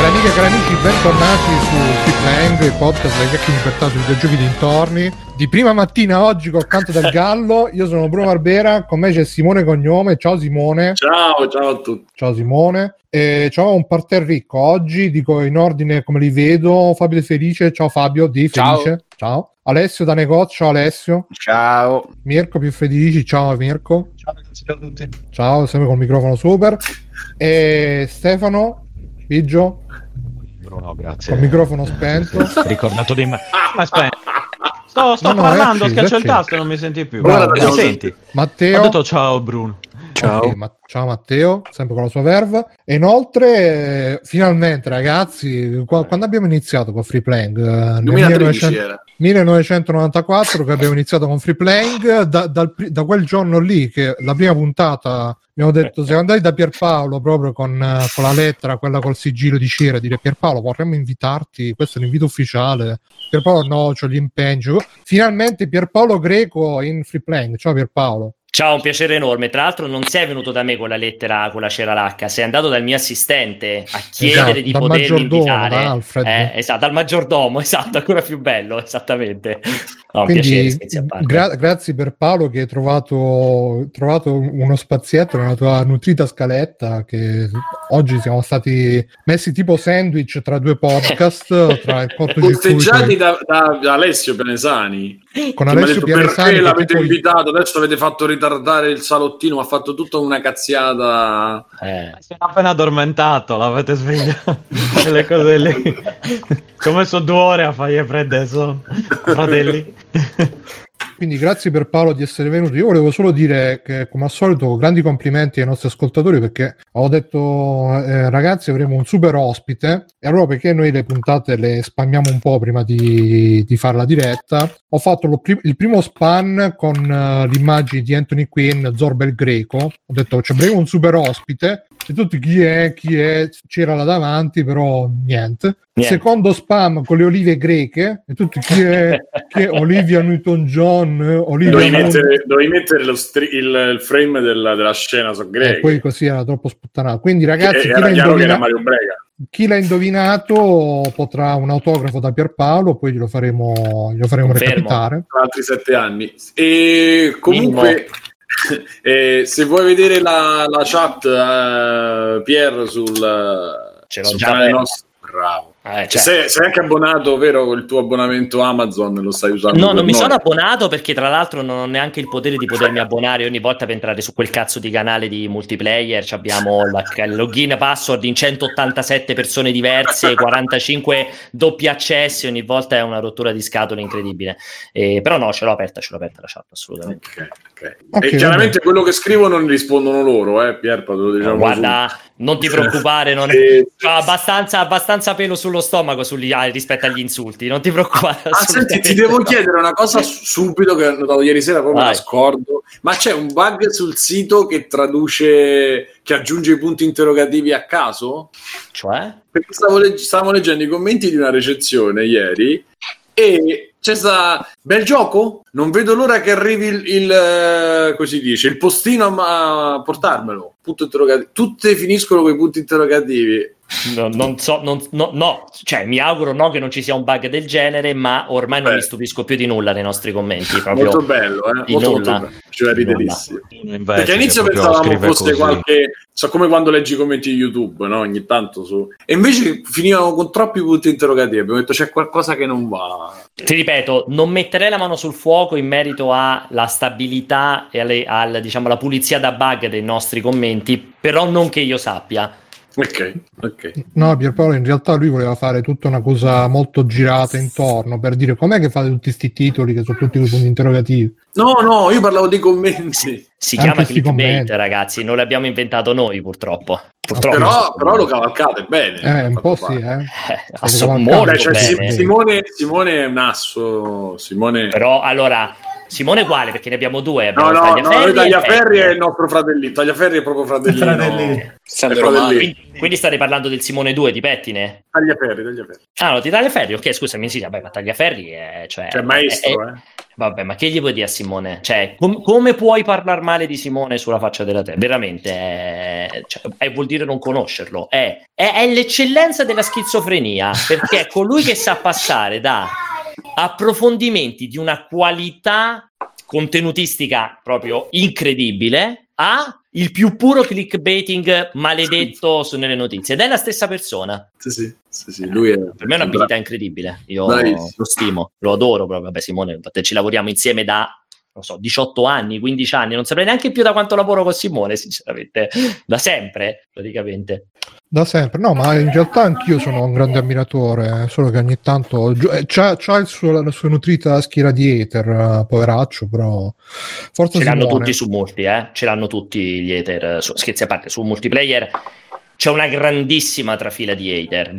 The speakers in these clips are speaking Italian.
amiche e cari amici, bentornati su Free Playing, il podcast delle chiacchiere in libertà sui videogiochi dintorni. Di prima mattina oggi col canto del gallo, io sono Bruno Barbera, con me c'è Simone Cognome. Ciao Simone. Ciao a tutti. Ciao Simone. C'ho un parterre ricco oggi, dico in ordine come li vedo. Fabio De Felice, ciao Fabio Di Felice. Ciao. Alessio da negozio, ciao Alessio. Ciao. Mirko Più Felici, ciao Mirko. Ciao a tutti. Ciao, sempre col microfono super. E Stefano Biggio. Bruno, grazie. Col microfono spento. Ricordato di me. Aspetta. Sto No, parlando, acceso, schiaccio il acceso. tasto e non mi senti più. Bravo, Mi senti? Matteo. Ho detto ciao Bruno. Ciao. Okay, ciao Matteo, sempre con la sua verve. E inoltre, finalmente ragazzi, quando abbiamo iniziato con Free Playing? Nel 2013 era. 1994 che abbiamo iniziato con Free Playing, da quel giorno lì che la prima puntata abbiamo detto siamo andati da Pierpaolo proprio con la lettera, quella col sigillo di cera, dire Pierpaolo vorremmo invitarti, questo è un invito ufficiale. Pierpaolo no, c'ho gli impegni. Finalmente Pierpaolo Greco in Free Playing. Ciao Pierpaolo. Ciao, un piacere enorme. Tra l'altro non sei venuto da me con la lettera con la cera lacca, sei andato dal mio assistente a chiedere di potermi invitare. Da Alfred. Esatto, dal maggiordomo, esatto, ancora più bello, esattamente. No, quindi piacere, scherzi a parte. Grazie per Paolo che hai trovato uno spazietto nella tua nutrita scaletta, che oggi siamo stati messi tipo sandwich tra due podcast, tra il posteggiati da Alessio Pianesani, con Alessio Pianesani, perché l'avete invitato, adesso avete fatto ritardare il salottino, ha fatto tutta una cazziata. Si è appena addormentato, l'avete svegliato. Le cose lì. Come sono 2 ore a fargli prendere sonno, fratelli. Quindi grazie per Paolo di essere venuto. Io volevo solo dire che come al solito grandi complimenti ai nostri ascoltatori, perché avevo detto ragazzi avremo un super ospite, e allora perché noi le puntate le spammiamo un po' prima di fare la diretta, ho fatto il primo spam con l'immagine di Anthony Quinn, Zorba il Greco. Ho detto avremo un super ospite e tutti chi è, c'era là davanti, però niente. Secondo spam con le olive greche e tutti chi è Olivia Newton-John, dovevi mettere il frame della scena su greche, poi così era troppo sputtanato. Quindi ragazzi, chi l'ha indovinato potrà un autografo da Pierpaolo, poi glielo faremo recapitare tra altri 7 anni. E comunque se vuoi vedere la chat Pier sul canale nostro, bravo. Sei anche abbonato, vero? Con il tuo abbonamento Amazon lo stai usando? No, non mi sono abbonato perché tra l'altro non ho neanche il potere di potermi abbonare ogni volta per entrare su quel cazzo di canale di multiplayer. Abbiamo il login password in 187 persone diverse, 45 doppi accessi, ogni volta è una rottura di scatole incredibile. Però no, ce l'ho aperta la chat, assolutamente. Okay, e chiaramente quello che scrivono non rispondono loro, Pierpa, te lo diciamo. Guarda, non ti preoccupare, abbastanza pelo sullo stomaco rispetto agli insulti, non ti preoccupare. Senti, ti devo chiedere una cosa subito che ho notato ieri sera, proprio me la scordo, ma c'è un bug sul sito che aggiunge i punti interrogativi a caso? Cioè? Perché stavamo leggendo i commenti di una recensione ieri e c'è sta bel gioco, non vedo l'ora che arrivi il così dice, il postino a portarmelo, punto interrogativo, tutte finiscono con i punti interrogativi. No, cioè mi auguro che non ci sia un bug del genere, ma ormai non mi stupisco più di nulla nei nostri commenti. Proprio molto bello, molto bello. Cioè, riderissimo. Perché all'inizio pensavamo fosse qualche, come quando leggi i commenti di YouTube, no? Ogni tanto e invece finivano con troppi punti interrogativi. Abbiamo detto c'è qualcosa che non va. Ti ripeto, non metterei la mano sul fuoco in merito alla stabilità e alla pulizia da bug dei nostri commenti, però non che io sappia. Ok. No, Pierpaolo in realtà lui voleva fare tutta una cosa molto girata intorno per dire com'è che fate tutti questi titoli che sono tutti quei punti interrogativi. No, io parlavo dei commenti. Si chiama clickbait, ragazzi, non l'abbiamo inventato noi purtroppo. Però lo cavalcate bene. Un po' sì, molto bene. Simone è un asso. Simone. Però allora Simone quale? Perché ne abbiamo due. No, Tagliaferri è il nostro fratellino. Tagliaferri è proprio fratellino. Quindi state parlando del Simone 2 di Pettine? Tagliaferri. Ah, no, di Tagliaferri, ok, scusami, sì, vabbè, ma Tagliaferri è... Cioè maestro, Vabbè, ma che gli vuoi dire a Simone? Cioè, come puoi parlare male di Simone sulla faccia della terra? Veramente, vuol dire non conoscerlo. È l'eccellenza della schizofrenia, perché è colui che sa passare da approfondimenti di una qualità contenutistica proprio incredibile a il più puro clickbaiting maledetto nelle notizie, ed è la stessa persona. Sì, lui è... Per me è un'abilità incredibile, io lo stimo, lo adoro proprio. Vabbè, Simone, ci lavoriamo insieme da 18 anni, 15 anni, non saprei neanche più da quanto lavoro con Simone, sinceramente, da sempre, praticamente. Da sempre, no, ma in realtà anch'io sono un grande ammiratore, solo che ogni tanto c'ha la sua nutrita schiera di hater, poveraccio, però forza ce l'hanno Simone. tutti su molti, ce l'hanno tutti gli hater, scherzi a parte, su multiplayer c'è una grandissima trafila di hater,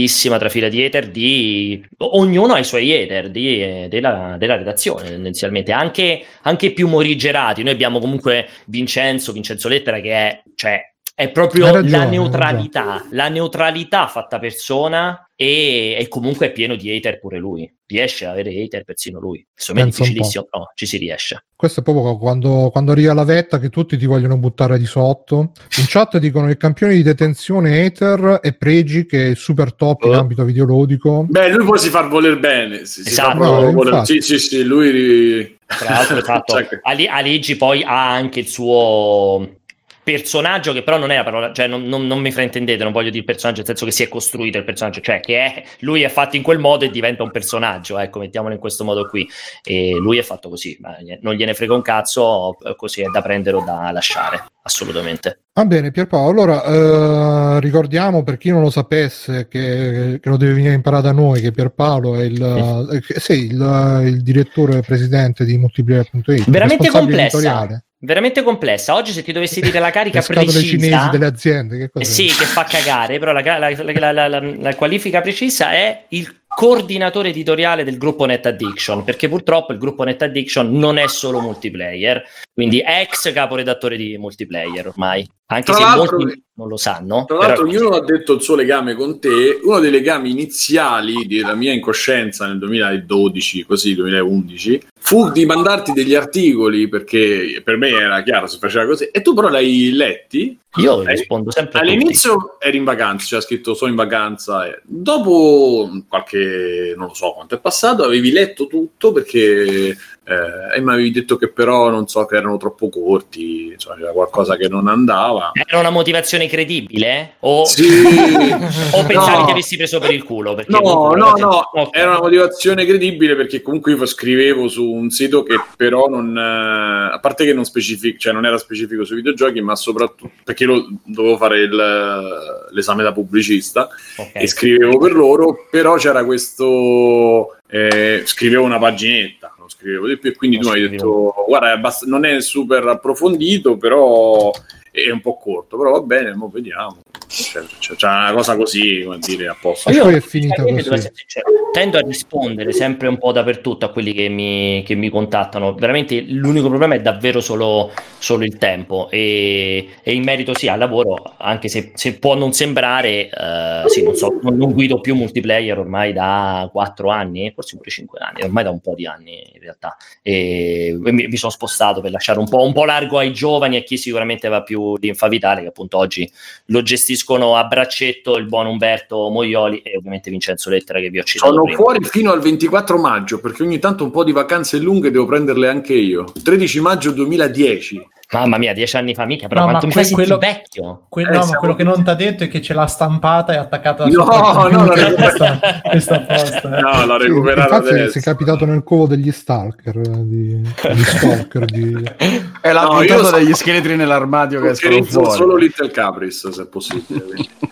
di ognuno ha i suoi hater della redazione, tendenzialmente, anche più morigerati. Noi abbiamo comunque Vincenzo Lettera, che è proprio la neutralità fatta persona, e comunque è pieno di hater pure lui. Riesce ad avere hater persino lui. Insomma, è difficilissimo, no, ci si riesce. Questo è proprio quando arriva la vetta che tutti ti vogliono buttare di sotto. In chat dicono il campione di detenzione hater è Pregi, che è il super top in ambito videoludico. Beh, lui può si far voler bene. Esatto. Sì, lui... Tra l'altro, esatto. Aligi poi ha anche il suo personaggio, che però non è la parola, cioè non mi fraintendete, non voglio dire personaggio nel senso che si è costruito il personaggio, cioè che lui è fatto in quel modo e diventa un personaggio, ecco, mettiamolo in questo modo qui, e lui è fatto così, ma non gliene frega un cazzo, così è da prendere o da lasciare, assolutamente. Va bene, Pierpaolo, allora ricordiamo, per chi non lo sapesse, che lo deve venire a imparare da noi, che Pierpaolo è il direttore presidente di Multiplayer.it, veramente complessa. Oggi, se ti dovessi dire la carica precisa, le cinesi delle aziende, che cos'è? Sì, che fa cagare, però la qualifica precisa è il coordinatore editoriale del gruppo Net Addiction, perché purtroppo il gruppo Net Addiction non è solo multiplayer, quindi ex caporedattore di Multiplayer ormai, anche se molti non lo sanno. Tra l'altro ognuno ha detto il suo legame con te. Uno dei legami iniziali della mia incoscienza nel 2012, così 2011, fu di mandarti degli articoli, perché per me era chiaro se faceva così, e tu però l'hai letti. Io rispondo sempre all'inizio eri in vacanza, c'era scritto sono in vacanza, dopo qualche, non lo so quanto è passato, avevi letto tutto perché e mi avevi detto che però non so, che erano troppo corti, cioè c'era qualcosa che non andava. Era una motivazione credibile? O, sì. O pensavi che avessi preso per il culo? Perché no, okay. Era una motivazione credibile, perché comunque io scrivevo su un sito che però non, a parte che non cioè non era specifico sui videogiochi, ma soprattutto perché dovevo fare l'esame da pubblicista, okay, e scrivevo per loro, però c'era questo scrivevo una paginetta, non scrivevo di più, e quindi tu mi hai detto guarda, non è super approfondito, però è un po' corto, però va bene, mo vediamo. C'è una cosa così, come dire, a posto. Io è finita così. Tendo a rispondere sempre un po' dappertutto a quelli che mi contattano. Veramente l'unico problema è davvero solo il tempo, e in merito al lavoro, anche se può non sembrare, non so, non guido più multiplayer ormai da 4 anni, forse pure 5 anni, ormai da un po' di anni in realtà, e mi sono spostato per lasciare un po' largo ai giovani, a chi sicuramente va più Linfa Vitale, che appunto oggi lo gestiscono a braccetto il buon Umberto Moioli e ovviamente Vincenzo Lettera, che vi ho citato prima. Sono fuori fino al 24 maggio, perché ogni tanto un po' di vacanze lunghe devo prenderle anche io. 13 maggio 2010. Mamma mia, 10 anni fa, mica, però quanto mi fai sentire vecchio? Ma quello che non ti ha detto è che ce l'ha stampata e attaccata questa apposta. No, l'ho recuperata adesso. Sei capitato nel covo degli stalker, degli stalker è la puntata degli scheletri nell'armadio che escono fuori. Solo Little Capris, se è possibile.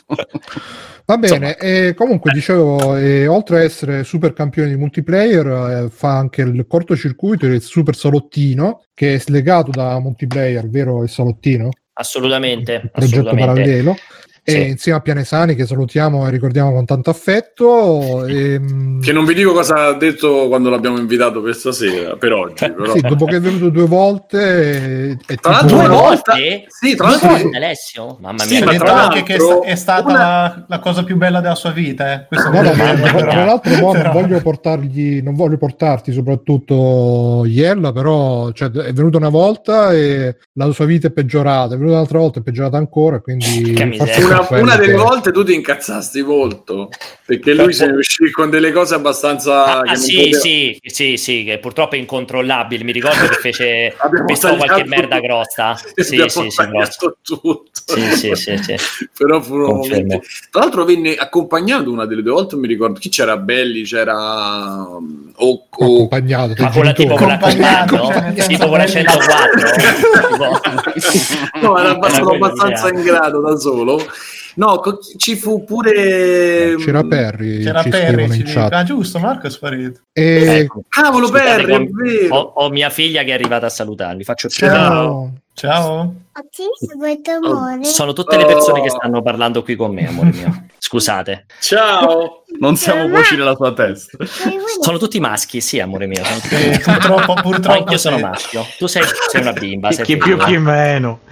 Va bene, e comunque dicevo, oltre a essere super campione di multiplayer, fa anche il cortocircuito, il super salottino, che è slegato da multiplayer, vero il salottino? Assolutamente. Il progetto parallelo. e insieme a Pianesani, che salutiamo e ricordiamo con tanto affetto, che non vi dico cosa ha detto quando l'abbiamo invitato per stasera, per oggi, però. Sì, dopo che è venuto 2 volte tra l'altro 2 volte? Sì, tra l'altro Alessio, mamma mia, ha detto anche che è stata la cosa più bella della sua vita, tra l'altro non voglio portarti soprattutto Iella, però cioè, è venuto una volta e la sua vita è peggiorata, è venuta un'altra volta, è peggiorata ancora, quindi una delle volte tu ti incazzasti molto perché lui se ne uscì con delle cose abbastanza sì, che purtroppo è incontrollabile. Mi ricordo che fece qualche merda grossa. Sì, tutto. Sì. Però furono momenti. Tra l'altro venne accompagnato una delle 2 volte, mi ricordo chi c'era, Belli, c'era accompagnato, ma con la tipo con la 104. No, era abbastanza in grado da solo. No, ci fu pure c'era Perry in chat. Giusto, Marco è sparito. Cavolo, scusate, Perry, è vero. Ho mia figlia che è arrivata a salutarvi. Faccio ciao. Sono tutte le persone che stanno parlando qui con me, amore mio. Scusate. Ciao. Non siamo voci nella tua testa. Sono tutti maschi, sì, amore mio. Purtroppo anch'io sono maschio. Tu sei una bimba. Chi più chi meno.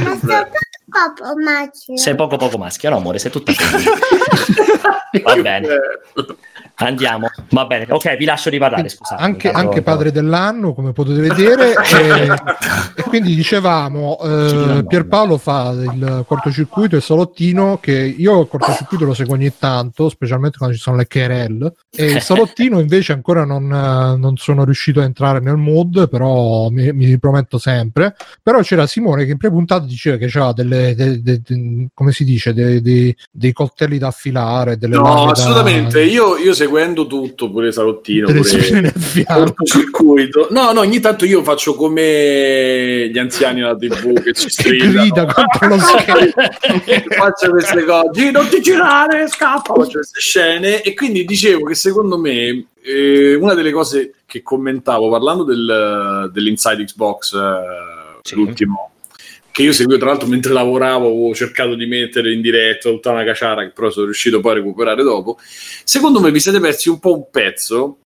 Sei poco maschio, no amore, sei tutta femmina. Va bene. Andiamo, va bene, ok, vi lascio riparlare, scusate. Anche padre dell'anno, come potete vedere, e quindi dicevamo, Pierpaolo fa il cortocircuito e salottino, che io il cortocircuito lo seguo ogni tanto, specialmente quando ci sono le querelle, e il salottino invece ancora non sono riuscito a entrare nel mood, però mi prometto sempre. Però c'era Simone che in pre-puntata diceva che c'era come si dice, dei coltelli da affilare, delle no, assolutamente, io seguendo tutto, pure salottino, pure circuito. No, ogni tanto io faccio come gli anziani alla TV che ci grida contro lo schermo. Faccio queste cose, non ti girare, scappa, faccio queste scene, e quindi dicevo che secondo me una delle cose che commentavo parlando dell'Inside Xbox, l'ultimo che io seguivo tra l'altro mentre lavoravo, avevo cercato di mettere in diretta tutta una caciara che però sono riuscito poi a recuperare dopo. Secondo me vi siete persi un po' un pezzo,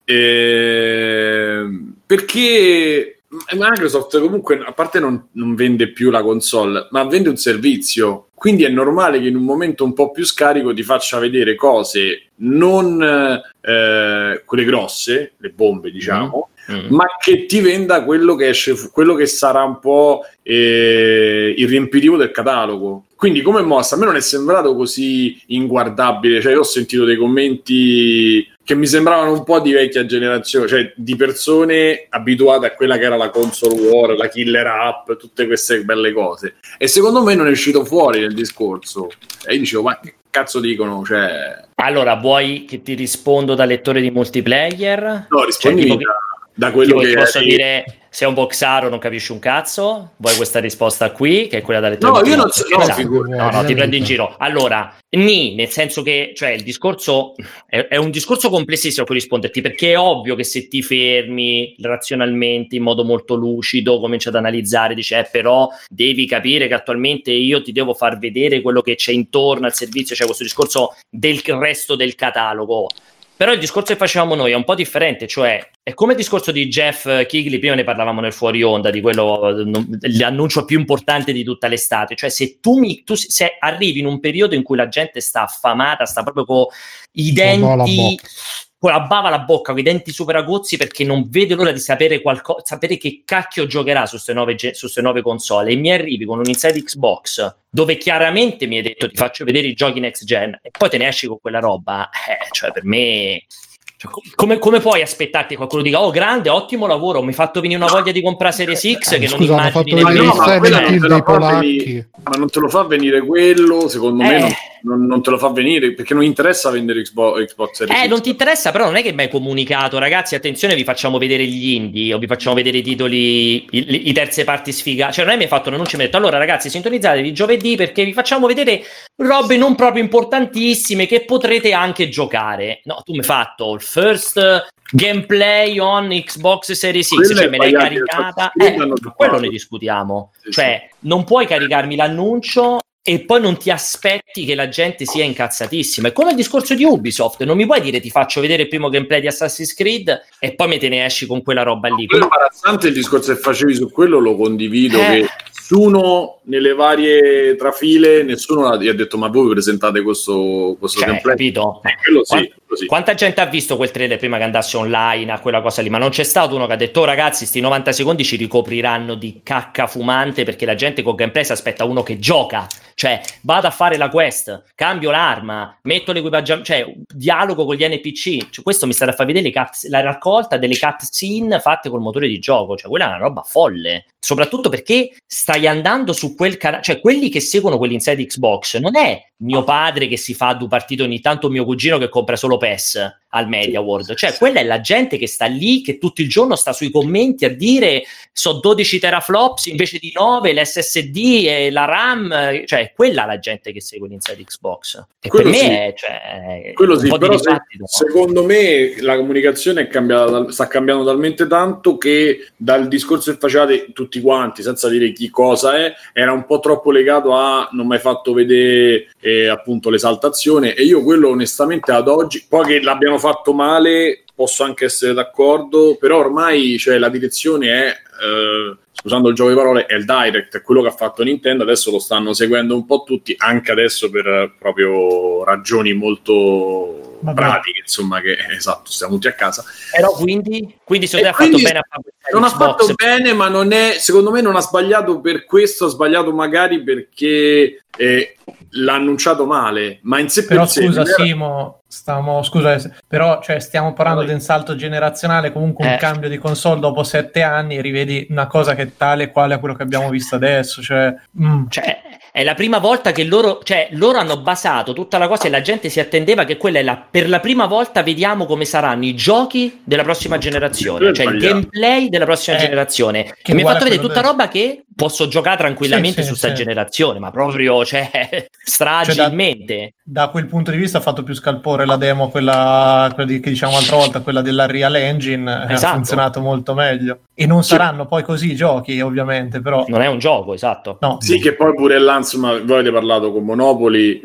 perché Microsoft comunque, a parte non vende più la console, ma vende un servizio, quindi è normale che in un momento un po' più scarico ti faccia vedere cose non quelle grosse, le bombe diciamo, ma che ti venda quello che esce, quello che sarà un po' il riempitivo del catalogo. Quindi come mossa a me non è sembrato così inguardabile, cioè io ho sentito dei commenti che mi sembravano un po' di vecchia generazione, cioè di persone abituate a quella che era la console war, la killer app, tutte queste belle cose, e secondo me non è uscito fuori nel discorso, e io dicevo ma che cazzo dicono, cioè... Allora, vuoi che ti rispondo da lettore di multiplayer? No, rispondi da quello che posso dire. Sei un boxaro, non capisci un cazzo? Vuoi questa risposta qui, che è quella da lettore? No, io non so. No, ti prendo in giro. Allora, nel senso che, cioè, il discorso è un discorso complessissimo per risponderti, perché è ovvio che se ti fermi razionalmente, in modo molto lucido, cominci ad analizzare, dici, però devi capire che attualmente io ti devo far vedere quello che c'è intorno al servizio, cioè questo discorso del resto del catalogo. Però il discorso che facevamo noi è un po' differente, cioè è come il discorso di Jeff Keighley, prima ne parlavamo nel fuori onda, di quello, l'annuncio più importante di tutta l'estate, cioè se se arrivi in un periodo in cui la gente sta affamata, sta proprio con i denti, con la bava alla bocca, con i denti super aguzzi, perché non vede l'ora di sapere sapere che cacchio giocherà su queste nuove console, e mi arrivi con un Inside Xbox dove chiaramente mi hai detto ti faccio vedere i giochi next gen e poi te ne esci con quella roba, cioè per me, cioè, come puoi aspettarti che qualcuno dica oh grande, ottimo lavoro, mi hai fatto venire una voglia di comprare Series X che non immagini ma non te lo fa venire quello, secondo me non te lo fa venire, perché non interessa vendere Xbox Series X. Non ti interessa, però non è che mi hai comunicato ragazzi attenzione, vi facciamo vedere gli indie o vi facciamo vedere i titoli, i terze parti sfiga, cioè non è mi hai fatto un annuncio e mi hai detto allora ragazzi sintonizzatevi giovedì perché vi facciamo vedere robe non proprio importantissime che potrete anche giocare. No, tu mi hai fatto il first gameplay on Xbox Series X, cioè me l'hai caricata, quello ne discutiamo, cioè non puoi caricarmi l'annuncio e poi non ti aspetti che la gente sia incazzatissima. È come il discorso di Ubisoft, non mi puoi dire ti faccio vedere il primo gameplay di Assassin's Creed e poi me te ne esci con quella roba lì. Quello imbarazzante, il discorso che facevi su quello lo condivido, che nessuno nelle varie trafile, nessuno gli ha detto ma voi presentate questo gameplay, capito? Quello sì. Quanta gente ha visto quel trailer prima che andasse online a quella cosa lì? Ma non c'è stato uno che ha detto ragazzi, sti 90 secondi ci ricopriranno di cacca fumante, perché la gente con gameplay si aspetta uno che gioca, cioè vado a fare la quest, cambio l'arma, metto l'equipaggiamento, cioè dialogo con gli NPC, cioè, questo mi sta a far vedere la raccolta delle cutscene fatte col motore di gioco, cioè quella è una roba folle, soprattutto perché stai andando su quel canale, cioè quelli che seguono quell'Inside Xbox non è mio padre che si fa due partite ogni tanto, mio cugino che compra solo PES al Media World, cioè quella è la gente che sta lì, che tutto il giorno sta sui commenti a dire so 12 teraflops invece di 9, l'SSD e la RAM, cioè quella è la gente che segue l'Inside Xbox, e quello per sì. me è, cioè, quello un sì, po' però di dibattito. secondo me la comunicazione è cambiata, sta cambiando talmente tanto che dal discorso che facevate tutti quanti, senza dire chi cosa è, era un po' troppo legato a non mai fatto vedere appunto l'esaltazione, e io quello onestamente ad oggi, poi che l'abbiano fatto male posso anche essere d'accordo, però ormai cioè, la direzione è scusando il gioco di parole, è il Direct, è quello che ha fatto Nintendo, adesso lo stanno seguendo un po' tutti, anche adesso per proprio ragioni molto pratiche, insomma, che esatto, stiamo tutti a casa. Però quindi secondo te ha fatto bene a fare non ha fatto bene, ma non è, secondo me non ha sbagliato per questo, ha sbagliato magari perché l'ha annunciato male, ma in sé però per sé scusa Simo, però cioè, stiamo parlando di un salto generazionale, comunque un cambio di console dopo 7 anni, rivedi una cosa che è tale quale a quello che abbiamo visto adesso, cioè è la prima volta che loro hanno basato tutta la cosa e la gente si attendeva che quella è per la prima volta vediamo come saranno i giochi della prossima generazione, cioè il gameplay della prossima generazione, che mi ha fatto vedere tutta roba che posso giocare tranquillamente su sta generazione, ma proprio stragilmente. Cioè, da quel punto di vista ha fatto più scalpore la demo, quella che diciamo l'altra volta, quella della Real Engine, esatto. Ha funzionato molto meglio, e non saranno poi così i giochi ovviamente, però non è un gioco, esatto. No. Sì, che poi pure là, insomma, voi avete parlato con Monopoli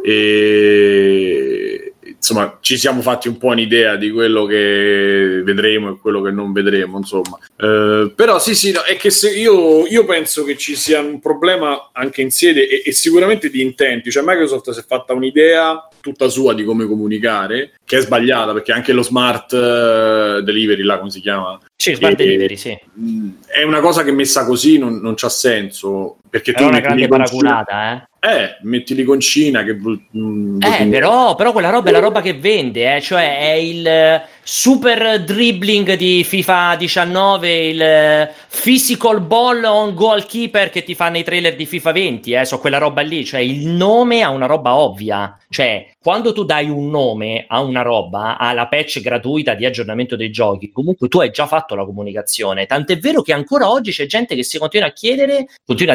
e insomma ci siamo fatti un po' un'idea di quello che vedremo e quello che non vedremo, insomma, però sì no, è che se io penso che ci sia un problema anche in sede e sicuramente di intenti, cioè Microsoft si è fatta un'idea tutta sua di come comunicare, che è sbagliata, perché anche lo smart delivery, là come si chiama? Sì, smart delivery, sì. È una cosa che messa così non c'ha senso, perché è una grande paraculata, metti l'iconcina che però quella roba è la roba che vende, cioè è il super dribbling di FIFA 19, il physical ball on goalkeeper che ti fa nei trailer di FIFA 20, so quella roba lì, cioè il nome a una roba ovvia, cioè quando tu dai un nome a una roba, alla patch gratuita di aggiornamento dei giochi, comunque tu hai già fatto la comunicazione, tant'è vero che ancora oggi c'è gente che si continua a chiedere,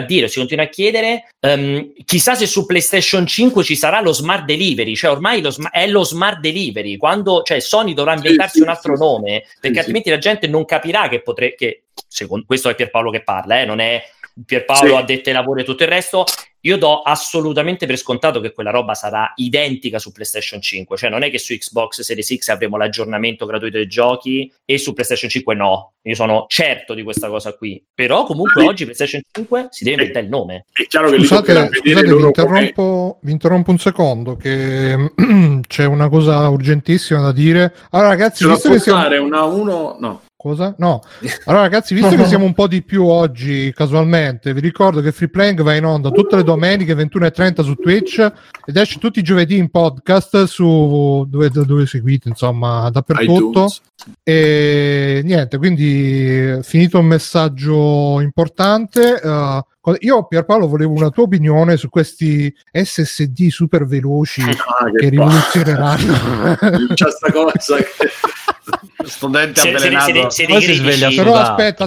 chissà se su PlayStation 5 ci sarà lo smart delivery, cioè ormai è lo smart delivery, quando cioè Sony dovrà inventarsi un altro nome, perché altrimenti la gente non capirà che secondo questo è Pierpaolo che parla, non è Pierpaolo addetto ai lavori e tutto il resto. Io do assolutamente per scontato che quella roba sarà identica su PlayStation 5, cioè non è che su Xbox Series X avremo l'aggiornamento gratuito dei giochi e su PlayStation 5 no, io sono certo di questa cosa qui, però comunque oggi PlayStation 5 si deve inventare il nome. È chiaro che scusate, vi interrompo un secondo, che c'è una cosa urgentissima da dire. Allora ragazzi, visto che siamo... Cosa? No. Allora ragazzi, visto che siamo un po' di più oggi casualmente, vi ricordo che Free Playing va in onda tutte le domeniche 21:30 su Twitch ed esce tutti i giovedì in podcast su dove seguite, insomma, dappertutto. iTunes. E niente, quindi finito un messaggio importante. Io Pierpaolo volevo una tua opinione su questi SSD super veloci che rivoluzioneranno. C'è sta cosa che studente avvelenato si sveglia, però aspetta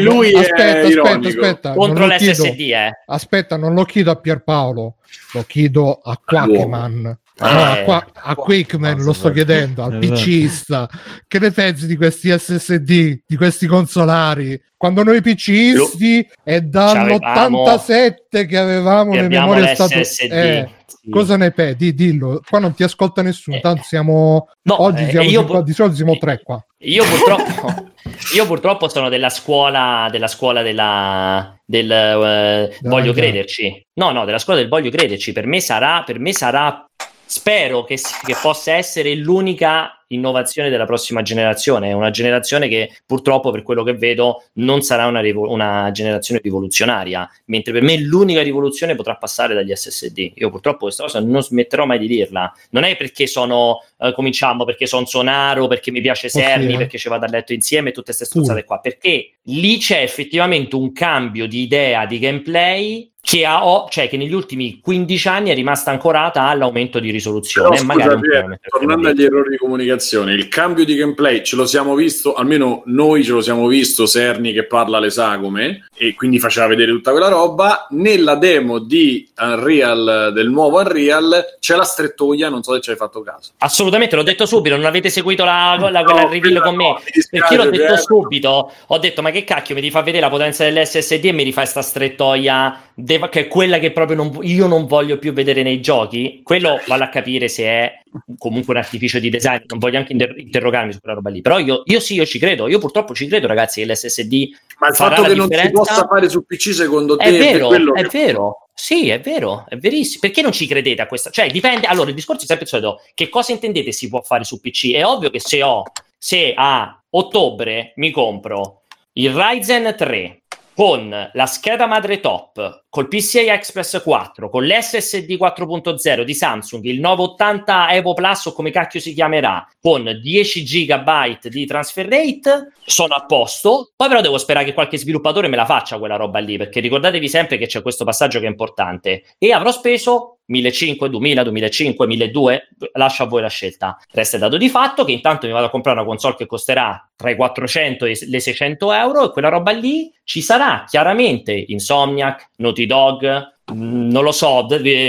contro l'SSD aspetta, non lo chiedo a Pierpaolo, lo chiedo a Quackman. A Quickman lo sto chiedendo, al PCista, che ne pensi di questi SSD, di questi consolari? Quando noi PCisti è dall'87 che avevamo le memorie SSD. Cosa ne pensi? Dillo, qua non ti ascolta nessuno, tanto siamo oggi siamo qua, di solito siamo 3 qua. Io purtroppo sono della scuola del voglio crederci. No, della scuola del voglio crederci. Per me sarà spero che possa essere l'unica innovazione della prossima generazione. È una generazione che purtroppo, per quello che vedo, non sarà una generazione rivoluzionaria, mentre per me l'unica rivoluzione potrà passare dagli SSD. Io purtroppo questa cosa non smetterò mai di dirla. Non è perché sono perché sono sonaro, perché mi piace Serni, perché ci vado a letto insieme e tutte queste stronzate qua, perché lì c'è effettivamente un cambio di idea di gameplay che negli ultimi 15 anni è rimasta ancorata all'aumento di risoluzione. Però, magari tornando agli errori di comunicazione, il cambio di gameplay ce lo siamo visto, almeno noi ce lo siamo visto, Serni che parla alle sagome e quindi faceva vedere tutta quella roba. Nella demo di Unreal, del nuovo Unreal, c'è la strettoia, non so se ci hai fatto caso. Assolutamente, l'ho detto subito, non avete seguito quella reveal con me, perché io l'ho detto subito, ho detto ma che cacchio, mi devi far vedere la potenza dell'SSD e mi rifai sta strettoia che è quella che proprio io non voglio più vedere nei giochi. Quello vale a capire se è comunque un artificio di design, non voglio anche interrogarmi su quella roba lì, però io ci credo, io purtroppo ci credo, ragazzi, che l'SSD ma il fatto che non si possa fare su PC secondo te è vero. Sì, è vero, è verissimo. Perché non ci credete a questa? Cioè, dipende. Allora, il discorso è sempre il solito. Che cosa intendete si può fare su PC? È ovvio che se a ottobre mi compro il Ryzen 3 con la scheda madre top, col PCI Express 4, con l'SSD 4.0 di Samsung, il 980 Evo Plus o come cacchio si chiamerà, con 10 GB di transfer rate, sono a posto. Poi però devo sperare che qualche sviluppatore me la faccia quella roba lì, perché ricordatevi sempre che c'è questo passaggio che è importante, e avrò speso 1.500, 2.000, 2.500, 1.200, lascio a voi la scelta. Resta dato di fatto che intanto mi vado a comprare una console che costerà tra i 400 e le 600 euro, e quella roba lì ci sarà chiaramente Insomniac, Naughty Dog, non lo so,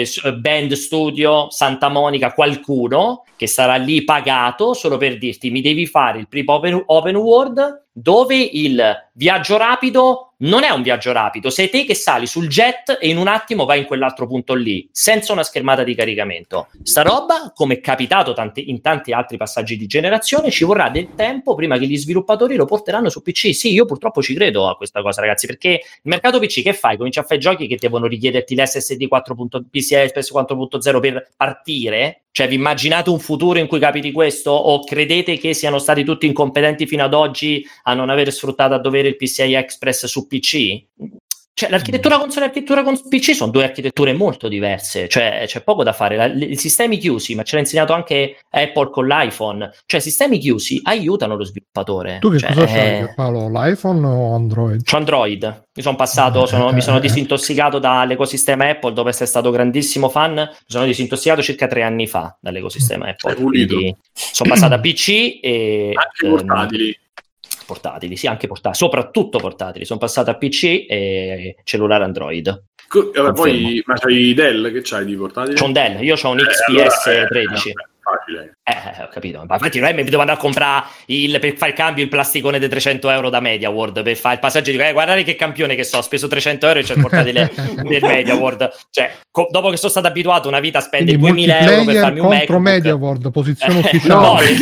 Band Studio, Santa Monica, qualcuno che sarà lì pagato solo per dirti mi devi fare il primo open world dove il viaggio rapido non è un viaggio rapido, sei te che sali sul jet e in un attimo vai in quell'altro punto lì, senza una schermata di caricamento. Sta roba, come è capitato in tanti altri passaggi di generazione, ci vorrà del tempo prima che gli sviluppatori lo porteranno su PC. Sì, io purtroppo ci credo a questa cosa, ragazzi, perché il mercato PC che fai? Comincia a fare giochi che devono richiederti l'SSD 4. PCI Express 4.0 per partire? Cioè, vi immaginate un futuro in cui capiti questo? O credete che siano stati tutti incompetenti fino ad oggi a non aver sfruttato a dovere il PCI Express su PC? Cioè, l'architettura console e l'architettura con PC sono due architetture molto diverse, cioè c'è poco da fare. I sistemi chiusi, ma ce l'ha insegnato anche Apple con l'iPhone, cioè sistemi chiusi aiutano lo sviluppatore. Tu che cosa c'hai, Paolo? L'iPhone o Android? C'ho Android, mi sono passato, mi sono disintossicato dall'ecosistema Apple, dopo essere stato grandissimo fan, mi sono disintossicato circa 3 anni fa dall'ecosistema Apple, quindi sono passato a PC e anche portatili, sì, anche portatili, soprattutto portatili. Sono passato a PC e cellulare Android. Poi, ma c'hai Dell, che c'hai di portatili? C'ho un Dell, io c'ho un XPS 13. Facile. Ho capito. Ma infatti non mi devo andare a comprare per fare il cambio il plasticone di 300 euro da MediaWorld per fare il passaggio di guardate che campione che so, ho speso 300 euro e c'è il portatile del MediaWorld. Cioè, dopo che sono stato abituato una vita a spendere 2000 euro per farmi un MacBook contro MediaWorld, posizione ufficiale.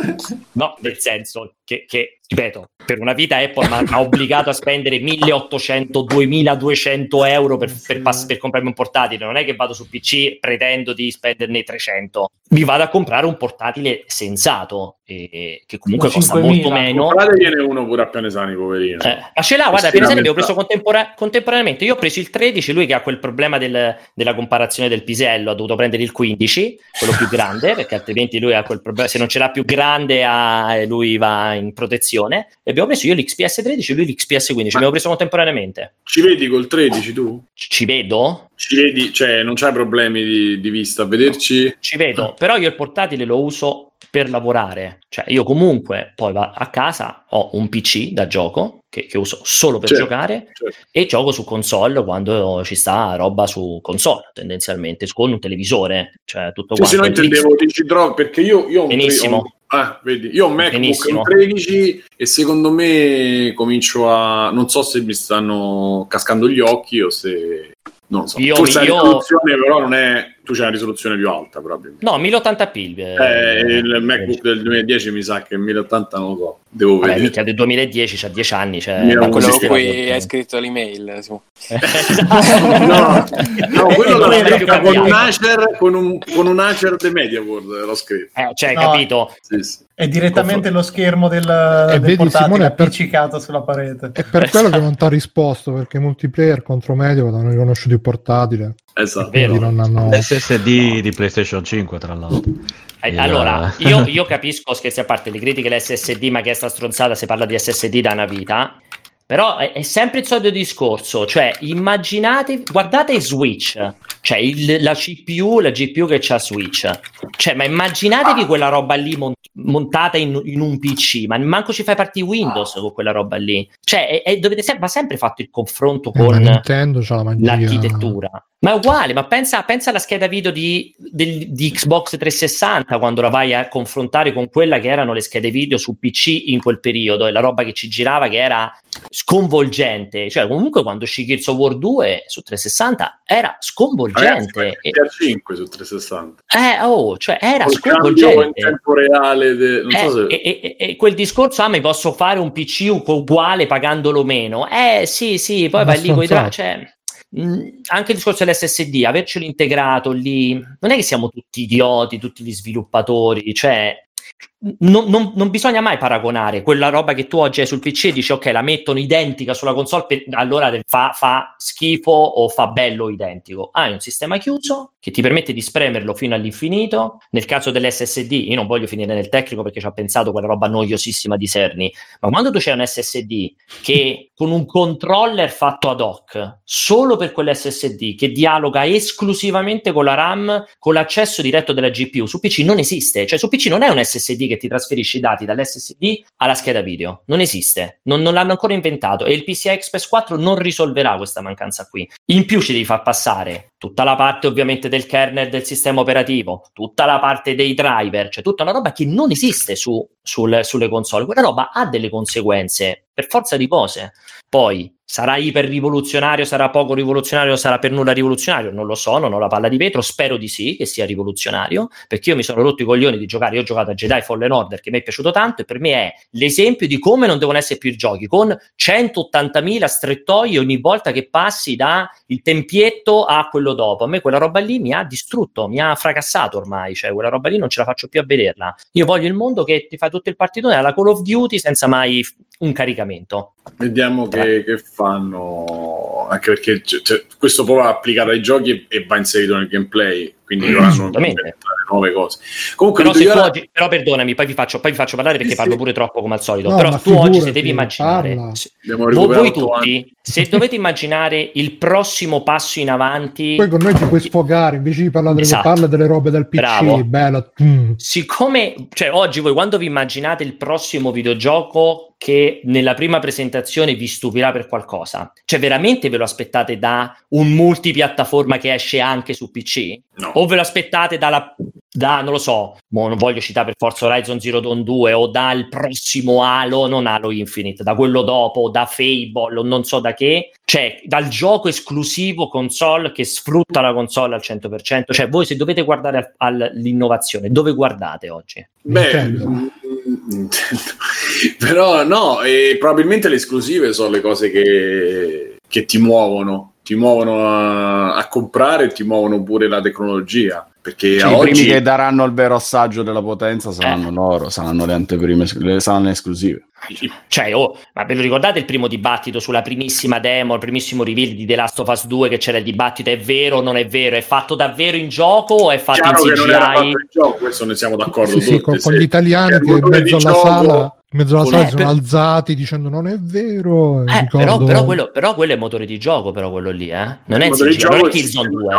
No, nel senso che ripeto, per una vita Apple mi ha obbligato a spendere 1.800-2.200 euro per comprarmi un portatile. Non è che vado su PC pretendo di spenderne 300, mi vado a comprare un portatile sensato che comunque costa molto meno. Viene uno pure a Pianesani, poverino. Ma ce l'ha, guarda, a Pianesani abbiamo preso contemporaneamente. Io ho preso il 13, lui che ha quel problema della comparazione del pisello ha dovuto prendere il 15, quello più grande, perché altrimenti lui ha quel problema, se non ce l'ha più grande lui va in protezione. E abbiamo preso io l'XPS 13 e lui l'XPS 15, abbiamo preso contemporaneamente. Ci vedi col 13 tu? Ci vedo? Ci vedi, cioè non c'hai problemi di vista a vederci? Ci vedo, però io il portatile lo uso per lavorare, cioè io comunque poi a casa ho un PC da gioco che uso solo per giocare, e gioco su console quando ci sta roba su console, tendenzialmente con un televisore, cioè tutto quanto. Se no intendevo dici drop, perché io benissimo. Vedi, io ho un MacBook un 13 e secondo me comincio a, non so se mi stanno cascando gli occhi o se non lo so. Forse la risoluzione però non è, tu c'hai una risoluzione più alta probabilmente. No, 1080p il MacBook del 2010 mi sa che 1080 non lo so, devo vedere. Mica del 2010 c'ha 10 anni, cioè quello cui hai scritto l'email no, quello l'ho con un Acer di MediaWorld l'ho scritto. Capito? Sì. È direttamente lo schermo del portatile Simone appiccicato sulla parete. È per quello che non ti ha risposto, perché multiplayer contro MediaWorld hanno riconosciuto il portatile. Esatto. Non hanno... SSD di PlayStation 5 tra l'altro. Allora, io capisco, scherzi a parte, le critiche l'SSD, ma che è sta stronzata, si parla di SSD da una vita. Però è sempre il solito discorso, cioè immaginate, guardate Switch, cioè la GPU che c'ha Switch, cioè ma immaginatevi quella roba lì montata in un PC, ma manco ci fai partire Windows con quella roba lì, cioè va sempre fatto il confronto con Nintendo c'ha la magia. L'architettura. Ma è uguale, ma pensa alla scheda video di Xbox 360 quando la vai a confrontare con quella che erano le schede video su PC in quel periodo e la roba che ci girava che era sconvolgente, cioè comunque quando uscì Gears of War 2 su 360 era sconvolgente. Ragazzi, 5 su 360. Cioè era sconvolgente. In tempo reale non so se... e quel discorso, mi posso fare un PC uguale pagandolo meno? Sì, poi vai lì coi cioè anche il discorso dell'SSD, avercelo integrato lì, non è che siamo tutti idioti, tutti gli sviluppatori, cioè non bisogna mai paragonare quella roba che tu oggi hai sul PC e dici ok, la mettono identica sulla console, allora fa schifo o fa bello identico. Hai un sistema chiuso che ti permette di spremerlo fino all'infinito. Nel caso dell'SSD, io non voglio finire nel tecnico perché ci ho pensato quella roba noiosissima di Cerny, ma quando tu c'hai un SSD che con un controller fatto ad hoc solo per quell'SSD che dialoga esclusivamente con la RAM, con l'accesso diretto della GPU, su PC non esiste. Cioè su PC non è un SSD che ti trasferisce i dati dall'SSD alla scheda video, non esiste, non l'hanno ancora inventato e il PCI Express 4 non risolverà questa mancanza qui. In più ci devi far passare tutta la parte ovviamente del kernel del sistema operativo, tutta la parte dei driver, cioè tutta una roba che non esiste sulle console. Quella roba ha delle conseguenze per forza di cose. Poi sarà iper rivoluzionario, sarà poco rivoluzionario, sarà per nulla rivoluzionario, non lo so, non ho la palla di vetro, spero di sì che sia rivoluzionario, perché io mi sono rotto i coglioni di giocare, io ho giocato a Jedi Fallen Order che mi è piaciuto tanto e per me è l'esempio di come non devono essere più i giochi, con 180.000 strettoi ogni volta che passi da il tempietto a quello dopo. A me quella roba lì mi ha distrutto, mi ha fracassato ormai, cioè quella roba lì non ce la faccio più a vederla. Io voglio il mondo che ti fa tutto il partitone alla Call of Duty senza mai un caricamento. Vediamo che fanno, anche perché questo poi va applicato ai giochi e va inserito nel gameplay, quindi dovranno nuove cose. Comunque, però perdonami, poi vi faccio parlare perché parlo pure troppo come al solito. Però tu oggi se devi immaginare, voi tutti, se dovete immaginare il prossimo passo in avanti, poi con noi ti puoi sfogare invece di parlare delle robe del PC. Bravo. Bello. Siccome, cioè oggi voi quando vi immaginate il prossimo videogioco che nella prima presentazione vi stupirà per qualcosa, cioè veramente ve lo aspettate da un multipiattaforma che esce anche su PC? No. O ve lo aspettate da non lo so, non voglio citare per forza Horizon Zero Dawn 2 o dal prossimo Halo, non Halo Infinite, da quello dopo, da Fable o non so da che, cioè dal gioco esclusivo console che sfrutta la console al 100%, cioè voi se dovete guardare all'innovazione, dove guardate oggi? Però no, probabilmente le esclusive sono le cose che ti muovono a comprare e ti muovono pure la tecnologia, perché oggi... i primi che daranno il vero assaggio della potenza saranno loro, saranno le anteprime, saranno le esclusive. Cioè, ma ve lo ricordate il primo dibattito sulla primissima demo, il primissimo reveal di The Last of Us 2, che c'era il dibattito, è vero o non è vero, è fatto davvero in gioco o è fatto in CGI? Che non era fatto in gioco, questo ne siamo d'accordo tutti. Con gli italiani che in mezzo alla sala in mezzo alla sala si sono alzati dicendo non è vero. Però quello è motore di gioco, però quello lì, non è CGI, non è Killzone 2.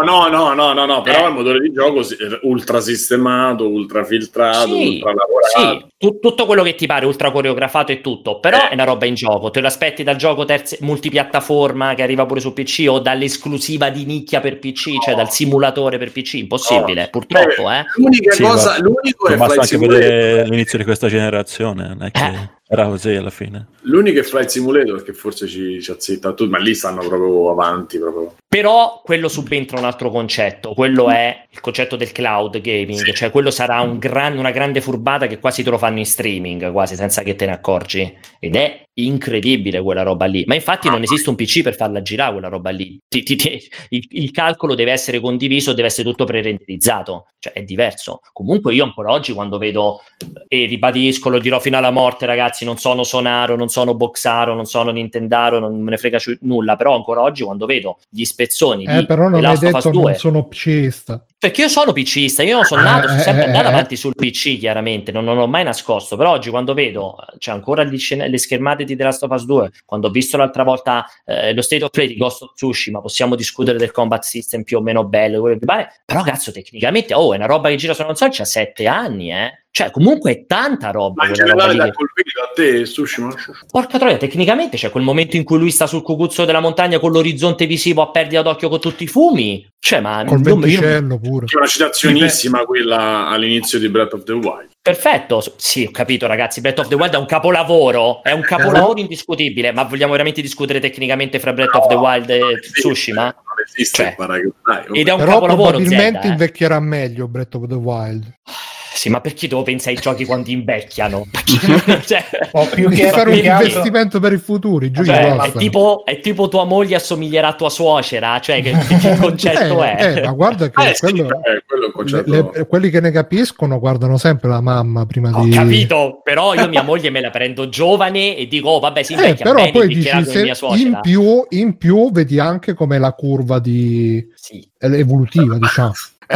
No, però è il motore di gioco ultra sistemato, ultra filtrato, ultra lavorato. Sì, tutto quello che ti pare, ultra coreografato e tutto, però è una roba in gioco. Te lo aspetti dal gioco multipiattaforma che arriva pure su PC o dall'esclusiva di nicchia per PC, cioè dal simulatore per PC, impossibile, purtroppo. L'unica cosa, l'unico è basta anche vedere l'inizio di questa generazione. Non è che era così alla fine. L'unico è Flight Simulator che forse ci azzetta tutti, ma lì stanno proprio avanti proprio. Però quello subentra un altro concetto, quello è il concetto del cloud gaming, cioè quello sarà una grande furbata che quasi te lo fanno in streaming, quasi senza che te ne accorgi, ed è incredibile quella roba lì, ma infatti non esiste un PC per farla girare quella roba lì. Il calcolo deve essere condiviso, deve essere tutto pre-renderizzato, cioè è diverso. Comunque io ancora oggi quando vedo, e ribadisco, lo dirò fino alla morte ragazzi, non sono Sonaro, non sono Boxaro, non sono Nintendaro, non me ne frega nulla, però ancora oggi quando vedo gli spezzoni di però non hai detto non sono PCista. Perché io sono PCista, io sono nato, sono sempre andato avanti sul PC chiaramente, non ho mai nascosto, però oggi quando vedo, c'è ancora le schermate di The Last of Us 2, quando ho visto l'altra volta lo State of Play di Ghost of Tsushima, possiamo discutere del combat system più o meno bello, quello che pare, però cazzo tecnicamente, è una roba che gira su una console, c'ha 7 anni, cioè comunque è tanta roba. Ma in generale da colpito a te Tsushima? Porca troia, tecnicamente c'è quel momento in cui lui sta sul cucuzzolo della montagna con l'orizzonte visivo a perdita d'occhio con tutti i fumi, cioè ma col venticello pure. C'è una citazionissima quella all'inizio di Breath of the Wild. Perfetto, sì, ho capito ragazzi, Breath of the Wild è un capolavoro indiscutibile, ma vogliamo veramente discutere tecnicamente fra Breath of the Wild e Tsushima? Non esiste, ed è un però capolavoro, probabilmente invecchierà meglio Breath of the Wild. Sì, ma perché devo pensare ai giochi quando invecchiano? Cioè, più che fare un investimento per il futuro, è tipo tua moglie assomiglierà a tua suocera, cioè che concetto è? Ma guarda che quello è un concetto. Quelli che ne capiscono guardano sempre la mamma prima di... Ho capito, però io mia moglie me la prendo giovane e dico vabbè si invecchia però bene, poi dici, mia suocera. In più vedi anche come la curva evolutiva, diciamo. È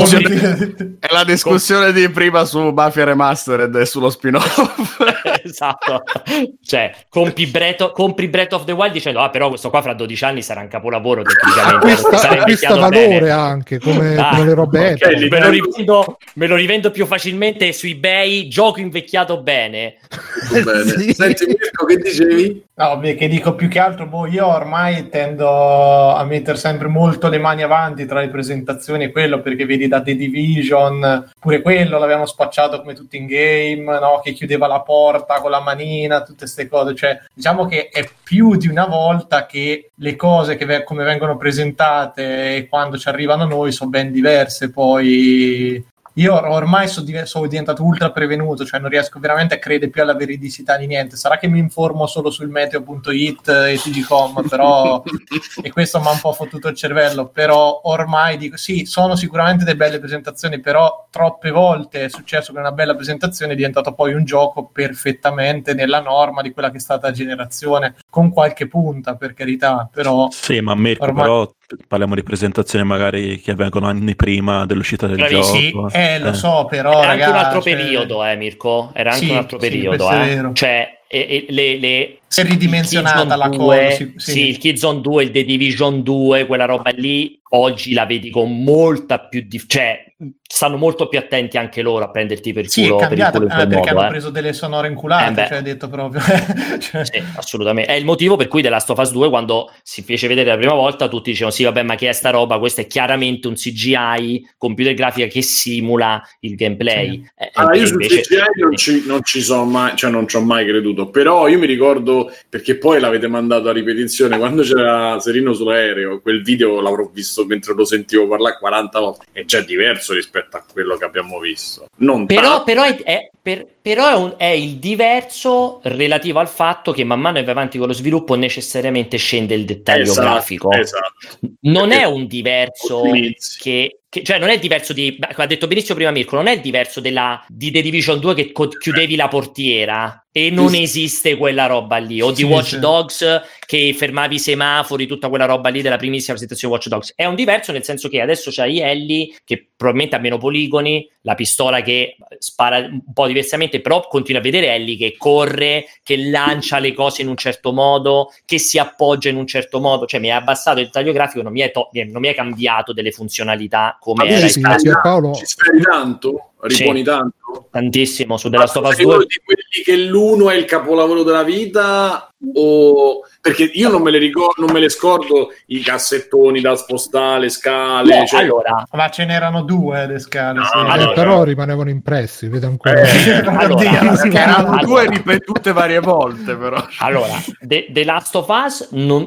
la discussione di prima su Mafia Remastered e sullo spin-off. Esatto, cioè compri Breath of the Wild dicendo però questo qua fra 12 anni sarà un capolavoro tecnicamente, acquista valore bene. Anche come le robette. Me lo rivendo più facilmente su eBay, gioco invecchiato bene. Sì. Senti Mirko, che dicevi? No, che dico più che altro, io ormai tendo a mettere sempre molto le mani avanti tra le presentazioni e quello, perché vedi da The Division, pure quello l'avevano spacciato come tutto in game, no? Che chiudeva la porta con la manina, tutte queste cose, cioè diciamo che è più di una volta che le cose che come vengono presentate e quando ci arrivano a noi sono ben diverse. Poi io ormai sono diventato ultra prevenuto, cioè non riesco veramente a credere più alla veridicità di niente. Sarà che mi informo solo sul meteo.it e TGcom, però e questo mi ha un po' fottuto il cervello, però ormai dico sì, sono sicuramente delle belle presentazioni, però troppe volte è successo che una bella presentazione è diventato poi un gioco perfettamente nella norma di quella che è stata la generazione, con qualche punta per carità, però sì, ma Mirko, però parliamo di presentazioni magari che avvengono anni prima dell'uscita del gioco. Sì, lo so, però era anche un altro periodo, Mirko, era anche un altro periodo, cioè è ridimensionata la cosa. Il Killzone 2, il The Division 2, quella roba lì oggi la vedi con molta più cioè stanno molto più attenti anche loro a prenderti per culo, è cambiato, per il culo perché hanno preso delle sonore inculate, cioè detto proprio cioè. Sì, assolutamente, è il motivo per cui The Last of Us 2 quando si fece vedere la prima volta tutti dicevano sì vabbè ma che è sta roba, questo è chiaramente un CGI computer grafica che simula il gameplay. Io sul CGI non ci sono mai, cioè non ci ho mai creduto, però io mi ricordo, perché poi l'avete mandato a ripetizione quando c'era Serino sull'aereo, quel video l'avrò visto mentre lo sentivo parlare 40 volte, è già diverso rispetto a quello che abbiamo visto. Però è il diverso relativo al fatto che man mano che va avanti con lo sviluppo necessariamente scende il dettaglio grafico. Non è un diverso che cioè non è il diverso ha detto benissimo prima Mirko, non è il diverso di The Division 2 che chiudevi la portiera, e non esiste quella roba lì, o di Watch Dogs che fermavi i semafori, tutta quella roba lì della primissima presentazione Watch Dogs. È un diverso nel senso che adesso c'hai Ellie che probabilmente ha meno poligoni, la pistola che spara un po' diversamente, però continua a vedere Ellie che corre, che lancia le cose in un certo modo, che si appoggia in un certo modo, cioè mi ha abbassato il taglio grafico, non mi è cambiato delle funzionalità come era. Ci speri tanto? Riponi tanto? Tantissimo su The Last of Us 2. Di quelli che l'1 è il capolavoro della vita, o perché io non me le ricordo, non me le scordo i cassettoni da spostare, le scale, no, allora, ma ce n'erano 2 le scale, però rimanevano impressi, vedo ancora. Erano 2 ripetute varie volte, però. Allora, The Last of Us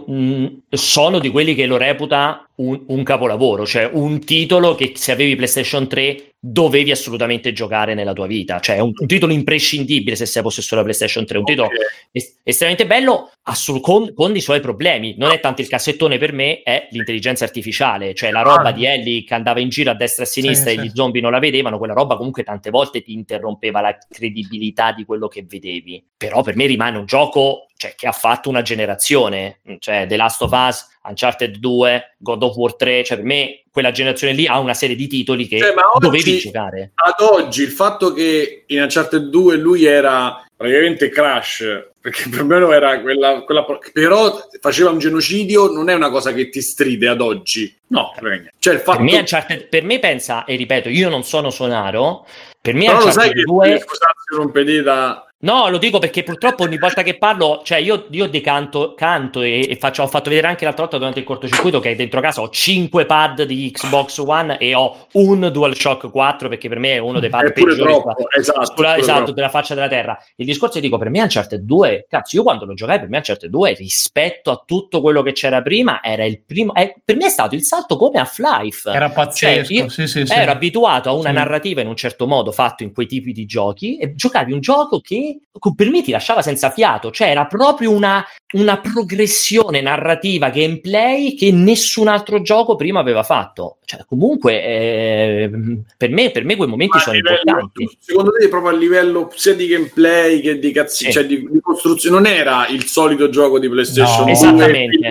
sono di quelli che lo reputa un capolavoro, cioè un titolo che se avevi PlayStation 3 dovevi assolutamente giocare nella tua vita, cioè un titolo imprescindibile se sei possesso della PlayStation 3, un titolo estremamente bello, con i suoi problemi. Non è tanto il cassettone per me, è l'intelligenza artificiale, cioè la roba di Ellie che andava in giro a destra e a sinistra e gli zombie non la vedevano, quella roba comunque tante volte ti interrompeva la credibilità di quello che vedevi. Però per me rimane un gioco, cioè, che ha fatto una generazione, cioè The Last of Us, Uncharted 2, God of War 3, cioè per me quella generazione lì ha una serie di titoli che dovevi giocare. Ad oggi il fatto che in Uncharted 2 lui era praticamente Crash, perché per me era quella però faceva un genocidio, non è una cosa che ti stride ad oggi. No, cioè il fatto... per me pensa, e ripeto, io non sono Sonaro, per me però Uncharted lo sai che 2... Scusate, non pedita. No, lo dico perché purtroppo ogni volta che parlo, cioè io decanto, canto e ho fatto vedere anche l'altra volta durante il cortocircuito che dentro casa ho 5 pad di Xbox One e ho un DualShock 4 perché per me è uno dei pad peggiori esatto, della faccia della terra. Il discorso è, dico, per me Uncharted 2, cazzo, io quando lo giocai per me Uncharted 2 rispetto a tutto quello che c'era prima era il primo, per me è stato il salto come Half-Life. Era pazzesco, cioè, io ero abituato a una narrativa in un certo modo fatto in quei tipi di giochi e giocavi un gioco che per me ti lasciava senza fiato, cioè era proprio una progressione narrativa, gameplay che nessun altro gioco prima aveva fatto. Cioè, comunque per me quei momenti sono importanti. Secondo te proprio a livello sia di gameplay che di cioè di costruzione, non era il solito gioco di PlayStation 2, esattamente.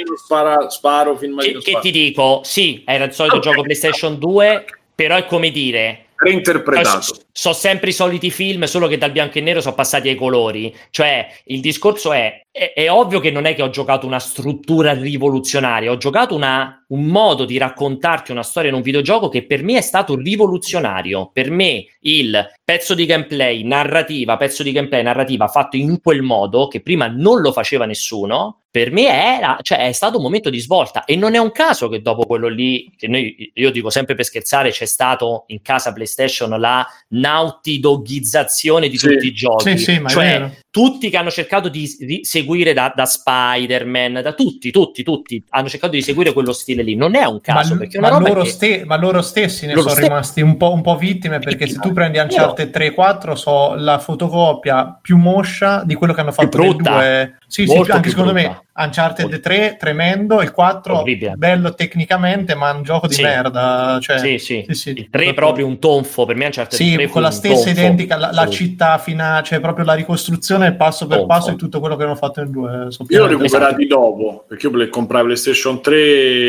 Sparo film che ti dico, sì, era il solito gioco PlayStation 2, però è come dire reinterpretato. So sempre i soliti film, solo che dal bianco e nero sono passati ai colori. Cioè, il discorso è ovvio che non è che ho giocato una struttura rivoluzionaria, ho giocato un modo di raccontarti una storia in un videogioco che per me è stato rivoluzionario. Per me il pezzo di gameplay narrativa fatto in quel modo, che prima non lo faceva nessuno, per me è stato un momento di svolta. E non è un caso che dopo quello lì, che io dico sempre per scherzare, c'è stato in casa PlayStation la Naughty Dogizzazione di tutti i giochi, cioè tutti che hanno cercato di seguire da Spider-Man, da tutti hanno cercato di seguire quello stile lì. Non è un caso, perché una roba ma loro stessi ne sono rimasti un po' vittime, perché se tu prendi Uncharted 3 e 4 la fotocopia più moscia di quello che hanno fatto nel 2. Sì, anche secondo me Uncharted 3 tremendo, il 4 bello tecnicamente, ma un gioco di merda. Cioè, sì. Il 3 è proprio un tonfo, per me Uncharted 3 con la stessa identica, la città finale, cioè proprio la ricostruzione passo per passo di tutto quello che hanno fatto nel 2. Io l'ho recuperati dopo, perché io comprai PlayStation 3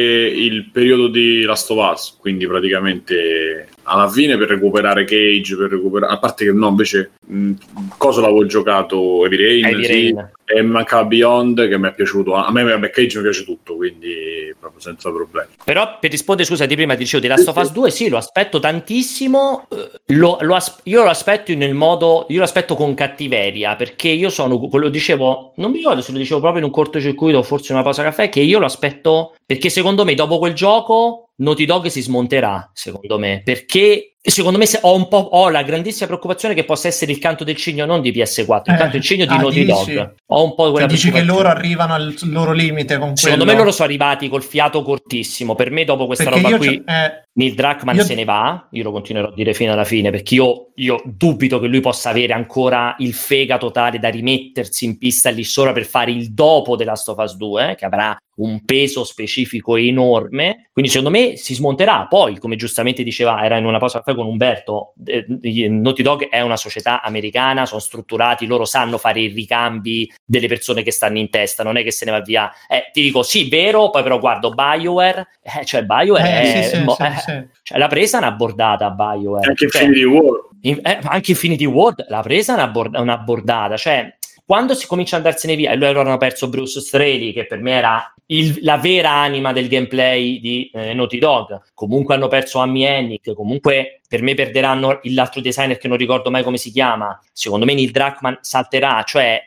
il periodo di Last of Us, quindi praticamente alla fine per recuperare Cage, a parte che no, invece cosa l'avevo giocato? Heavy Rain. E mancava Beyond, che mi è piaciuto. A me Cage mi piace tutto, quindi proprio senza problemi. Però per rispondere, scusa, di prima dicevo di Last of Us 2, sì, lo aspetto tantissimo. Io lo aspetto nel modo, io lo aspetto con cattiveria, perché io sono, quello dicevo, non mi ricordo se lo dicevo proprio in un cortocircuito o forse in una pausa caffè, che io lo aspetto perché secondo me dopo quel gioco Naughty Dog si smonterà, secondo me, perché secondo me ho la grandissima preoccupazione che possa essere il canto del cigno non di PS4, il canto del cigno di Naughty Dog. Ho un po' quella dici che loro arrivano al loro limite con secondo me loro sono arrivati col fiato cortissimo. Per me dopo questa roba qui Neil Druckmann se ne va, io lo continuerò a dire fino alla fine, perché io dubito che lui possa avere ancora il fegato totale da rimettersi in pista lì sopra per fare il dopo The Last of Us 2, che avrà un peso specifico enorme, quindi secondo me si smonterà. Poi, come giustamente diceva, era in una pausa caffè con Umberto, Naughty Dog è una società americana, sono strutturati, loro sanno fare i ricambi delle persone che stanno in testa, non è che se ne va via. Ti dico sì, vero, poi però guardo BioWare, cioè BioWare cioè, l'ha presa una bordata BioWare. Anche Infinity War. Anche Infinity Ward l'ha presa una bordata, cioè quando si comincia ad andarsene via, e loro hanno perso Bruce Straley, che per me era la vera anima del gameplay di Naughty Dog, comunque hanno perso Amy Hennig, comunque per me perderanno l'altro designer che non ricordo mai come si chiama, secondo me Neil Druckmann salterà, cioè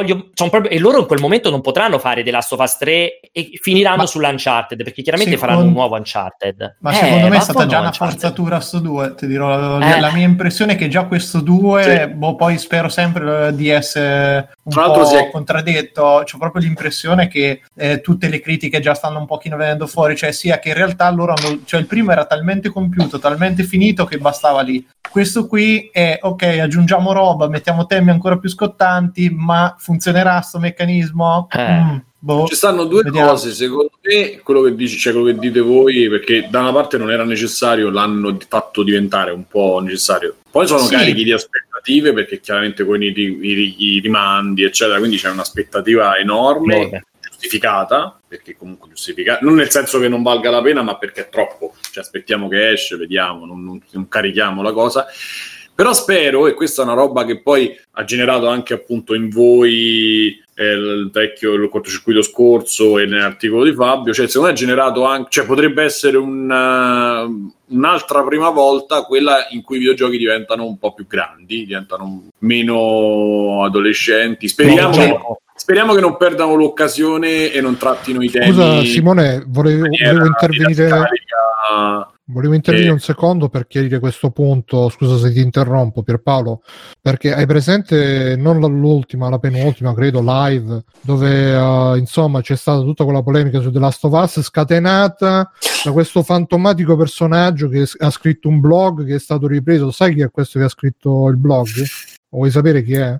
e loro in quel momento non potranno fare The Last of Us 3 e finiranno sull'Uncharted, perché chiaramente faranno un nuovo Uncharted. Ma secondo me è stata già una forzatura sto 2, ti dirò, la mia impressione è che già questo 2, poi spero sempre di essere un po' contraddetto, c'ho proprio l'impressione che tutte le critiche già stanno un pochino venendo fuori, cioè sia che in realtà loro hanno, cioè il primo era talmente compiuto, talmente finito che bastava lì. Questo qui è ok, aggiungiamo roba, mettiamo temi ancora più scottanti, ma funzionerà sto meccanismo? Ci stanno due cose, secondo me, quello che dici, cioè quello che dite voi, perché da una parte non era necessario, l'hanno fatto diventare un po' necessario. Poi sono carichi di aspettative, perché chiaramente con i rimandi, eccetera, quindi c'è un'aspettativa enorme. Giustificata, perché comunque giustificata, non nel senso che non valga la pena, ma perché è troppo, cioè aspettiamo che esce, vediamo, non carichiamo la cosa. Però spero, e questa è una roba che poi ha generato anche appunto in voi il cortocircuito scorso e nell'articolo di Fabio, cioè secondo me ha generato anche, cioè potrebbe essere un'altra prima volta, quella in cui i videogiochi diventano un po' più grandi, diventano meno adolescenti. Speriamo che non perdano l'occasione e non trattino i temi. Scusa Simone, volevo intervenire. Volevo intervenire un secondo per chiarire questo punto. Scusa se ti interrompo, Pierpaolo, perché hai presente non l'ultima, la penultima, credo, live, dove insomma c'è stata tutta quella polemica su The Last of Us scatenata da questo fantomatico personaggio che ha scritto un blog che è stato ripreso. Sai chi è questo che ha scritto il blog? Vuoi sapere chi è?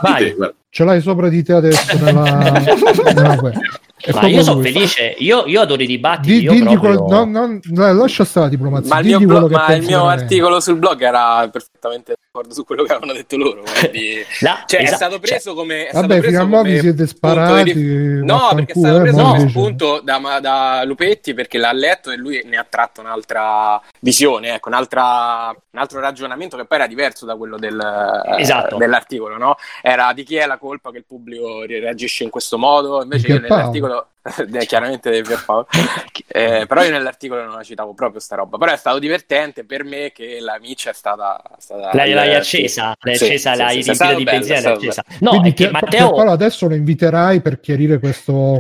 Ce l'hai sopra di te adesso nella web. Ma io sono felice, io adoro i dibattiti. Lascia stare la diplomazia. Ma il mio articolo sul blog era perfettamente d'accordo su quello che avevano detto loro. Quindi, è stato preso come. Vabbè, fino a mo' vi siete sparati. No, perché è stato preso come spunto da Lupetti, perché l'ha letto e lui ne ha tratto un'altra visione, ecco, un altro ragionamento che poi era diverso da quello dell'articolo, no? Era di chi è la colpa che il pubblico reagisce in questo modo, invece io nell'articolo chiaramente di Pierpaolo però io nell'articolo non la citavo proprio sta roba, però è stato divertente per me che la miccia è stata l'hai accesa, l'hai riempita di benzina, l'hai accesa. No, quindi è che Matteo adesso lo inviterai per chiarire questo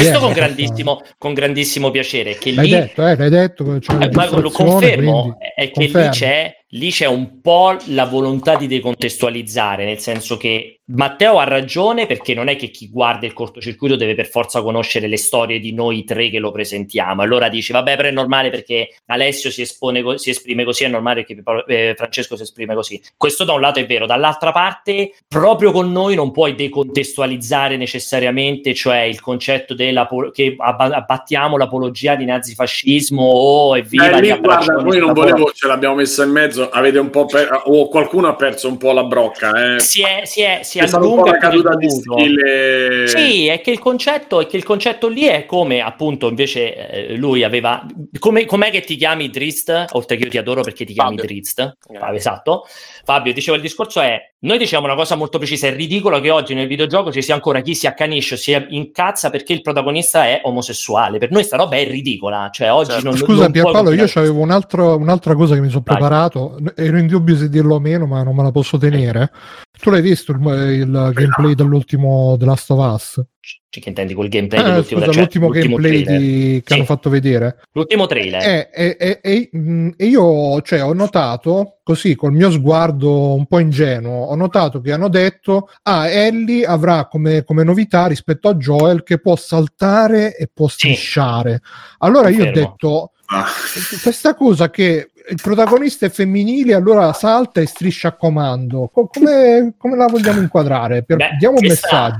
con grandissimo piacere, che l'hai detto lo confermo, è che lì c'è un po' la volontà di decontestualizzare, nel senso che Matteo ha ragione, perché non è che chi guarda il cortocircuito deve per forza conoscere le storie di noi tre che lo presentiamo. Allora dici, vabbè, però è normale perché Alessio si esprime così, è normale che Francesco si esprime così. Questo da un lato è vero, dall'altra parte proprio con noi non puoi decontestualizzare necessariamente, cioè il concetto che abbattiamo l'apologia di nazifascismo o evviva lì, guarda, noi non volevo, ce l'abbiamo messa in mezzo, avete un po' o qualcuno ha perso un po' la brocca, si è stata un po' la caduta di stile. Sì, è che il concetto lì è come appunto invece lui aveva com'è che ti chiami Drist, oltre che io ti adoro perché ti chiami Drist. Esatto. Fabio, dicevo, il discorso è, noi diciamo una cosa molto precisa, è ridicolo che oggi nel videogioco ci sia ancora chi si accanisce o si incazza perché il protagonista è omosessuale. Per noi sta roba è ridicola, cioè oggi Scusa Pierpaolo, io c'avevo un'altra cosa che mi sono preparato, ero in dubbio se dirlo o meno, ma non me la posso tenere. Tu l'hai visto il gameplay dell'ultimo The Last of Us? Che intendi col gameplay dell'ultimo? L'ultimo gameplay che hanno fatto vedere, l'ultimo trailer, e io ho notato così col mio sguardo un po' ingenuo, ho notato che hanno detto Ellie avrà come novità rispetto a Joel che può saltare e può strisciare. Allora io ho detto questa cosa che il protagonista è femminile, allora salta e striscia a comando, come la vogliamo inquadrare? Diamo un messaggio.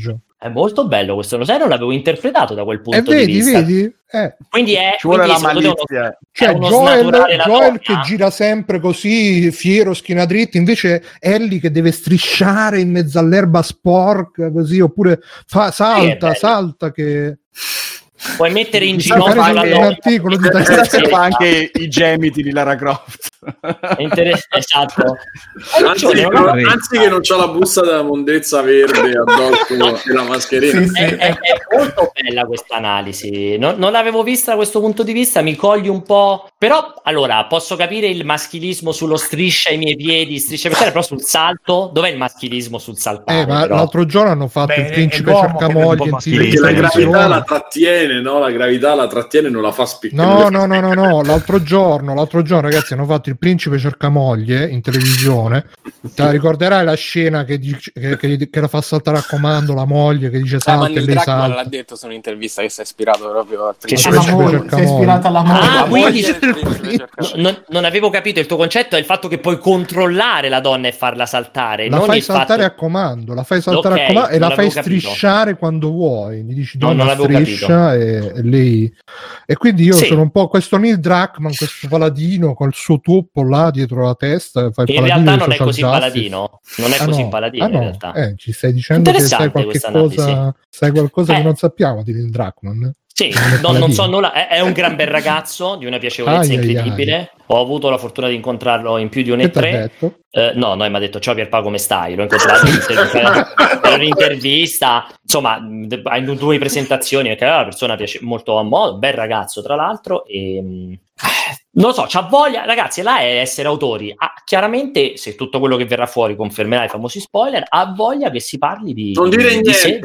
È molto bello questo, lo sai, non l'avevo interpretato da quel punto di vista. Vedi? Quindi ci vuole la malizia. Cioè Joel che gira sempre così fiero, schiena dritta, invece Ellie che deve strisciare in mezzo all'erba sporca così, oppure salta che... Puoi mettere in ginocchio un articolo di fa anche i gemiti di Lara Croft. Esatto. Anzi che non c'ha la busta della mondezza verde addosso e la mascherina. È molto bella questa analisi. Non l'avevo vista da questo punto di vista, mi cogli un po'. Però allora posso capire il maschilismo sullo striscia ai miei piedi, striscia per terra, però sul salto, dov'è il maschilismo sul saltare? Ma però? l'altro giorno hanno fatto il principe cercamoglie perché la gravità la trattiene, no? La gravità la trattiene, non la fa spiccare. No. L'altro giorno, ragazzi, hanno fatto il principe cercamoglie in televisione. Te la ricorderai la scena che la fa saltare a comando la moglie, che dice salta e lei salta. L'ha detto su un'intervista che si è ispirato proprio al principe cercamoglie. Si è ispirato alla moglie. Non avevo capito il tuo concetto, è il fatto che puoi controllare la donna e farla saltare. La non fai il saltare fatto... a comando, la fai saltare a comando e la fai strisciare quando vuoi. Gli dici donna striscia e lei. E quindi io sono un po' questo Neil Druckmann, questo paladino col suo tuppo là dietro la testa. In realtà non è così paladino. Non è così paladino in realtà. Ci stai dicendo che sai qualcosa, sai qualcosa che non sappiamo di Neil Druckmann? Sì, non so nulla, è un gran bel ragazzo di una piacevolezza incredibile. Ho avuto la fortuna di incontrarlo in più di 1 e 3. No, mi ha detto ciao Pierpaolo, come stai? L'ho incontrato per un'intervista, insomma, in 2 presentazioni, perché era una persona molto a modo, bel ragazzo tra l'altro, e non lo so, c'ha voglia, ragazzi, là è essere autori. Chiaramente, se tutto quello che verrà fuori confermerà i famosi spoiler, ha voglia che si parli di... Non dire niente,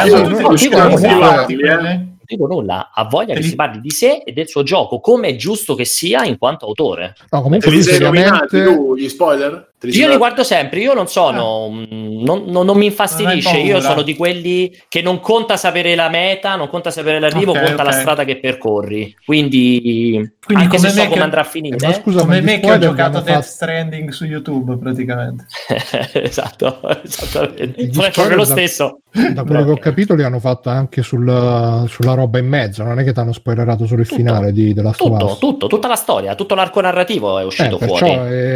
non dico nulla, ha voglia che si parli di sé e del suo gioco, come è giusto che sia in quanto autore. No, comunque ti sei nominati tu gli spoiler? Io li guardo sempre, io non sono non mi infastidisce, io sono di quelli che non conta sapere la meta, non conta sapere l'arrivo, conta la strada che percorri, quindi anche se so come andrà a finire. Ma scusa, come me che ho giocato Death Stranding su YouTube praticamente. Esatto, esattamente. È proprio lo stesso. Da quello che ho capito li hanno fatto anche sulla roba in mezzo, non è che ti hanno spoilerato solo il finale di The Last of Us. Tutta la storia, tutto l'arco narrativo è uscito fuori.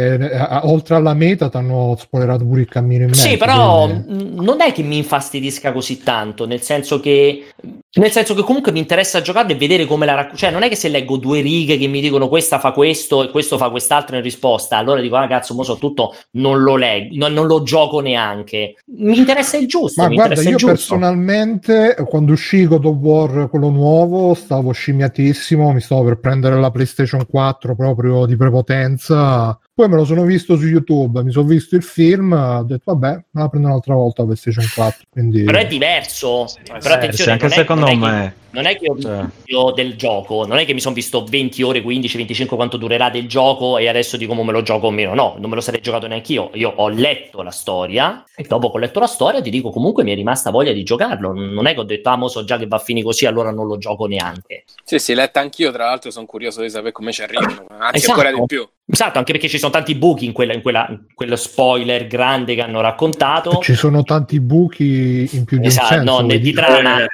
Oltre alla meta ti hanno spoilerato pure il cammino in mezzo. Sì, però non è che mi infastidisca così tanto, nel senso che comunque mi interessa giocare e vedere come la cioè non è che se leggo 2 righe che mi dicono questa fa questo e questo fa quest'altro in risposta, allora dico cazzo, mo so tutto, non lo leggo, non lo gioco neanche. Mi interessa il giusto. Ma guarda, io personalmente quando uscì God of War quello nuovo stavo scimmiatissimo, mi stavo per prendere la PlayStation 4 proprio di prepotenza. Poi me lo sono visto su YouTube, mi sono visto il film, ho detto vabbè, me la prendo un'altra volta la PlayStation 4. Quindi... Però è diverso. Però attenzione, anche secondo me. Non è che ho visto del gioco, non è che mi sono visto 20 ore, 15, 25 quanto durerà del gioco e adesso dico me lo gioco o meno. No, non me lo sarei giocato neanche io. Io ho letto la storia e dopo che ho letto la storia ti dico comunque mi è rimasta voglia di giocarlo. Non è che ho detto mo so già che va a finire così, allora non lo gioco neanche. Sì, letta anch'io, tra l'altro sono curioso di sapere come ci arrivano, anzi ancora di più. Esatto, anche perché ci sono tanti buchi in quello spoiler grande che hanno raccontato. Ci sono tanti buchi in più di un senso. No, di trama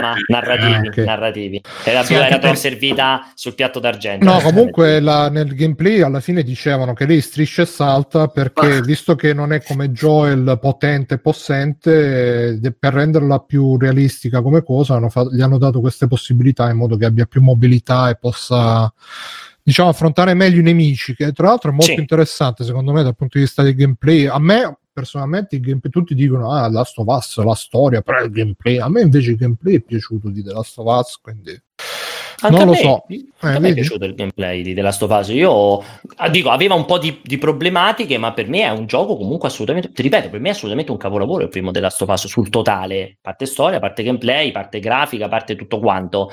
narrativi. Era troppo servita sul piatto d'argento. No, comunque nel gameplay alla fine dicevano che lei striscia e salta perché visto che non è come Joel potente e possente, per renderla più realistica come cosa gli hanno dato queste possibilità in modo che abbia più mobilità e possa affrontare meglio i nemici, che tra l'altro è molto interessante secondo me dal punto di vista del gameplay. A me personalmente il gameplay, tutti dicono Last of Us, la storia, però il gameplay, a me invece il gameplay è piaciuto di The Last of Us, quindi anche non lo so. A me è piaciuto il gameplay di The Last of Us. Io dico, aveva un po' di problematiche, ma per me è un gioco comunque assolutamente, ti ripeto, per me è assolutamente un capolavoro il primo The Last of Us sul totale, parte storia, parte gameplay, parte grafica, parte tutto quanto.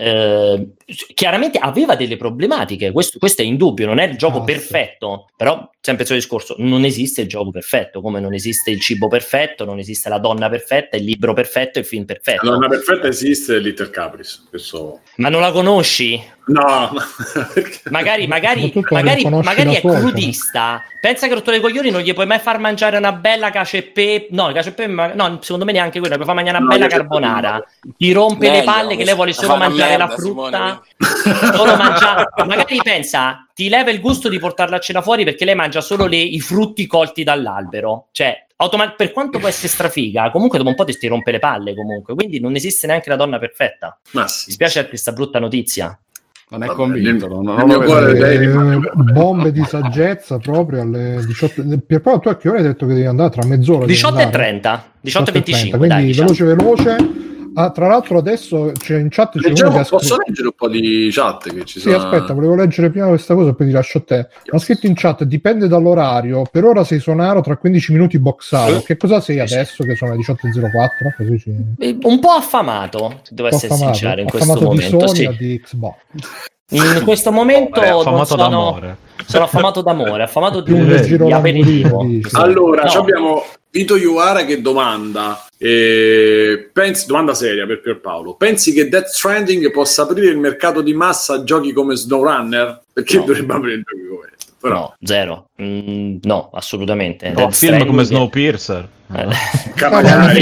Chiaramente aveva delle problematiche, questo è indubbio, non è il gioco perfetto, però sempre il suo discorso, non esiste il gioco perfetto, come non esiste il cibo perfetto, non esiste la donna perfetta, il libro perfetto, il film perfetto. La donna perfetta esiste, Little Caprice, questo... Ma non la conosci? No, magari è crudista. Pensa che rottura i coglioni non gli puoi mai far mangiare una bella cacio e pepe. No, secondo me neanche quello. Puoi far mangiare una bella carbonara. Ti rompe le palle che lei vuole solo mangiare la frutta. Solo mangiare. Magari pensa, ti leva il gusto di portarla a cena fuori perché lei mangia solo i frutti colti dall'albero. Cioè, per quanto può essere strafiga, comunque dopo un po' ti rompe le palle comunque. Quindi non esiste neanche la donna perfetta. Mi spiace per questa brutta notizia. Non è convinto, bombe di saggezza proprio alle 18. Pierpaolo, tu a che ora hai detto che devi andare? Tra mezz'ora 18:30, 18:25, quindi dai, diciamo. veloce. Tra l'altro adesso c'è in chat posso leggere un po' di chat che ci sono? Sì, aspetta, volevo leggere prima questa cosa, poi ti lascio a te. Ha scritto in chat: dipende dall'orario. Per ora sei Sonaro, tra 15 minuti boxato. Che cosa sei adesso che sono le 18:04? Un po' affamato, devo essere sincero, in questo momento. Di Sony, di Xbox. In questo momento sono affamato d'amore, affamato di aperitivo. Allora, abbiamo Vito Iuara che domanda, domanda seria per Pierpaolo: pensi che Death Stranding possa aprire il mercato di massa a giochi come SnowRunner? Perché dovrebbe aprire giochi come questo? Però... No, zero. No, assolutamente. No, film come Snowpiercer. Magari,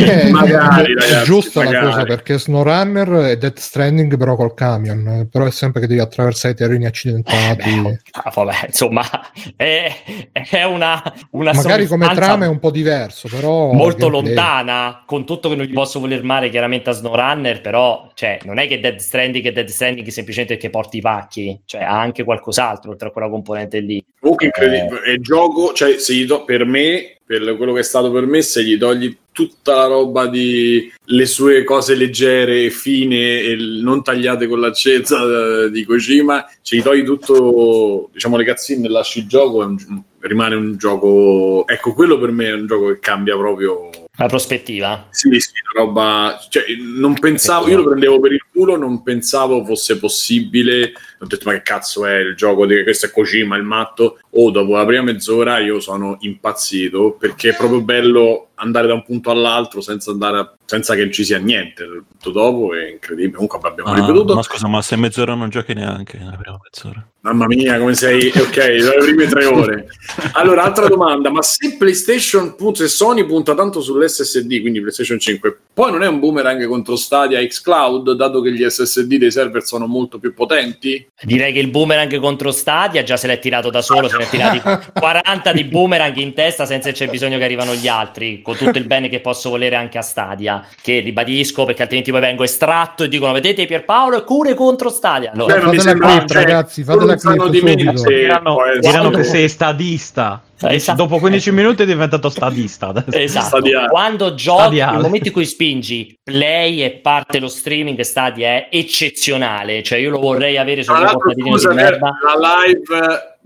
è giusta la cosa, perché SnowRunner è Death Stranding però col camion, però è sempre che devi attraversare i terreni accidentati. Vabbè, insomma è una magari come trama è un po' diverso, però molto lontana, con tutto che non gli posso voler male chiaramente a SnowRunner, però cioè non è che Death Stranding semplicemente perché porti i pacchi, cioè ha anche qualcos'altro oltre a quella componente lì. Comunque incredibile, è gioco, cioè per me, per quello che è stato per me, se gli togli tutta la roba di le sue cose leggere e fine e non tagliate con l'accesa di Kojima, ci togli tutto, diciamo, le cazzine e lasci il gioco, rimane un gioco, ecco, quello per me è un gioco che cambia proprio la prospettiva. Sì, roba, cioè non pensavo, io lo prendevo per il culo, non pensavo fosse possibile. Ho detto, ma che cazzo è il gioco di questo è Kojima, il matto? Dopo la prima mezz'ora io sono impazzito, perché è proprio bello andare da un punto all'altro senza che ci sia niente. Tutto dopo è incredibile. Comunque abbiamo ripetuto. Ma scusa, ma se mezz'ora non giochi neanche nella prima mezz'ora? Mamma mia, come sei? Ok, le prime 3 ore. Allora, altra domanda: ma se PlayStation se Sony punta tanto sull'SSD, quindi PlayStation 5, poi non è un boomerang contro Stadia xCloud, dato che gli SSD dei server sono molto più potenti? Direi che il boomerang contro Stadia già se l'è tirato da solo, se ne è tirati 40 di boomerang in testa senza che c'è bisogno che arrivano gli altri, con tutto il bene che posso volere anche a Stadia, che ribadisco, perché altrimenti poi vengo estratto e dicono: vedete Pierpaolo e cure contro Stadia. Allora, fate la clip, ragazzi, fate la clip subito. Diranno che sei stadista. Esatto. Dopo 15 minuti è diventato stadista. Esatto. Stadia. Quando giochi, nel momento in cui spingi play e parte lo streaming, Stadia è eccezionale. Cioè io lo vorrei avere sul mio portatino di merda. La live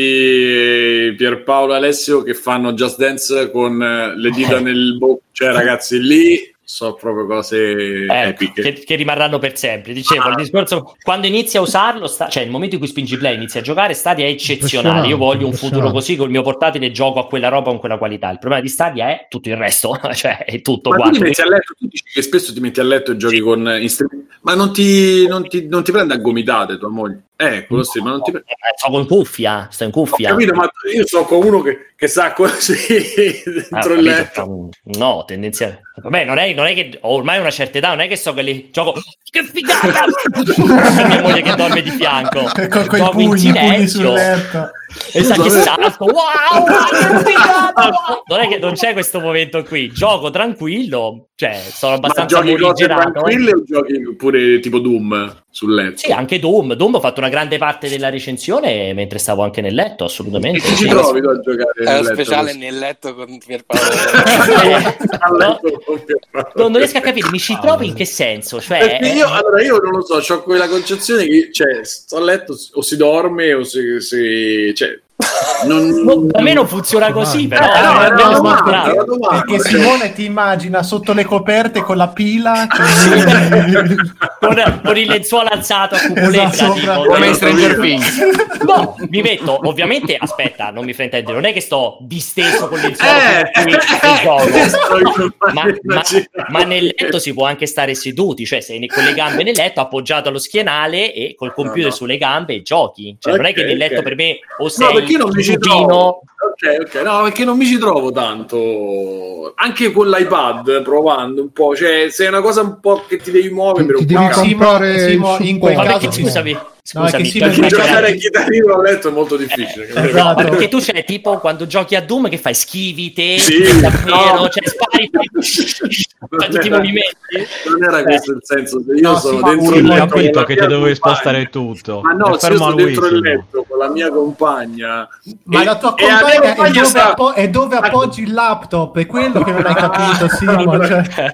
di Pierpaolo e Alessio che fanno Just Dance con le dita nel bocco, cioè ragazzi, lì so proprio cose epiche che rimarranno per sempre. Dicevo, il discorso, quando inizi a usarlo, cioè il momento in cui spingi play, inizi a giocare, Stadia è eccezionale. Io voglio un futuro così, col mio portatile gioco a quella roba con quella qualità. Il problema di Stadia è tutto il resto, cioè è tutto ma quanto. Tu ti metti a letto, tu dici che spesso ti metti a letto e giochi con ma non ti prende a gomitate tua moglie? Quello sì, ma non ti sto in cuffia. Ho capito, ma io so con uno che sta così dentro il letto. No, tendenzialmente. Vabbè, non è che ho ormai una certa età, non è che so che lì gioco. Che figata! Mia moglie che dorme di fianco. Con i pugni sul letto. Esatto, che salto. Wow! Che figata! Non è che non c'è questo momento qui. Gioco tranquillo, cioè sono abbastanza morigerato. Tranquille o giochi pure tipo Doom sul letto? Sì, anche Doom ho fatto una grande parte della recensione mentre stavo anche nel letto, assolutamente. E ci trovi a giocare è lo speciale nel letto con Pierpaolo. Non riesco a capire, mi ci trovi in che senso? Cioè, io non lo so, ho quella concezione che sto a letto o si dorme o si cioè Da me non funziona così, però. Perché Simone ti immagina sotto le coperte con la pila, con il lenzuolo alzato a cupoletta, come in Stranger Things. No, mi metto, ovviamente, aspetta, non mi fraintendere, non è che sto disteso con il lenzuolo ma nel letto si può anche stare seduti, cioè sei con le gambe nel letto appoggiato allo schienale e col computer sulle gambe e giochi, cioè non è che nel letto per me o sei perché non mi ci trovo. Ok, no, perché non mi ci trovo tanto anche con l'iPad provando un po', cioè se è una cosa un po' che ti devi muovere ti devi comprare in quel caso scusami, giocare a chitarrino a letto è molto difficile. Esatto. Perché tu c'è tipo quando giochi a Doom che fai schivi te davvero, cioè spari fai tutti i movimenti. Non era questo il senso, io sono dentro il letto, capito che ti dovevi spostare tutto, ma no, se io sono dentro il letto con la mia compagna, ma la tua compagna è dove appoggi il laptop, è quello che non hai capito, Simo,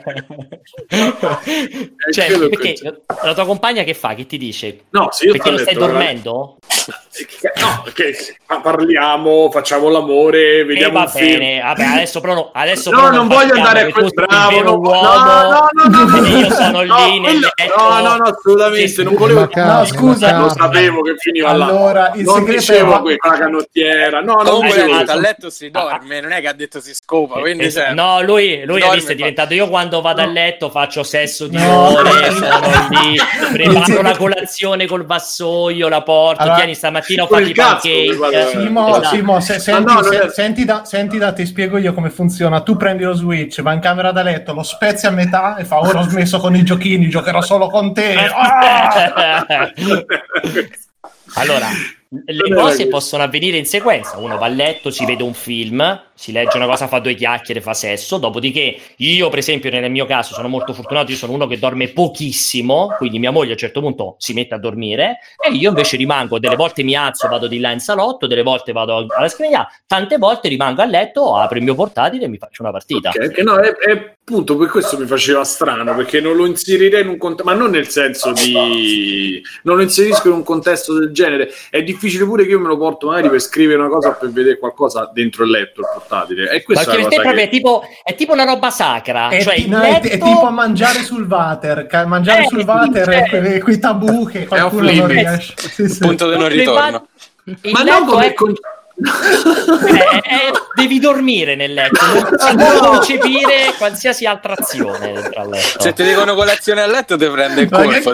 cioè perché la tua compagna che fa? Che ti dice? No, se io perché lo stai dormendo? No, che facciamo l'amore, vediamo un film. Bene, vabbè, adesso non voglio andare a quel bravo, no, io sono lì nel letto. No, assolutamente, non volevo. No, scusa, lo sapevo che finiva là. Allora, il non segreto dicevo è con la canottiera. No, non a letto si dorme, non è che ha detto si scopa, quindi no, lui ha visto, è diventato io quando vado a letto faccio sesso di ore, sono lì, preparo la colazione col vassoio, la porto, tieni stamattina ho fatto i pancake. Simo, senti ti spiego io come funziona. Tu prendi lo Switch, vai in camera da letto, lo spezzi a metà e fa ora ho smesso con i giochini, giocherò solo con te. Allora, le cose possono avvenire in sequenza. Uno va a letto, si vede un film, si legge una cosa, fa due chiacchiere, fa sesso. Dopodiché io, per esempio, nel mio caso sono molto fortunato, io sono uno che dorme pochissimo, quindi mia moglie a un certo punto si mette a dormire e io invece rimango, delle volte mi alzo, vado di là in salotto, delle volte vado alla scrivania, tante volte rimango a letto, apro il mio portatile e mi faccio una partita. Okay, no, è appunto per questo mi faceva strano, perché non lo inserirei in un contesto, ma non nel senso di non lo inserisco in un contesto del genere. È difficile pure che io me lo porto magari per scrivere una cosa o per vedere qualcosa dentro il letto, il portatile. E questa perché è proprio è tipo una roba sacra, è, cioè è tipo mangiare sul water, sul water quei tabù che qualcuno non riesce. Punto di non ritorno. Ma non come devi dormire nel letto, non puoi concepire qualsiasi altra azione dentro al letto. Se ti dicono colazione a letto ti prende il colpo.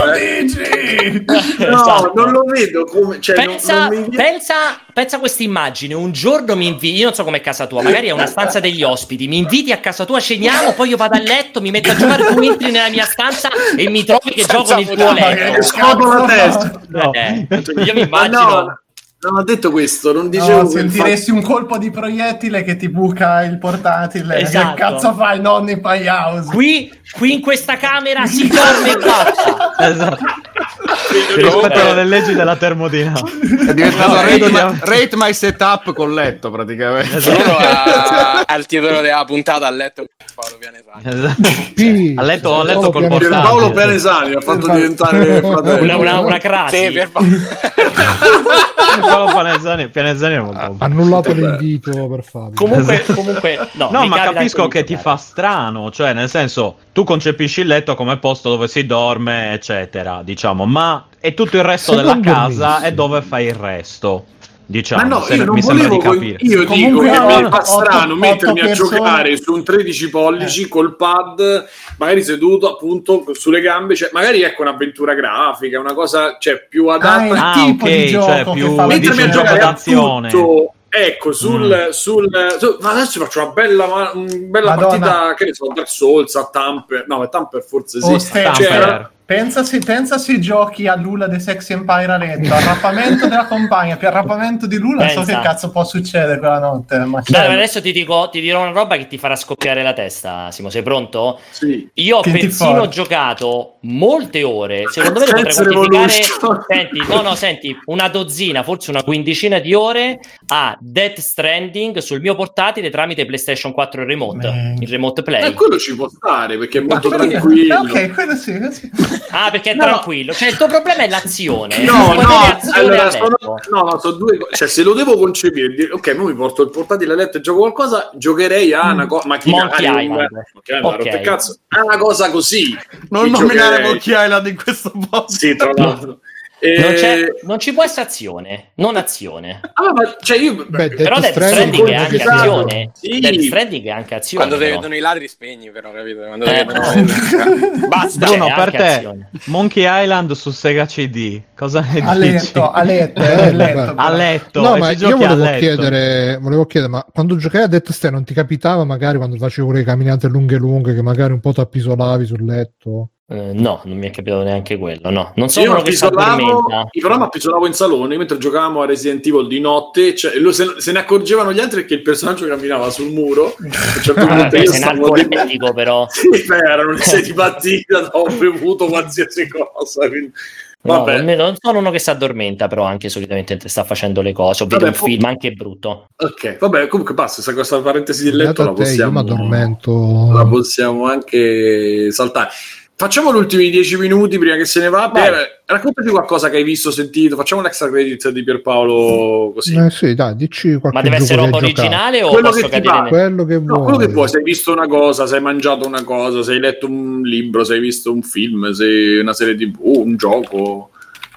No, non lo vedo come, cioè, pensa a questa immagine, un giorno mi inviti, io non so com'è casa tua, magari è una stanza degli ospiti, mi inviti a casa tua, ceniamo, poi io vado a letto, mi metto a giocare, tu entri nella mia stanza e mi trovi che gioco nel tuo letto. Scopo la testa. Io mi immagino. Non ho detto questo, non dicevo. No, sentiresti un colpo di proiettile che ti buca il portatile. Esatto. Che cazzo fa il nonno in Playhouse? Qui in questa camera si dorme in faccia. Esatto. Rispettano le leggi della termodinamica. È diventato rate my setup col letto praticamente. Loro al titolo della puntata a letto Paolo Pianesani. Sì, a letto col portatile. Paolo Pianesani ha fatto diventare una crasi. Sì, per Pianesani è molto annullato l'invito per Fabio. Comunque no, ma capisco che ti fa strano, cioè nel senso tu concepisci il letto come posto dove si dorme eccetera, diciamo, ma è tutto il resto della casa e dove fai il resto, diciamo. Ma no, mi sembra di capire. Io dico che mi fa strano mettermi a giocare su un 13 pollici col pad, magari seduto appunto sulle gambe, cioè magari ecco un'avventura grafica, una cosa cioè più adatta il tipo di gioco cioè più mettermi a giocare d'azione. Tutto, ecco, ma adesso faccio una bella partita, che ne so, Dark Souls, a Tamper, forse sì. Pensa se giochi a Lula The Sexy Empire a letto, arrappamento della compagna, più arrappamento di Lula, non so che cazzo può succedere quella notte. Dai, adesso ti dirò una roba che ti farà scoppiare la testa, Simo, sei pronto? Sì. Io ho persino giocato molte ore, secondo me lo potrei quantificare, senti, una dozzina, forse una quindicina di ore a Death Stranding sul mio portatile tramite PlayStation 4 il remote play. Quello ci può stare, perché è molto tranquillo. Ok, quello sì. perché è tranquillo. Cioè, il tuo problema è l'azione. No, sono due cose. Cioè, se lo devo concepire, dire, ok, ora mi porto il portatile a letto e gioco qualcosa, giocherei a una cosa. Monkey Island. Okay. Cazzo, è una cosa così. Non nominare Monkey Island in questo modo. Sì, tra l'altro. Non ci può essere azione, non azione. Ma cioè io però Death Stranding è anche azione. Sì. Death Stranding è anche azione. Quando ti vedono i ladri spegni, però, capito? Quando basta. Bruno, per te azione. Monkey Island su Sega CD, cosa ne dici? A letto. No, ma io volevo chiedere, ma quando giocavi a Death Stranding non ti capitava magari quando facevo le camminate lunghe che magari un po' ti appisolavi sul letto? No, non mi è capitato neanche quello, no. Non so uno che si addormenta. Io però mi appisolavo in salone mentre giocavamo a Resident Evil di notte, cioè, se ne accorgevano gli altri perché il personaggio camminava sul muro. Sei narcoletico però. Sì, erano le 6 di mattina, ho bevuto qualsiasi cosa, quindi... No, non sono uno che si addormenta, però anche solitamente sta facendo le cose, o vede un film anche brutto. Ok, vabbè, comunque basta, questa parentesi del letto la possiamo anche saltare. Facciamo gli ultimi 10 minuti prima che se ne va. Raccontati qualcosa che hai visto, sentito. Facciamo un extra credit di Pierpaolo così. Sì, dai, dici qualche. Ma deve essere roba originale o quello posso che cadere? Quello che vuoi. Quello che puoi. Se hai visto una cosa, se hai mangiato una cosa, se hai letto un libro, se hai visto un film, se una serie TV, un gioco.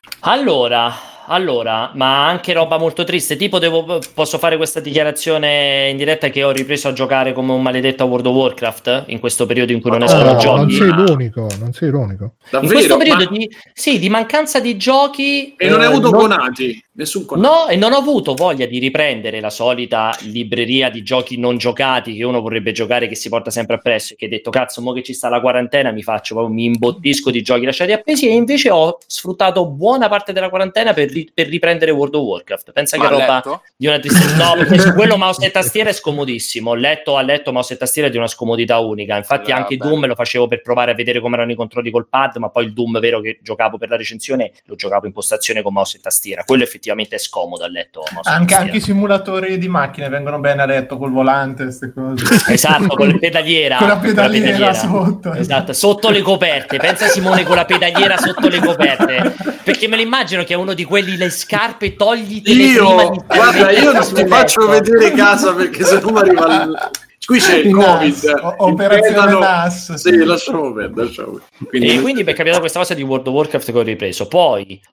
Allora, ma anche roba molto triste, tipo posso fare questa dichiarazione in diretta che ho ripreso a giocare come un maledetto a World of Warcraft in questo periodo in cui non escono giochi. Non sei l'unico. Davvero? In questo periodo di mancanza di giochi. E non hai avuto conati? Nessun conato? No, e non ho avuto voglia di riprendere la solita libreria di giochi non giocati che uno vorrebbe giocare, che si porta sempre appresso, e che ho detto, cazzo, mo che ci sta la quarantena mi imbottisco di giochi lasciati appesi, e invece ho sfruttato buona parte della quarantena per riprendere World of Warcraft. Pensa che roba di una tristezza. No, perché su quello mouse e tastiera è scomodissimo. Letto mouse e tastiera è di una scomodità unica. Infatti anche Doom lo facevo per provare a vedere come erano i controlli col pad, ma poi il Doom vero che giocavo per la recensione lo giocavo in postazione con mouse e tastiera. Quello effettivamente è scomodo a letto. Anche i simulatori di macchine vengono bene a letto col volante, queste cose. Esatto, con la pedaliera. Con la pedaliera sotto. Esatto, sotto le coperte. Pensa Simone con la pedaliera sotto le coperte. Perché me lo immagino che è uno di quelli le scarpe toglitele prima di guarda, io non ti faccio vedere casa perché se no mi arriva qui c'è il Covid, operazione NAS. Sì, lasciamo perdere. Quindi per capire questa cosa di World of Warcraft che ho ripreso. Poi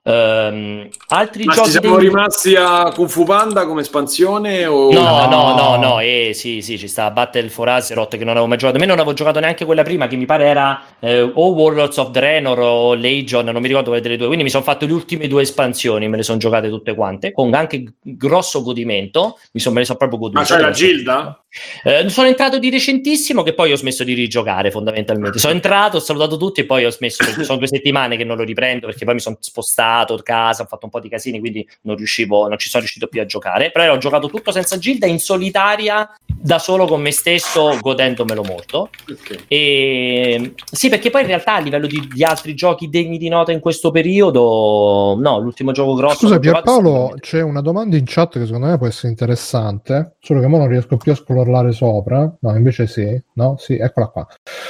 altri ma giochi. Ci siamo rimasti a Kung Fu Panda come espansione? O... No. Sì, ci sta Battle for Azeroth che non avevo mai giocato. A me non avevo giocato neanche quella prima, che mi pare era o Warlords of Draenor o Legion, non mi ricordo quale delle due. Quindi mi sono fatto le ultime 2 espansioni, me le sono giocate tutte quante con anche grosso godimento. Me le sono proprio godute. Ma c'è la Gilda? Sono entrato di recentissimo, che poi ho smesso di rigiocare fondamentalmente. Sono entrato, ho salutato tutti e poi ho smesso, perché sono 2 settimane che non lo riprendo, perché poi mi sono spostato a casa, ho fatto un po' di casini, quindi non ci sono riuscito più a giocare. Però ho giocato tutto senza Gilda, in solitaria, da solo con me stesso, godendomelo molto. Okay. E sì, perché poi in realtà a livello di altri giochi degni di nota in questo periodo, no, l'ultimo gioco grosso. Scusa Pierpaolo, c'è una domanda in chat che secondo me può essere interessante, solo che ora non riesco più a scrollare sopra. No, invece sì, no? Sì, eccola qua.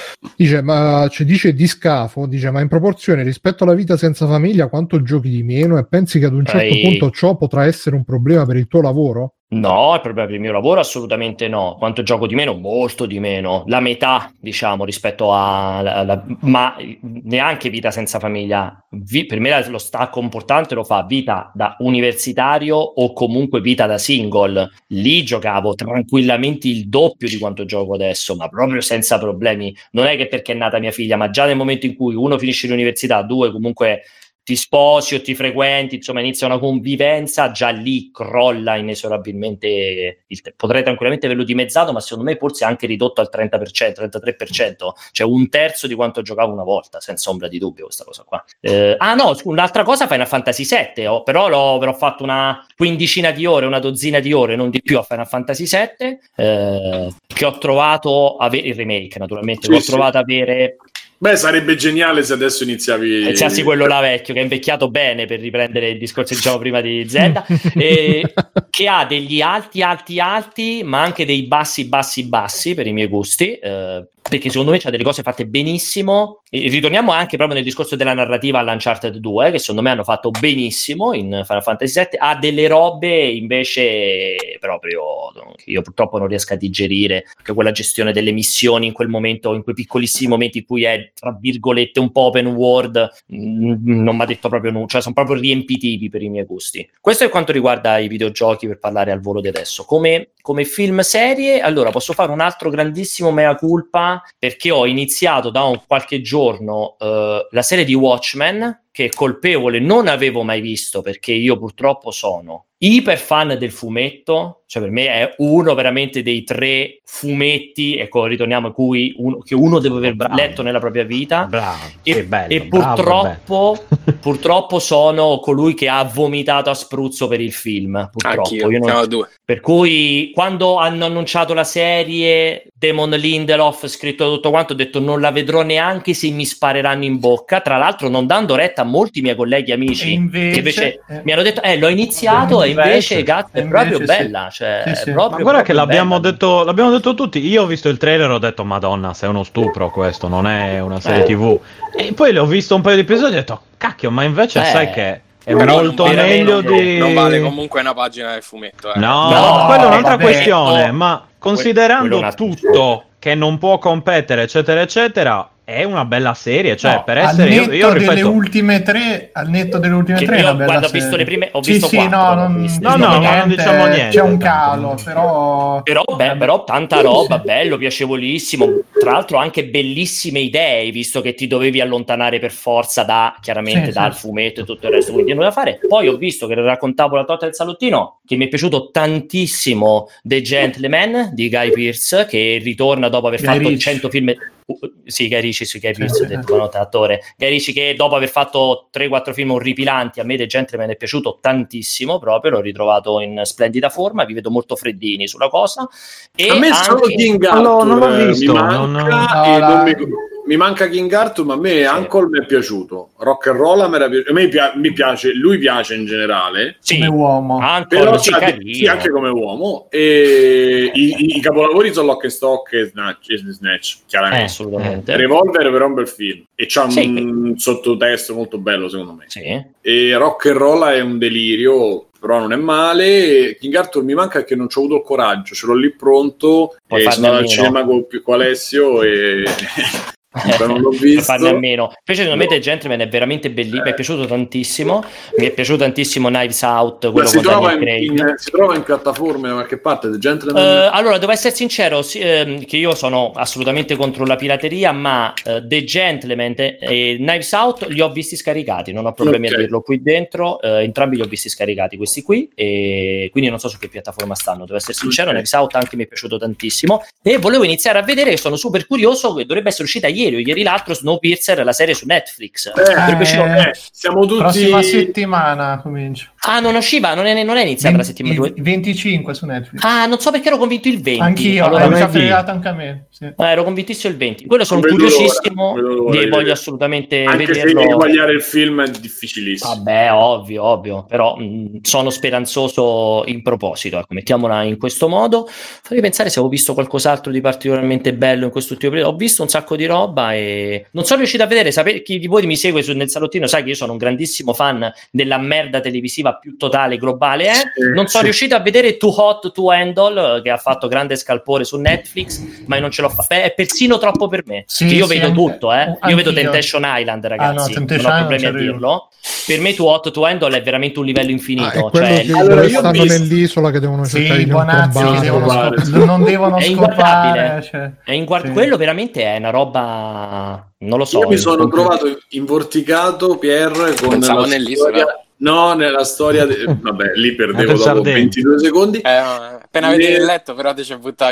Dice di Scafo, ma in proporzione rispetto alla vita senza famiglia quanto giochi di meno, e pensi che ad un certo punto ciò potrà essere un problema per il tuo lavoro? No, il problema per il mio lavoro assolutamente no. Quanto gioco di meno? Molto di meno. La metà, diciamo, rispetto ma neanche vita senza famiglia. Per me lo stacco importante lo fa vita da universitario o comunque vita da single. Lì giocavo tranquillamente il doppio di quanto gioco adesso, ma proprio senza problemi. Non è che perché è nata mia figlia, ma già nel momento in cui 1 finisce l'università, 2 comunque ti sposi o ti frequenti, insomma inizia una convivenza, già lì crolla inesorabilmente potrei tranquillamente averlo dimezzato, ma secondo me forse anche ridotto al 30%, 33%, cioè 1/3 di quanto giocavo una volta, senza ombra di dubbio questa cosa qua. Un'altra cosa, Final Fantasy VII, però avrò fatto una quindicina di ore, una dozzina di ore, non di più, a Final Fantasy VII, che ho trovato il remake naturalmente, sì, ho trovato avere... Beh, sarebbe geniale se adesso iniziassi quello là vecchio, che è invecchiato bene, per riprendere il discorso che diciamo prima di Zelda. che ha degli alti, ma anche dei bassi per i miei gusti, perché secondo me c'ha delle cose fatte benissimo. E ritorniamo anche proprio nel discorso della narrativa all'Uncharted 2, che secondo me hanno fatto benissimo in Final Fantasy VII. Ha delle robe invece proprio che io purtroppo non riesco a digerire, che quella gestione delle missioni in quel momento, in quei piccolissimi momenti in cui è tra virgolette un po' open world, non mi ha detto proprio nulla, cioè sono proprio riempitivi per i miei gusti. Questo è quanto riguarda i videogiochi, per parlare al volo di adesso. Come film serie, allora posso fare un altro grandissimo mea culpa, perché ho iniziato da qualche giorno la serie di Watchmen, che Colpevole non avevo mai visto, perché io purtroppo sono iper fan del fumetto, cioè per me è uno veramente dei 3 fumetti, ecco, ritorniamo a cui uno deve aver letto nella propria vita. Bravo, e purtroppo sono colui che ha vomitato a spruzzo per il film, purtroppo. Anch'io, per cui quando hanno annunciato la serie, Damon Lindelof scritto tutto quanto, ho detto non la vedrò neanche se mi spareranno in bocca, tra l'altro non dando retta a molti miei colleghi e amici che invece mi hanno detto l'ho iniziato e invece cazzo è proprio bella, cioè sì. Ma guarda che l'abbiamo detto tutti. Io ho visto il trailer e ho detto madonna, se è uno stupro questo, non è una serie TV. E poi l'ho visto un paio di episodi e ho detto cacchio, ma invece sai che è molto meglio di... Non vale comunque una pagina del fumetto. No, quella è un'altra questione, ma considerando tutto che non può competere eccetera eccetera, è una bella serie, cioè per essere io ripeto, delle ultime 3, al netto delle ultime 3 è una bella quando serie. ho visto le prime ho visto 4, non diciamo niente, c'è un calo, però tanta roba, bello, piacevolissimo, tra l'altro anche bellissime idee, visto che ti dovevi allontanare per forza dal fumetto e tutto il resto, quindi nulla da fare. Poi ho visto che raccontavo la torta del salottino, che mi è piaciuto tantissimo, The Gentleman di Guy Pearce, che ritorna dopo aver fatto 100 film. Guy Pearce, ho detto, attore. Guy Ritchie, che dopo aver fatto 3-4 film orripilanti, a me The Gentleman è piaciuto tantissimo, proprio l'ho ritrovato in splendida forma, vi vedo molto freddini sulla cosa. E a me solo King Arthur non l'ho visto, mi manca King Arthur, ma a me Uncle mi è piaciuto, Rock and Roll a me mi piace, lui piace in generale come uomo, però anche come uomo, e i capolavori sono Lock and Stock e Snatch chiaramente, assolutamente. Revolver però è un bel film e c'ha un sottotesto molto bello secondo me, e Rock and Roll è un delirio però non è male. King Arthur mi manca che non ci ho avuto il coraggio, ce l'ho lì pronto e sono andato al cinema con Alessio e non l'ho visto. Farne a meno. Invece secondo me The Gentleman è veramente bellissimo, mi è piaciuto tantissimo, mi è piaciuto tantissimo Knives Out, quello si trova in piattaforme da qualche parte The Gentleman? Allora devo essere sincero, che io sono assolutamente contro la pirateria, ma The Gentleman e Knives Out li ho visti scaricati, non ho problemi a dirlo qui dentro, entrambi li ho visti scaricati questi qui, e quindi non so su che piattaforma stanno, devo essere sincero. Knives Out anche mi è piaciuto tantissimo e volevo iniziare a vedere, sono super curioso, che dovrebbe essere uscita ieri l'altro, Snowpiercer, la serie su Netflix. Siamo tutti... Prossima settimana comincia. Non usciva, non è iniziata la settimana. Il 25 su Netflix. Non so perché ero convinto il 20. Anch'io, allora, mi ha fregato anche a me. Sì. Ero convintissimo il 20. Quello sono curiosissimo, voglio assolutamente anche vederlo. Anche se eguagliare il film è difficilissimo. Vabbè, ovvio, però sono speranzoso in proposito, ecco, mettiamola in questo modo. Fammi pensare se avevo visto qualcos'altro di particolarmente bello in quest'ultimo periodo. Ho visto un sacco di roba e non sono riuscito a vedere, chi di voi mi segue nel salottino sa che io sono un grandissimo fan della merda televisiva più totale globale, non sono riuscito a vedere Too Hot to Handle, che ha fatto grande scalpore su Netflix, ma io non ce l'ho fatta, è persino troppo per me, io vedo tutto, io vedo Temptation Island, ragazzi, non ho problemi a dirlo. Per me Too Hot to Handle è veramente un livello infinito, allora io stanno nell'isola che devono cercare di non devono scopare, è inguardabile, quello veramente è una roba, non lo so. Io mi sono trovato invorticato, Pier, con nell'isola. No, nella storia vabbè, lì perdevo dopo 22 secondi. Appena vedi il letto, però ti ci buttavi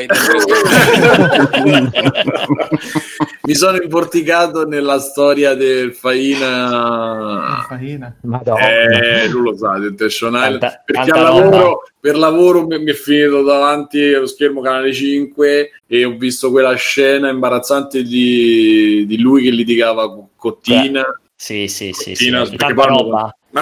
Mi sono invorticato nella storia del Faina. Madonna. Lui lo sa, Temptation Island, perché per lavoro mi è finito davanti allo schermo Canale 5 e ho visto quella scena imbarazzante di lui che litigava con Cottina. Sì. Tanta roba. Ma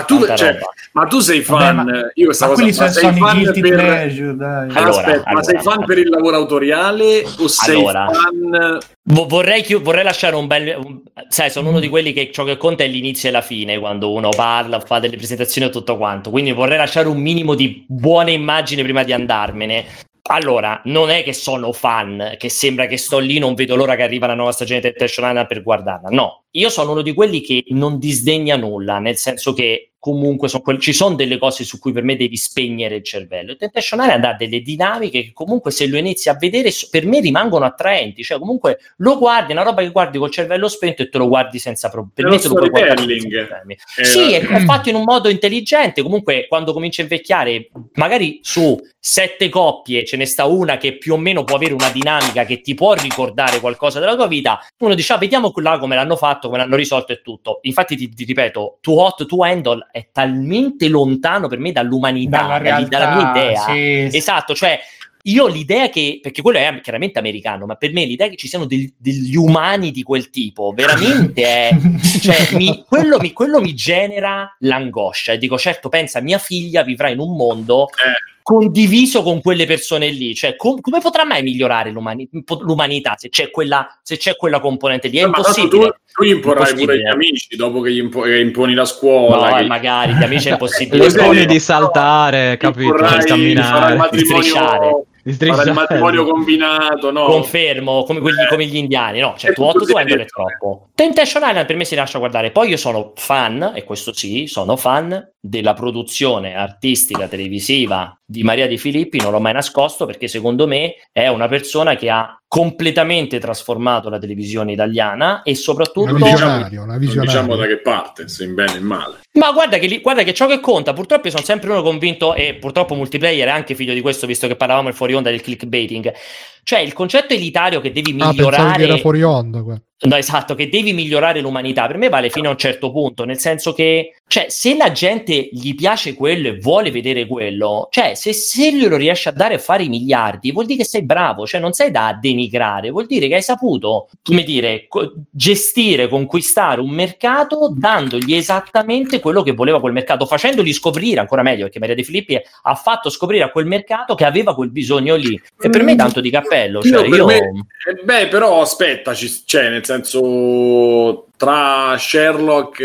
tu sei fan, io questa cosa, ma sei fan pleasure, dai. Ma sei fan per il lavoro autoriale o sei fan? Vorrei lasciare un bel... sai, sono uno di quelli che ciò che conta è l'inizio e la fine, quando uno parla, fa delle presentazioni e tutto quanto, quindi vorrei lasciare un minimo di buone immagini prima di andarmene. Allora, non è che sono fan, che sembra che sto lì, non vedo l'ora che arriva la nuova stagione di Temptation Island per guardarla. No, io sono uno di quelli che non disdegna nulla, nel senso che comunque ci sono delle cose su cui per me devi spegnere il cervello. Il Temptation Island ha delle dinamiche che comunque se lo inizi a vedere per me rimangono attraenti, cioè comunque lo guardi, è una roba che guardi col cervello spento e te lo guardi senza problemi. Per me te lo puoi guardare senza problemi. Sì, è fatto in un modo intelligente, comunque quando cominci a invecchiare, magari su 7 coppie ce ne sta una che più o meno può avere una dinamica che ti può ricordare qualcosa della tua vita, uno dice vediamo là come l'hanno fatto, come l'hanno risolto e tutto. Infatti ti ripeto, Too Hot to Handle è talmente lontano per me dall'umanità, dalla mia idea. Sì. Esatto, cioè io l'idea che, perché quello è chiaramente americano, ma per me l'idea che ci siano degli umani di quel tipo veramente è, cioè quello mi genera l'angoscia e dico certo, pensa, mia figlia vivrà in un mondo condiviso con quelle persone lì, cioè come potrà mai migliorare l'umanità se c'è quella componente lì? È impossibile. Tu gli imporrai pure gli amici dopo che imponi la scuola. No, magari gli amici è impossibile. Lo imponi di saltare, capito? Camminare, di strisciare. Fare il matrimonio combinato, no? Confermo, come gli indiani, no? Cioè, tu Handle è troppo. Temptation Island per me si lascia guardare. Poi io sono fan, e questo sì, sono fan della produzione artistica televisiva di Maria De Filippi, non l'ho mai nascosto, perché secondo me è una persona che ha completamente trasformato la televisione italiana e soprattutto una visionaria. Non diciamo da che parte, se in bene o in male. Ma guarda che ciò che conta, purtroppo io sono sempre uno convinto, e purtroppo Multiplayer è anche figlio di questo, visto che parlavamo il fuori onda del clickbaiting, cioè il concetto elitario che devi migliorare... che era fuori onda, No, esatto, che devi migliorare l'umanità, per me vale fino a un certo punto, nel senso che, cioè, se la gente gli piace quello e vuole vedere quello, cioè, se glielo riesci a dare a fare i miliardi, vuol dire che sei bravo, cioè non sei da denigrare, vuol dire che hai saputo, come dire, gestire, conquistare un mercato dandogli esattamente quello che voleva quel mercato, facendogli scoprire, ancora meglio, perché Maria De Filippi ha fatto scoprire a quel mercato che aveva quel bisogno lì, e per me tanto di cappello, cioè però aspetta, cioè, nel senso, tra Sherlock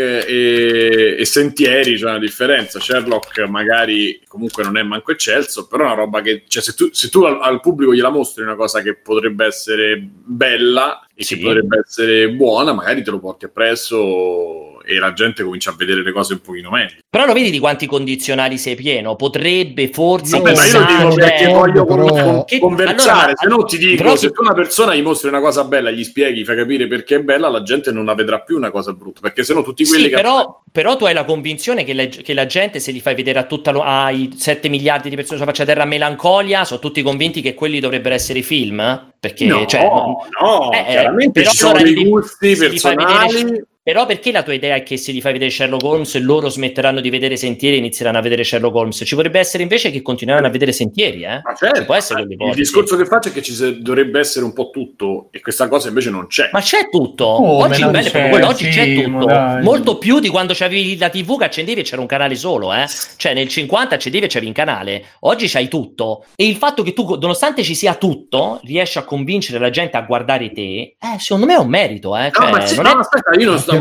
e Sentieri c'è una differenza. Sherlock magari comunque non è manco eccelso, però è una roba che, cioè, se tu al pubblico gliela mostri una cosa che potrebbe essere bella e che potrebbe essere buona, magari te lo porti appresso e la gente comincia a vedere le cose un pochino meglio. Però lo vedi di quanti condizionali sei pieno? Potrebbe forse... Vabbè, ma io lo dico perché voglio conversare, allora, se no ti dico, però se tu una persona gli mostri una cosa bella, gli spieghi, fai capire perché è bella, la gente non la vedrà più una cosa brutta, perché sennò tutti quelli che... Però tu hai la convinzione che la gente, se li fai vedere ai 7 miliardi di persone sulla faccia terra melancolia, sono tutti convinti che quelli dovrebbero essere i film? Perché, no, chiaramente ci sono dei gusti personali... Però perché la tua idea è che se gli fai vedere Sherlock Holmes loro smetteranno di vedere Sentieri e inizieranno a vedere Sherlock Holmes? Ci vorrebbe essere invece che continueranno a vedere Sentieri, Ma certo, può essere il discorso che faccio è che ci dovrebbe essere un po' tutto e questa cosa invece non c'è. Ma c'è tutto, oggi c'è tutto, molto più di quando c'avevi la TV che accendevi e c'era un canale solo, cioè nel 50 accendevi e c'avevi un canale, oggi c'hai tutto, e il fatto che tu, nonostante ci sia tutto, riesci a convincere la gente a guardare te, secondo me è un merito, cioè, aspetta, io non sto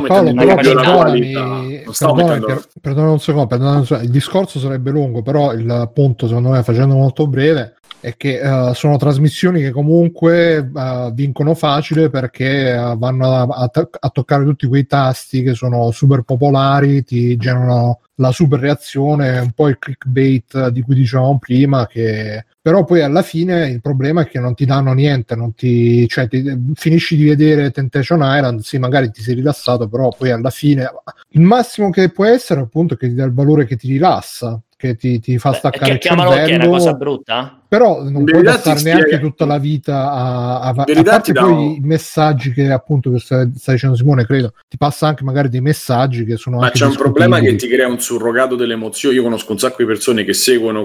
perdona un secondo, il discorso sarebbe lungo, però il punto, secondo me, facendo molto breve, è che sono trasmissioni che comunque vincono facile perché vanno a toccare tutti quei tasti che sono super popolari, ti generano la super reazione, un po' il clickbait di cui dicevamo prima, che però poi alla fine il problema è che non ti danno niente, finisci di vedere Temptation Island, sì, magari ti sei rilassato, però poi alla fine il massimo che può essere appunto che ti dà il valore che ti rilassa, che ti fa staccare il cervello, che è una cosa brutta, però non puoi passare neanche tutta la vita a parte poi i messaggi che appunto che sta dicendo Simone, credo ti passa anche magari dei messaggi che sono ma c'è un problema che ti crea un surrogato delle emozioni. Io conosco un sacco di persone che seguono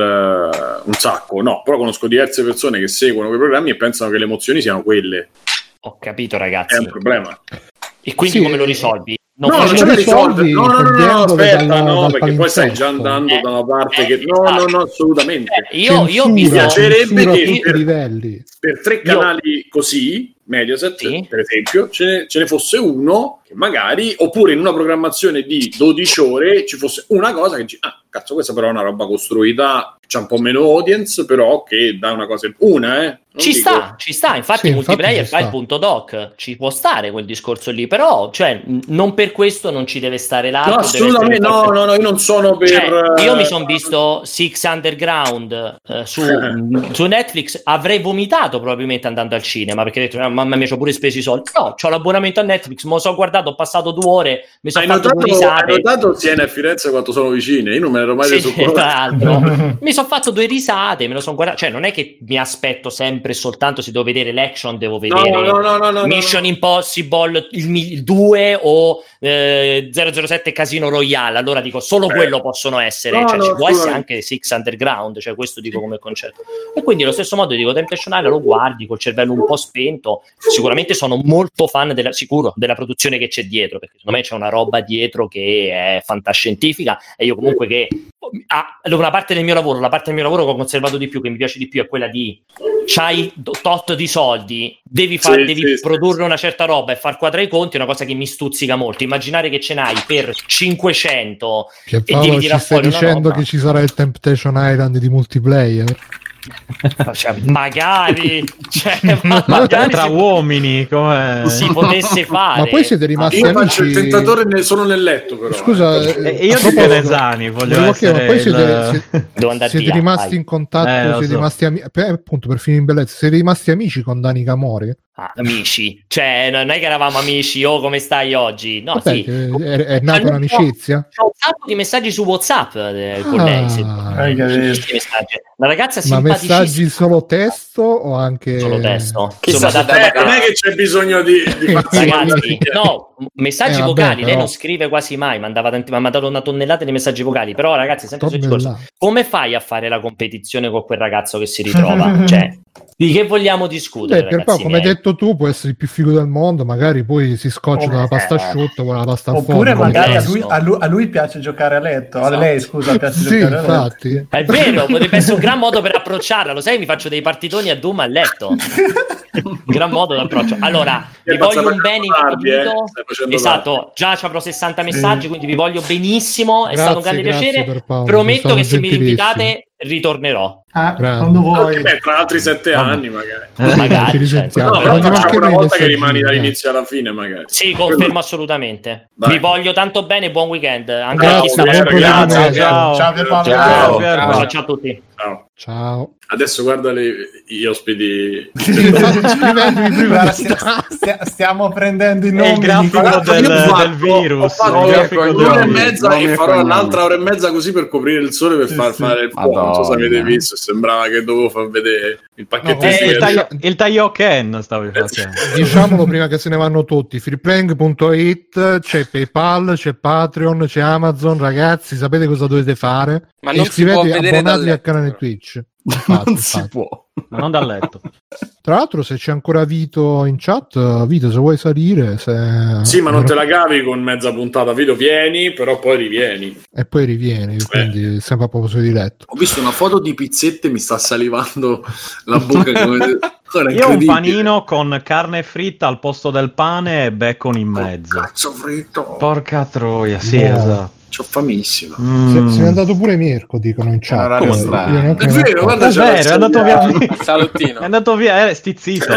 però conosco diverse persone che seguono quei programmi e pensano che le emozioni siano quelle. Ho capito, ragazzi, è un problema. E quindi come lo risolvi? non c'è da risolvere. No, aspetta, dal perché poi stai già andando da una parte che no, assolutamente. Io mi piacerebbe che livelli. Per 3 canali così, Mediaset per esempio, ce ne fosse uno che magari, oppure in una programmazione di 12 ore ci fosse una cosa che dici, cazzo, questa però è una roba costruita, c'ha un po' meno audience, però che dà una cosa, ci sta, infatti Multiplayer fa il punto doc, ci può stare quel discorso lì, però cioè non per questo non ci deve stare l'altro. No, assolutamente no, io non sono per io mi sono visto Six Underground su Netflix, avrei vomitato probabilmente andando al cinema, perché ho detto mamma mia, c'ho pure speso i soldi. No, c'ho l'abbonamento a Netflix, me lo sono guardato, ho passato 2 ore, mi sono fatto 2 risate. Hai notato Siena e Firenze quanto sono vicine? Io non me ne ero mai reso conto. Tra l'altro mi sono fatto 2 risate, me lo sono guardato, cioè non è che mi aspetto sempre soltanto, se devo vedere l'action devo vedere Mission Impossible il 2 o 007 Casino Royale, allora dico solo quello possono essere, ci può essere anche Six Underground, cioè questo dico come concetto. E quindi allo stesso modo dico Temptation Island lo guardi col cervello un po' spento, sicuramente sono molto fan della produzione che c'è dietro, perché secondo me c'è una roba dietro che è fantascientifica, e io comunque che una parte del mio lavoro, la parte del mio lavoro che ho conservato di più, che mi piace di più, è quella di c'hai tot di soldi, devi produrre una certa roba e far quadrare i conti, è una cosa che mi stuzzica molto. Immaginare che ce n'hai per 500 che e devi tirare fuori una roba. Stai dicendo che ci sarà il Temptation Island di multiplayer? Magari tra uomini come si potesse fare. Ma poi siete rimasti io amici. Faccio il tentatore solo nel letto, però scusa, io di Teresani voglio essere ma poi siete rimasti in contatto, siete rimasti appunto, per finire in bellezza, siete rimasti amici con Dani Camori? Amici, cioè non è che eravamo amici, come stai oggi? No, vabbè, è nata un'amicizia. Ho un sacco di messaggi su WhatsApp con lei. La ragazza ma messaggi solo testo o anche solo testo? Non è che c'è bisogno di ragazzi, no, messaggi vocali. Lei non scrive quasi mai, mi ha mandato una tonnellata di messaggi vocali, però ragazzi, sempre sul discorso, come fai a fare la competizione con quel ragazzo che si ritrova? Cioè, di che vogliamo discutere? Per poi, come hai detto tu, può essere il più figo del mondo, magari poi si scoccia dalla pasta asciutta con la pasta al oppure magari a lui piace giocare a letto, a lei scusa piace giocare infatti. A letto. È vero, potrebbe essere un gran modo per approcciarla, lo sai, mi faccio dei partitoni a Doom a letto. Gran modo d'approccio. Allora, vi voglio un bene infinito. Esatto, già ci avrò 60 messaggi, quindi vi voglio benissimo, è stato un grande piacere. Prometto che se mi invitate ritornerò. Quando vuoi. Tra altri 7 anni magari. Però una volta che rimani dall'inizio alla fine magari. Sì, confermo assolutamente. Vi voglio tanto bene, buon weekend anche a chi sta ciao a tutti. Ciao. Adesso guarda gli ospiti. Stiamo prendendo i nomi. Il grafico del virus. Un'ora e mezza e farò un'altra ora e mezza così per coprire il sole, per fare il po'. Non so se avete visto, sembrava che dovevo far vedere il pacchetto. Il Taioken stavi facendo. Diciamolo prima che se ne vanno tutti. Freeplaying.it, c'è PayPal, c'è Patreon, c'è Amazon. Ragazzi, sapete cosa dovete fare? Ma non si può vedere abbonatevi al canale Twitch. Non si può. Ma non dal letto. Tra l'altro, se c'è ancora Vito in chat, Vito, se vuoi salire, sì, ma non te la cavi con mezza puntata. Vito, vieni, però poi rivieni. E poi rivieni, quindi sempre a posto di letto. Ho visto una foto di pizzette, mi sta salivando la bocca. Io ho un panino con carne fritta al posto del pane e bacon in mezzo. Cazzo fritto. Porca troia, sì, esatto. C'ho famissimo. Se n'è andato pure Mirko, dicono in chat. È vero, guarda, è andato via. Salottino. È andato via, è stizzito.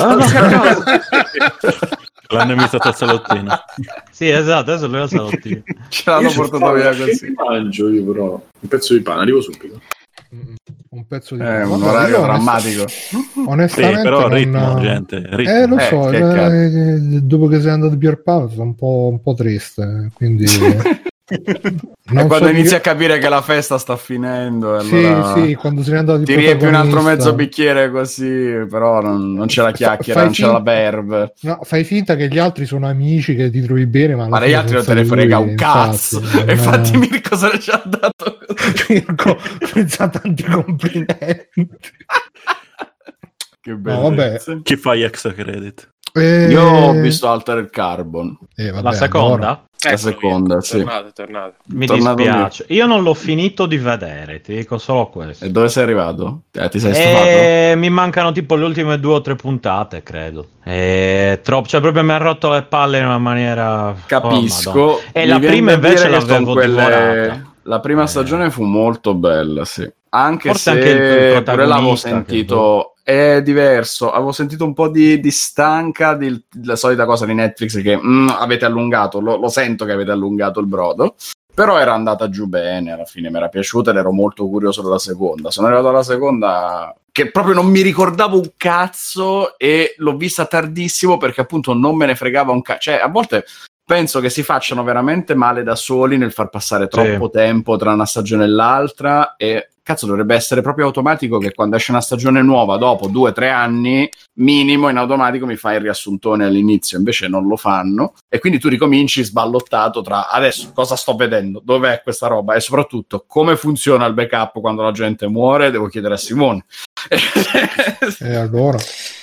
L'hanno invitato al salottino. Sì, esatto, adesso lui è al salottino. Ce l'hanno portato via così. Mangio io però un pezzo di pane, arrivo subito. Un pezzo di un orario drammatico. Onestamente, però ritmo, gente. Lo so, dopo che sei andato Pierpaolo sono un po' triste, quindi quando inizi a capire che la festa sta finendo, allora sì, quando se ne è andato ti riempi un altro mezzo bicchiere così, però non c'è la chiacchiera, non c'è la verve. No, fai finta che gli altri sono amici, che ti trovi bene, ma gli altri non te ne frega un cazzo. E infatti Mirko se ne ci ha dato. Mirko pensa tanti complimenti. Che bello. Chi fa gli extra credit? Io ho visto Altered Carbon. La seconda? La seconda, sì. È tornato. Mi dispiace. Io non l'ho finito di vedere, ti dico solo questo. E dove sei arrivato? Ti sei stufato? Mi mancano tipo le ultime 2 o 3 puntate, credo. Troppo, cioè proprio mi ha rotto le palle in una maniera... Capisco. E la prima invece l'avevo divorata. La prima stagione fu molto bella, sì. Anche forse se anche il protagonista pure l'avevo sentito... È diverso, avevo sentito un po' di stanca della solita cosa di Netflix che avete allungato, lo sento che avete allungato il brodo, però era andata giù bene, alla fine mi era piaciuta ed ero molto curioso della seconda. Sono arrivato alla seconda che proprio non mi ricordavo un cazzo e l'ho vista tardissimo perché appunto non me ne fregava un cazzo, cioè a volte penso che si facciano veramente male da soli nel far passare troppo tempo tra una stagione e l'altra e cazzo dovrebbe essere proprio automatico che quando esce una stagione nuova dopo 2-3 anni minimo in automatico mi fai il riassuntone all'inizio, invece non lo fanno e quindi tu ricominci sballottato tra adesso cosa sto vedendo, dov'è questa roba e soprattutto come funziona il backup quando la gente muore, devo chiedere a Simone. E allora?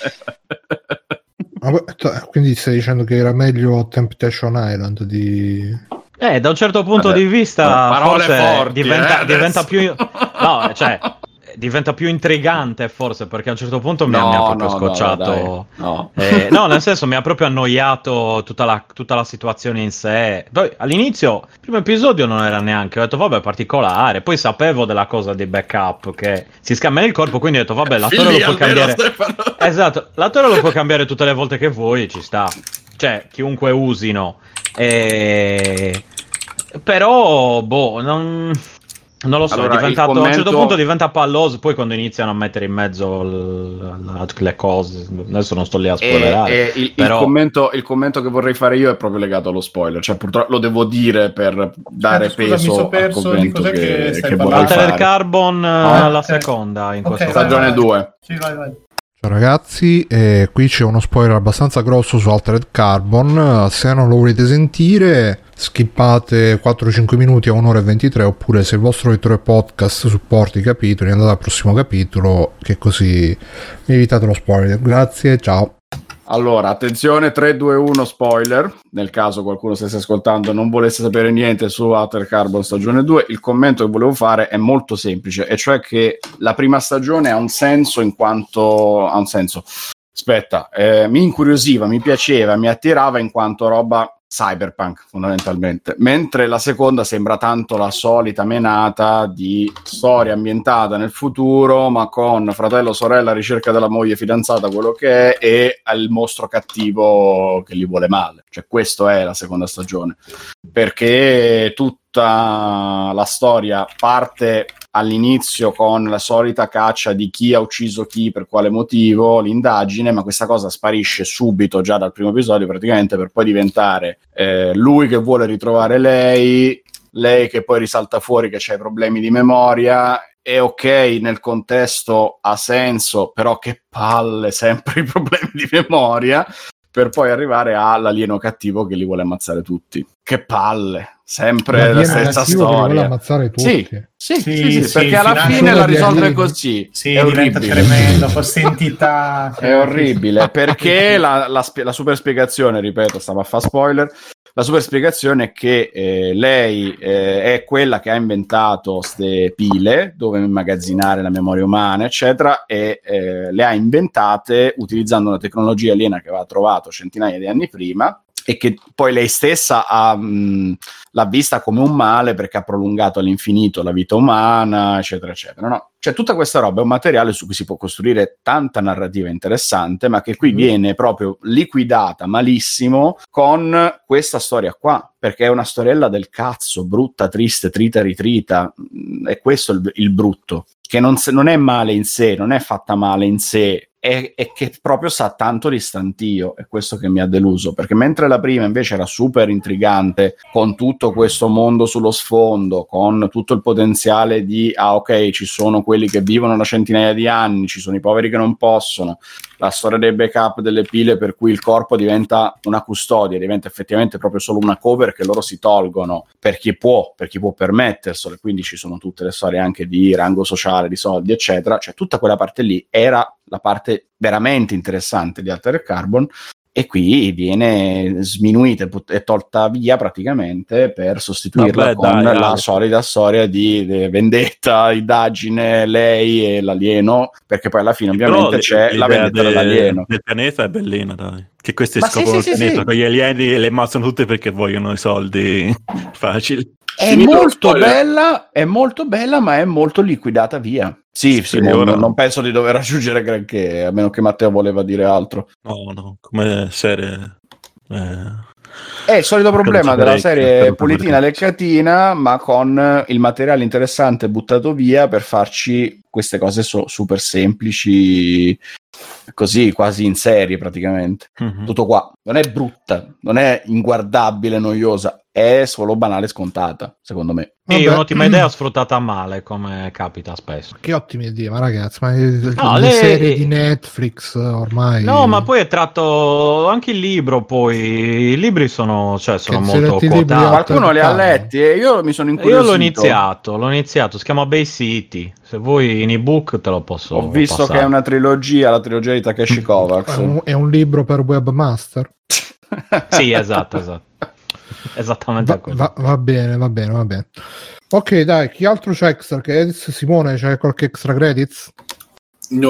Quindi stai dicendo che era meglio Temptation Island di... Da un certo punto di vista forse forti, diventa più... No, cioè... diventa più intrigante forse perché a un certo punto mi ha proprio scocciato. No, nel senso mi ha proprio annoiato tutta la situazione in sé. Poi all'inizio il primo episodio non era neanche, ho detto vabbè, particolare, poi sapevo della cosa di backup che si scambia il corpo, quindi ho detto vabbè, l'attore lo puoi cambiare. Esatto, l'attore lo puoi cambiare tutte le volte che vuoi, ci sta, cioè chiunque usino, però non lo so, allora, è diventato, a un certo punto diventa palloso, poi quando iniziano a mettere in mezzo le cose, adesso non sto lì a spoilerare. Il commento che vorrei fare io è proprio legato allo spoiler, cioè purtroppo lo devo dire per dare peso al commento che vorrei fare. Altered Carbon, la seconda in questa stagione 2. Sì, vai. Ciao ragazzi, qui c'è uno spoiler abbastanza grosso su Altered Carbon, se non lo volete sentire skippate 4-5 minuti a 1 ora e 23, oppure se il vostro lettore podcast supporta i capitoli andate al prossimo capitolo, che così mi evitate lo spoiler. Grazie, ciao. Allora, attenzione, 3, 2, 1, spoiler. Nel caso qualcuno stesse ascoltando e non volesse sapere niente su Altered Carbon stagione 2, il commento che volevo fare è molto semplice, e cioè che la prima stagione ha un senso in quanto... ha un senso. Aspetta, mi incuriosiva, mi piaceva, mi attirava in quanto roba cyberpunk fondamentalmente, mentre la seconda sembra tanto la solita menata di storia ambientata nel futuro ma con fratello, sorella, ricerca della moglie, fidanzata, quello che è, e il mostro cattivo che gli vuole male, cioè questo è la seconda stagione, perché tutta la storia parte all'inizio con la solita caccia di chi ha ucciso chi, per quale motivo, l'indagine, ma questa cosa sparisce subito già dal primo episodio praticamente, per poi diventare lui che vuole ritrovare lei che poi risalta fuori che c'ha i problemi di memoria. È ok, nel contesto ha senso, però che palle, sempre i problemi di memoria, per poi arrivare all'alieno cattivo che li vuole ammazzare tutti. Che palle, sempre la stessa storia. Che vuole ammazzare tutti. Sì, perché alla fine la risolve così. Sì, è orribile. Tremendo, fosse entità. È orribile, perché la super spiegazione, ripeto, stava a fare spoiler. La super spiegazione è che lei è quella che ha inventato ste pile dove immagazzinare la memoria umana, eccetera, e le ha inventate utilizzando una tecnologia aliena che aveva trovato centinaia di anni prima e che poi lei stessa l'ha vista come un male perché ha prolungato all'infinito la vita umana, eccetera, eccetera. No? Cioè tutta questa roba è un materiale su cui si può costruire tanta narrativa interessante, ma che qui viene proprio liquidata malissimo con questa storia qua, perché è una storiella del cazzo, brutta, triste, trita, ritrita, è questo il brutto, che non è male in sé, non è fatta male in sé, è che proprio sa tanto di stantio, è questo che mi ha deluso, perché mentre la prima invece era super intrigante, con tutto questo mondo sullo sfondo, con tutto il potenziale di ok, ci sono quelli che vivono da centinaia di anni, ci sono i poveri che non possono, la storia dei backup delle pile per cui il corpo diventa una custodia, diventa effettivamente proprio solo una cover che loro si tolgono per chi può permetterselo, e quindi ci sono tutte le storie anche di rango sociale, di soldi, eccetera. Cioè tutta quella parte lì era la parte veramente interessante di Altered Carbon, e qui viene sminuita e tolta via praticamente per sostituirla con la solita storia di vendetta, indagine, lei e l'alieno, perché poi alla fine ovviamente c'è la vendetta dell'alieno. Il pianeta è bellina, dai. Che questi scoprono il pianeta con gli alieni e le ammazzano tutte perché vogliono i soldi facili. È molto bella, ma è molto liquidata via. Sì, non penso di dover aggiungere granché, a meno che Matteo voleva dire altro. No, come serie... È il solito problema della serie pulitina leccatina, ma con il materiale interessante buttato via per farci queste cose super semplici, così quasi in serie praticamente. Tutto qua. Non è brutta, non è inguardabile, noiosa, è solo banale e scontata, secondo me. È un'ottima idea sfruttata male, come capita spesso. Che ottima idea, ma ragazzi, ma le serie di Netflix ormai... No, ma poi è tratto anche il libro, poi i libri sono molto quotati. Qualcuno li ha letti e io mi sono incuriosito. Io l'ho iniziato, si chiama Bay City. Se vuoi in ebook te lo posso Ho visto passare. Che è una trilogia, la trilogia di Takeshi Kovacs. È un libro per webmaster? Sì, esatto. Esattamente va bene. Ok, dai, chi altro c'è extra credits? Simone, c'è qualche extra credits? No,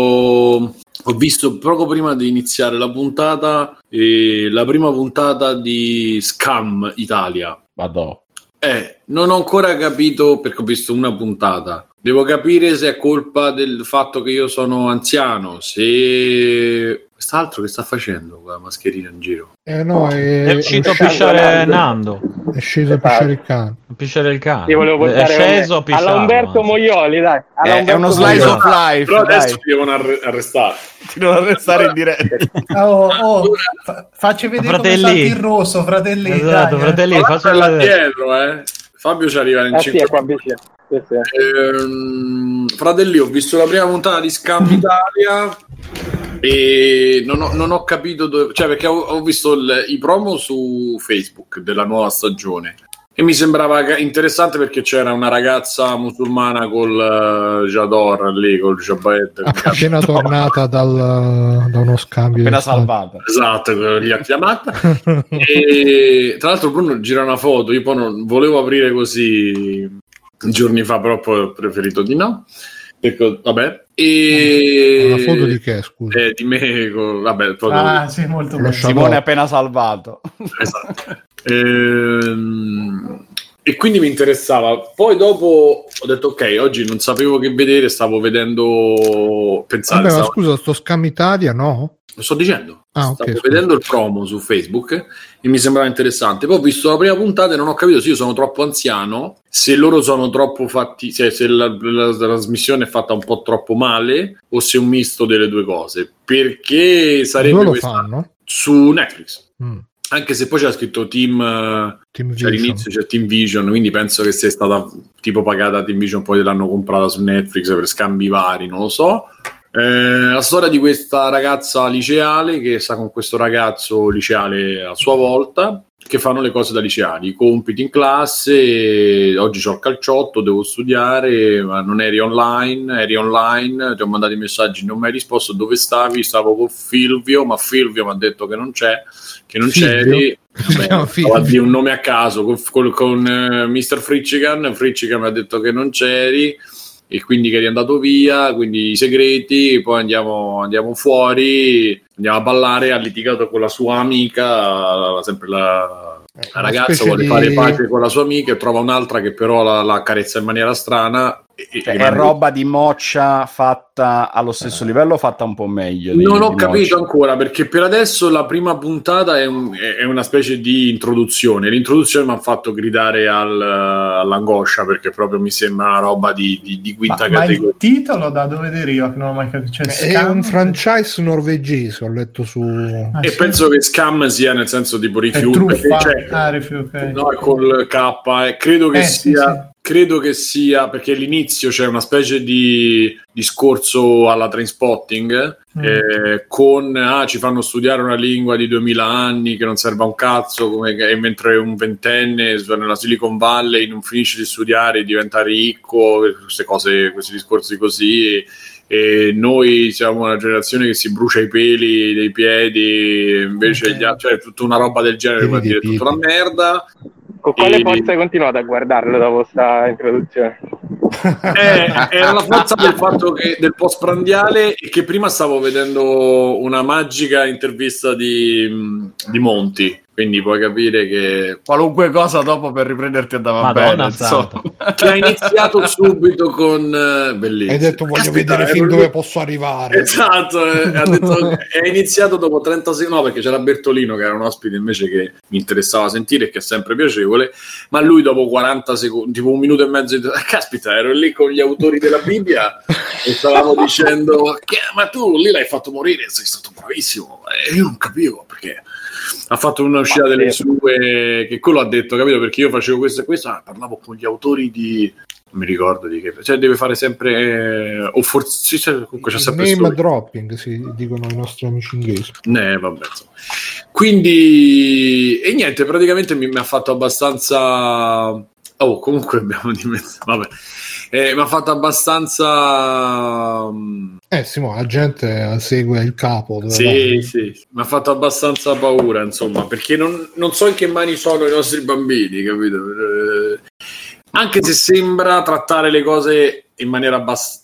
ho visto poco prima di iniziare la puntata la prima puntata di Scam Italia. Vado. Non ho ancora capito, perché ho visto una puntata. Devo capire se è colpa del fatto che io sono anziano, se... Quest'altro che sta facendo con la mascherina in giro? No, è uscito a pisciare Nando. È sceso a pisciare il cane. A pisciare il cane. Io volevo è sceso a pisciare. Alla Umberto Moioli, dai. È uno slice of life. Però adesso ti devono arrestare. Ti devono arrestare in diretta. Facci vedere come salti il rosso, fratelli. Esatto, dai, fratelli, faccio dietro, Fabio ci arriva in 5 minuti. Fratelli, ho visto la prima puntata di Scam Italia e non ho capito dove, cioè, perché ho visto i promo su Facebook della nuova stagione e mi sembrava interessante perché c'era una ragazza musulmana col Jador lì, col Jabet appena tornata da uno scambio, appena salvata, esatto, gli ha chiamata e tra l'altro Bruno gira una foto, io poi non volevo aprire così giorni fa, però poi ho preferito di no, perché vabbè. E una foto di che, scusa? Di me, vabbè, sì, molto bene. Simone appena salvato. Esatto. E quindi mi interessava. Poi dopo ho detto ok, oggi non sapevo che vedere, stavo vedendo, pensare. Ma scusa, sto Scam Italia, no? Lo sto dicendo. Stavo vedendo il promo su Facebook e mi sembrava interessante. Poi ho visto la prima puntata e non ho capito se io sono troppo anziano, se loro sono troppo fatti, se la trasmissione è fatta un po' troppo male o se è un misto delle due cose. Perché sarebbe loro fanno? Su Netflix. Anche se poi c'era scritto Team cioè all'inizio c'è Team Vision, quindi penso che sia stata tipo pagata Team Vision, poi l'hanno comprata su Netflix per scambi vari, non lo so. La storia di questa ragazza liceale che sta con questo ragazzo liceale a sua volta, che fanno le cose da liceali, i compiti in classe, oggi c'ho il calciotto, devo studiare, ma non eri online, ti ho mandato i messaggi, non mi hai risposto, dove stavi? Stavo con Filvio, ma Filvio mi ha detto che non c'eri. Vabbè, a dire un nome a caso con Mr. Fritchican mi ha detto che non c'eri e quindi che eri andato via, quindi i segreti, poi andiamo fuori, andiamo a ballare, ha litigato con la sua amica, sempre la ragazza vuole fare pace con la sua amica e trova un'altra che però la accarezza in maniera strana. È roba di moccia fatta allo stesso livello o fatta un po' meglio? Non ho capito ancora, perché per adesso la prima puntata è una specie di introduzione. L'introduzione mi ha fatto gridare all'angoscia, perché proprio mi sembra una roba di quinta categoria. Ma il titolo da dove deriva? Che non ho mai capito. È un franchise norvegese, ho letto su... e penso che Scam sia nel senso tipo rifiuto, okay. No, col K, credo che sia... Sì. Credo che sia perché all'inizio c'è una specie di discorso alla Trainspotting con ci fanno studiare una lingua di 2000 anni che non serve a un cazzo, mentre un ventenne nella Silicon Valley non finisce di studiare e diventa ricco, queste cose, questi discorsi così e noi siamo una generazione che si brucia i peli dei piedi, invece gli altri, cioè tutta una roba del genere, vuol dire tutta una merda. Con quale forza hai continuato a guardarlo dopo questa introduzione? Era la forza del fatto che del postprandiale, e che prima stavo vedendo una magica intervista di Monti, quindi puoi capire che qualunque cosa dopo per riprenderti andava bene, che ha iniziato subito con bellissimo. Hai detto voglio vedere fin dove posso arrivare. Esatto, ha detto, è iniziato dopo 30 secondi, no, perché c'era Bertolino che era un ospite invece che mi interessava sentire e che è sempre piacevole, ma lui dopo 40 secondi, tipo un minuto e mezzo, caspita, ero lì con gli autori della Bibbia e stavamo dicendo ma tu lì l'hai fatto morire, sei stato bravissimo, e io non capivo perché ha fatto un'uscita delle sue, che quello ha detto, capito, perché io facevo questo e questo, parlavo con gli autori di, non mi ricordo di che, cioè deve fare sempre o forse comunque c'è sempre name dropping, si dicono i nostri amici inglesi. Vabbè, insomma. Quindi e niente, praticamente mi ha fatto abbastanza comunque abbiamo dimenticato, vabbè. Mi ha fatto abbastanza Simo, la gente segue il capo. Sì, mi ha fatto abbastanza paura, insomma, perché non so in che mani sono i nostri bambini, capito? Anche se sembra trattare le cose in maniera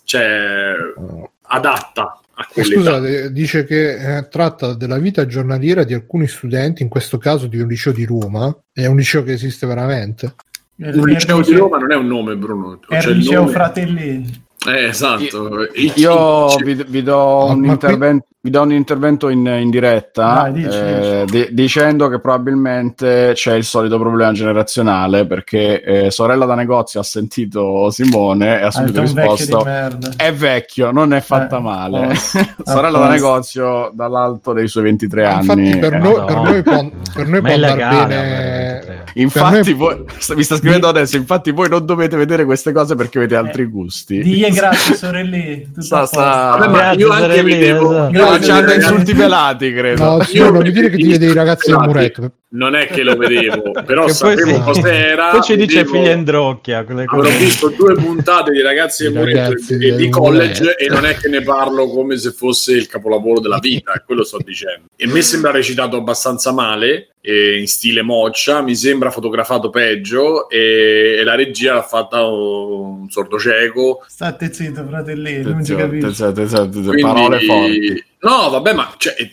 adatta a scusate, dice che tratta della vita giornaliera di alcuni studenti, in questo caso di un liceo di Roma. È un liceo che esiste veramente? Un liceo di Roma non è un nome, Bruno. È il liceo nome... Fratelli. Esatto. Io vi do un intervento. Vi do un intervento in diretta. Dici. Dicendo che probabilmente c'è il solito problema generazionale, perché sorella da negozio ha sentito Simone e ha subito risposto è vecchio, non è fatta male. Sorella da negozio dall'alto dei suoi 23 anni. Infatti per noi può andare bene. Infatti vi sta scrivendo adesso, infatti voi non dovete vedere queste cose perché avete altri gusti. Grazie sorelli. Vabbè, ma io anche vedevo c'hanno insulti pelati, credo. No, non mi dire che ti vede i ragazzi del muretto. Non è che lo vedevo, però sapevo cos'era. Poi ci dice figlia Indrocchia. Avrò visto 2 puntate di ragazzi del muretto e di college e non è che ne parlo come se fosse il capolavoro della vita, quello sto dicendo. E mi sembra recitato abbastanza male, in stile moccia, mi sembra fotografato peggio e la regia l'ha fatta un sordocieco. State zitto, fratellino, non ci capisco. Parole forti. No, vabbè, ma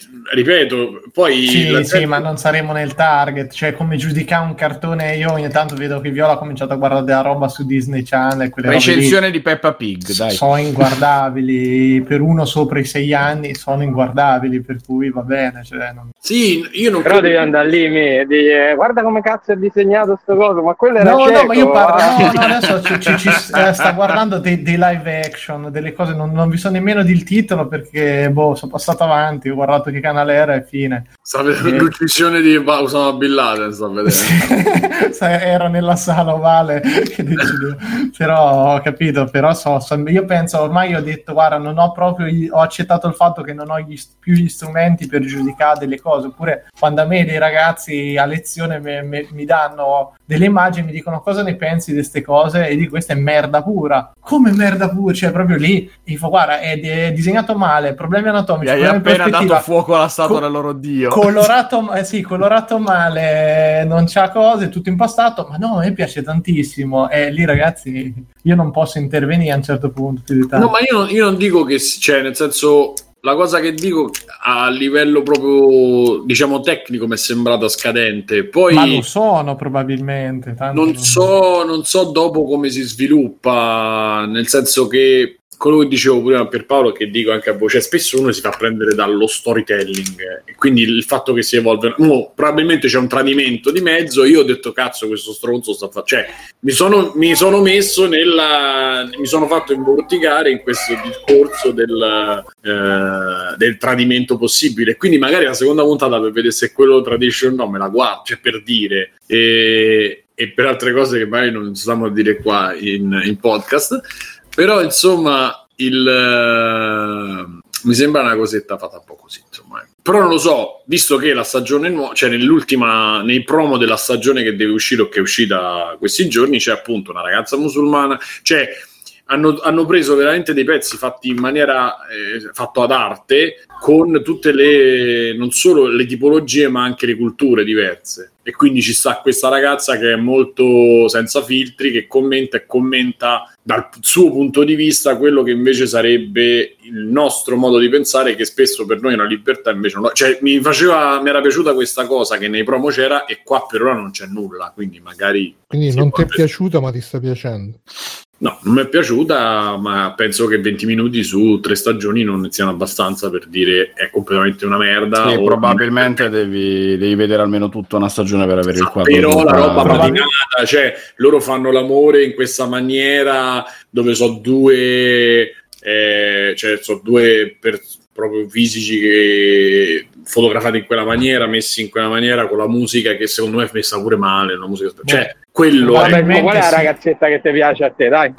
ripeto, poi sì, ma non saremo nel target, cioè come giudicare un cartone. Io ogni tanto vedo che Viola ha cominciato a guardare della roba su Disney Channel, recensione di Peppa Pig, dai. Sono inguardabili, per uno sopra i 6 anni sono inguardabili, per cui va bene, Sì, io non però devi andare lì e dire guarda come cazzo è disegnato sto coso, ma quello era no, ma io parlo adesso ci sta guardando dei live action, delle cose, non vi so nemmeno del titolo perché sono passato avanti, ho guardato che canale era e fine. Sta vedendo l'uccisione di Osama Bin Laden, sta vedendo. Era nella sala ovale che decideva. Però ho capito, però io penso, ormai ho detto guarda, non ho proprio, ho accettato il fatto che non ho più gli strumenti per giudicare delle cose, oppure quando a me dei ragazzi a lezione mi danno delle immagini, mi dicono cosa ne pensi di queste cose e dico questa è merda pura. Come merda pura? Cioè proprio lì e dico guarda è disegnato male, problemi anatomici, hai appena dato fuoco alla statua del loro dio. Colorato male, non c'ha cose, tutto impastato, ma no, a me piace tantissimo. E lì ragazzi io non posso intervenire a un certo punto più di tanto. No, ma io non dico che nel senso, la cosa che dico a livello proprio diciamo tecnico mi è sembrata scadente, poi ma lo sono probabilmente non so dopo come si sviluppa, nel senso che quello che dicevo prima per Paolo, che dico anche a voi, cioè spesso uno si fa prendere dallo storytelling e quindi il fatto che si evolve, probabilmente c'è un tradimento di mezzo. Io ho detto cazzo, questo stronzo sta facendo, cioè mi sono messo mi sono fatto imborticare in questo discorso del tradimento possibile, quindi magari la seconda puntata per vedere se quello tradisce o no me la guardo, cioè per dire, e per altre cose che magari non stiamo a dire qua in podcast. Però insomma mi sembra una cosetta fatta un po' così, insomma. Però non lo so, visto che la stagione nuova, cioè nei promo della stagione che deve uscire o che è uscita questi giorni, c'è appunto una ragazza musulmana, cioè hanno preso veramente dei pezzi fatti in maniera fatto ad arte, con tutte le, non solo le tipologie ma anche le culture diverse, e quindi ci sta questa ragazza che è molto senza filtri, che commenta dal suo punto di vista quello che invece sarebbe il nostro modo di pensare, che spesso per noi è una libertà, invece no. Cioè mi era piaciuta questa cosa che nei promo c'era e qua per ora non c'è nulla, quindi magari non ti è piaciuta ma ti sta piacendo. No, non mi è piaciuta, ma penso che 20 minuti su 3 stagioni non siano abbastanza per dire è completamente una merda. Sì, probabilmente devi vedere almeno tutta una stagione per avere il quadro. Però la roba praticata, cioè loro fanno l'amore in questa maniera dove so due proprio fisici che fotografati in quella maniera, messi in quella maniera, con la musica che secondo me è messa pure male, la musica, cioè quello qual è la ragazzetta che ti piace a te, dai?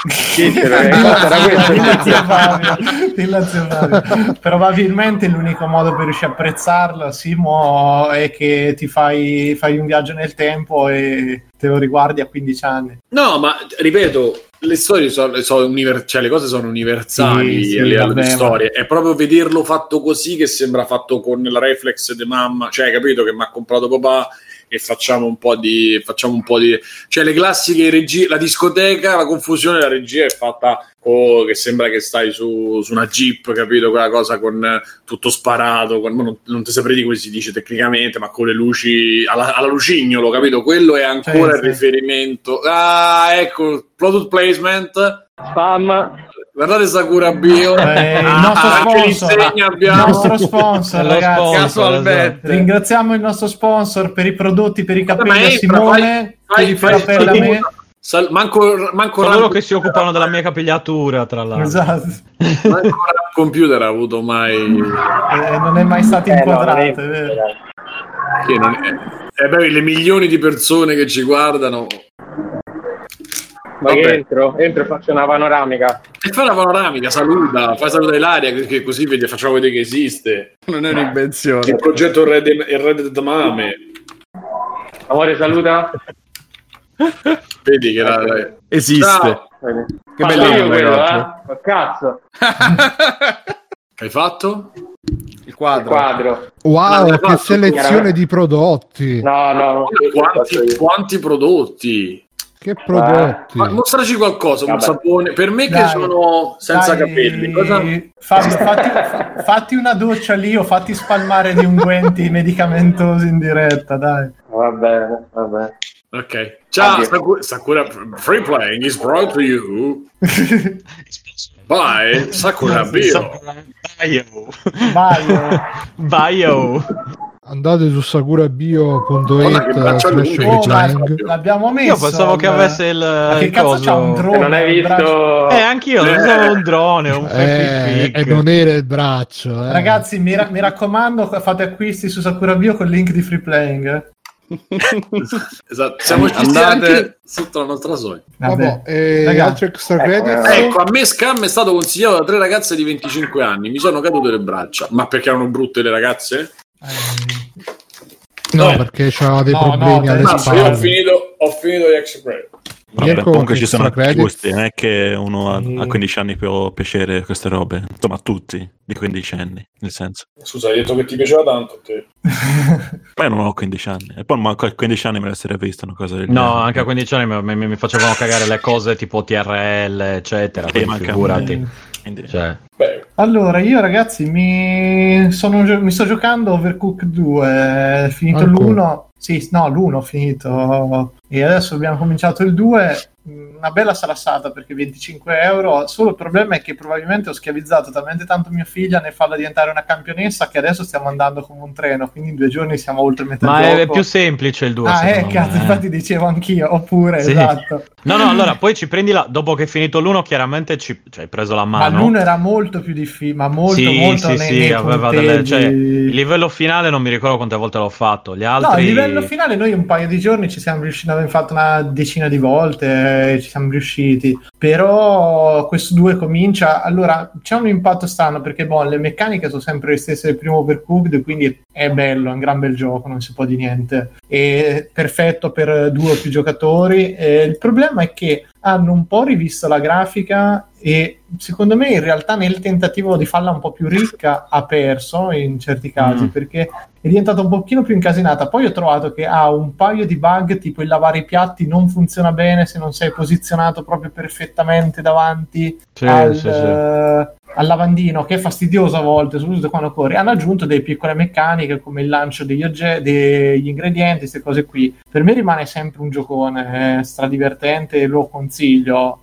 Probabilmente l'unico modo per riuscire a apprezzarlo, Simo, è che ti fai un viaggio nel tempo e te lo riguardi a 15 anni. No, ma ripeto, le storie cioè le cose sono universali, sì, a livello di storie. È proprio vederlo fatto così che sembra fatto con la reflex di mamma, cioè capito che mi ha comprato papà e facciamo un po' di cioè le classiche regie, la discoteca, la confusione della regia è fatta che sembra che stai su una Jeep, capito, quella cosa con tutto sparato, non ti saprei di come si dice tecnicamente, ma con le luci alla Lucignolo, capito, quello è ancora il riferimento. Ecco, product placement, spam. Guardate Sakura Bio, il nostro sponsor, ragazzi. Casualmente. Ringraziamo il nostro sponsor per i prodotti, per i capelli, Simone, per la me. Manco loro che si occupano della mia capigliatura, tra l'altro. Esatto. Manco il computer ha avuto mai non è mai stato inquadrato, è vero. Che non è... le milioni di persone che ci guardano. Ma che entro e faccio una panoramica. E fai una panoramica, fai salutare l'aria, che così facciamo vedere che esiste. Non è un'invenzione. Il progetto Red Mame. Amore, saluta. Vedi che esiste. Ciao. Che bello. Cazzo. Che hai fatto? Il quadro. Wow, che selezione di prodotti. No. Quanti prodotti? Che prodotti? Ma mostraci qualcosa, un sapone. Per me che sono senza capelli. Cosa? Fatti una doccia lì o fatti spalmare di unguenti medicamentosi in diretta, dai. Va bene. Ok. Ciao, Sakura Free Playing is brought to you by Sakura Bio. Bio. Andate su sakurabio.it. L'abbiamo messo. Io pensavo che avesse il che cazzo c'ha un drone? Non hai visto? Anch'io pensavo un drone, e non era il braccio. Ragazzi, mi raccomando, fate acquisti su Sakurabio con il link di Free Playing. Esatto, siamo andate sotto la nostra soglia. Altri extra credits. Ecco, a me Scam è stato consigliato da 3 ragazze di 25 anni. Mi sono cadute le braccia. Ma perché erano brutte le ragazze? No, perché c'aveva dei problemi alle spalle. Io ho finito gli extra credit. Vabbè, comunque ci sono anche gusti, non è che uno a 15 anni può piacere queste robe, insomma tutti di 15 anni, nel senso. Scusa, hai detto che ti piaceva tanto a te. Ma io non ho 15 anni, e poi manco a 15 anni me l'essere visto una cosa del genere. No, anche a 15 anni mi facevano cagare le cose tipo TRL, eccetera, figurati. Cioè. Allora, io ragazzi mi sto giocando Overcooked 2, è finito l'1. Sì, no, l'1 ho finito e adesso abbiamo cominciato il 2. Una bella salassata perché 25 euro. Solo il problema è che probabilmente ho schiavizzato talmente tanto mia figlia nel farla diventare una campionessa che adesso stiamo andando come un treno, quindi in 2 giorni siamo oltre metà gioco. Ma è più semplice il 2. Cazzo, infatti dicevo anch'io, oppure sì. Esatto. No, allora poi ci prendi dopo che hai finito l'1 chiaramente hai preso la mano. Ma l'1 era molto più difficile, ma molto sì, aveva il livello finale non mi ricordo quante volte l'ho fatto. Gli altri... No, il livello finale noi un paio di giorni ci siamo riusciti, abbiamo fatto una decina di volte, ci siamo riusciti, però questo 2 comincia, allora c'è un impatto strano perché le meccaniche sono sempre le stesse del primo Overcooked, quindi è bello, è un gran bel gioco, non si può dire niente, è perfetto per 2 o più giocatori. Il problema è che hanno un po' rivisto la grafica e secondo me in realtà nel tentativo di farla un po' più ricca ha perso in certi casi, perché è diventata un pochino più incasinata. Poi ho trovato che ha un paio di bug, tipo il lavare i piatti non funziona bene se non sei posizionato proprio perfettamente davanti al lavandino, che è fastidioso a volte, soprattutto quando corri. Hanno aggiunto delle piccole meccaniche come il lancio degli ingredienti, queste cose qui. Per me rimane sempre un giocone, è stradivertente, lo consiglio.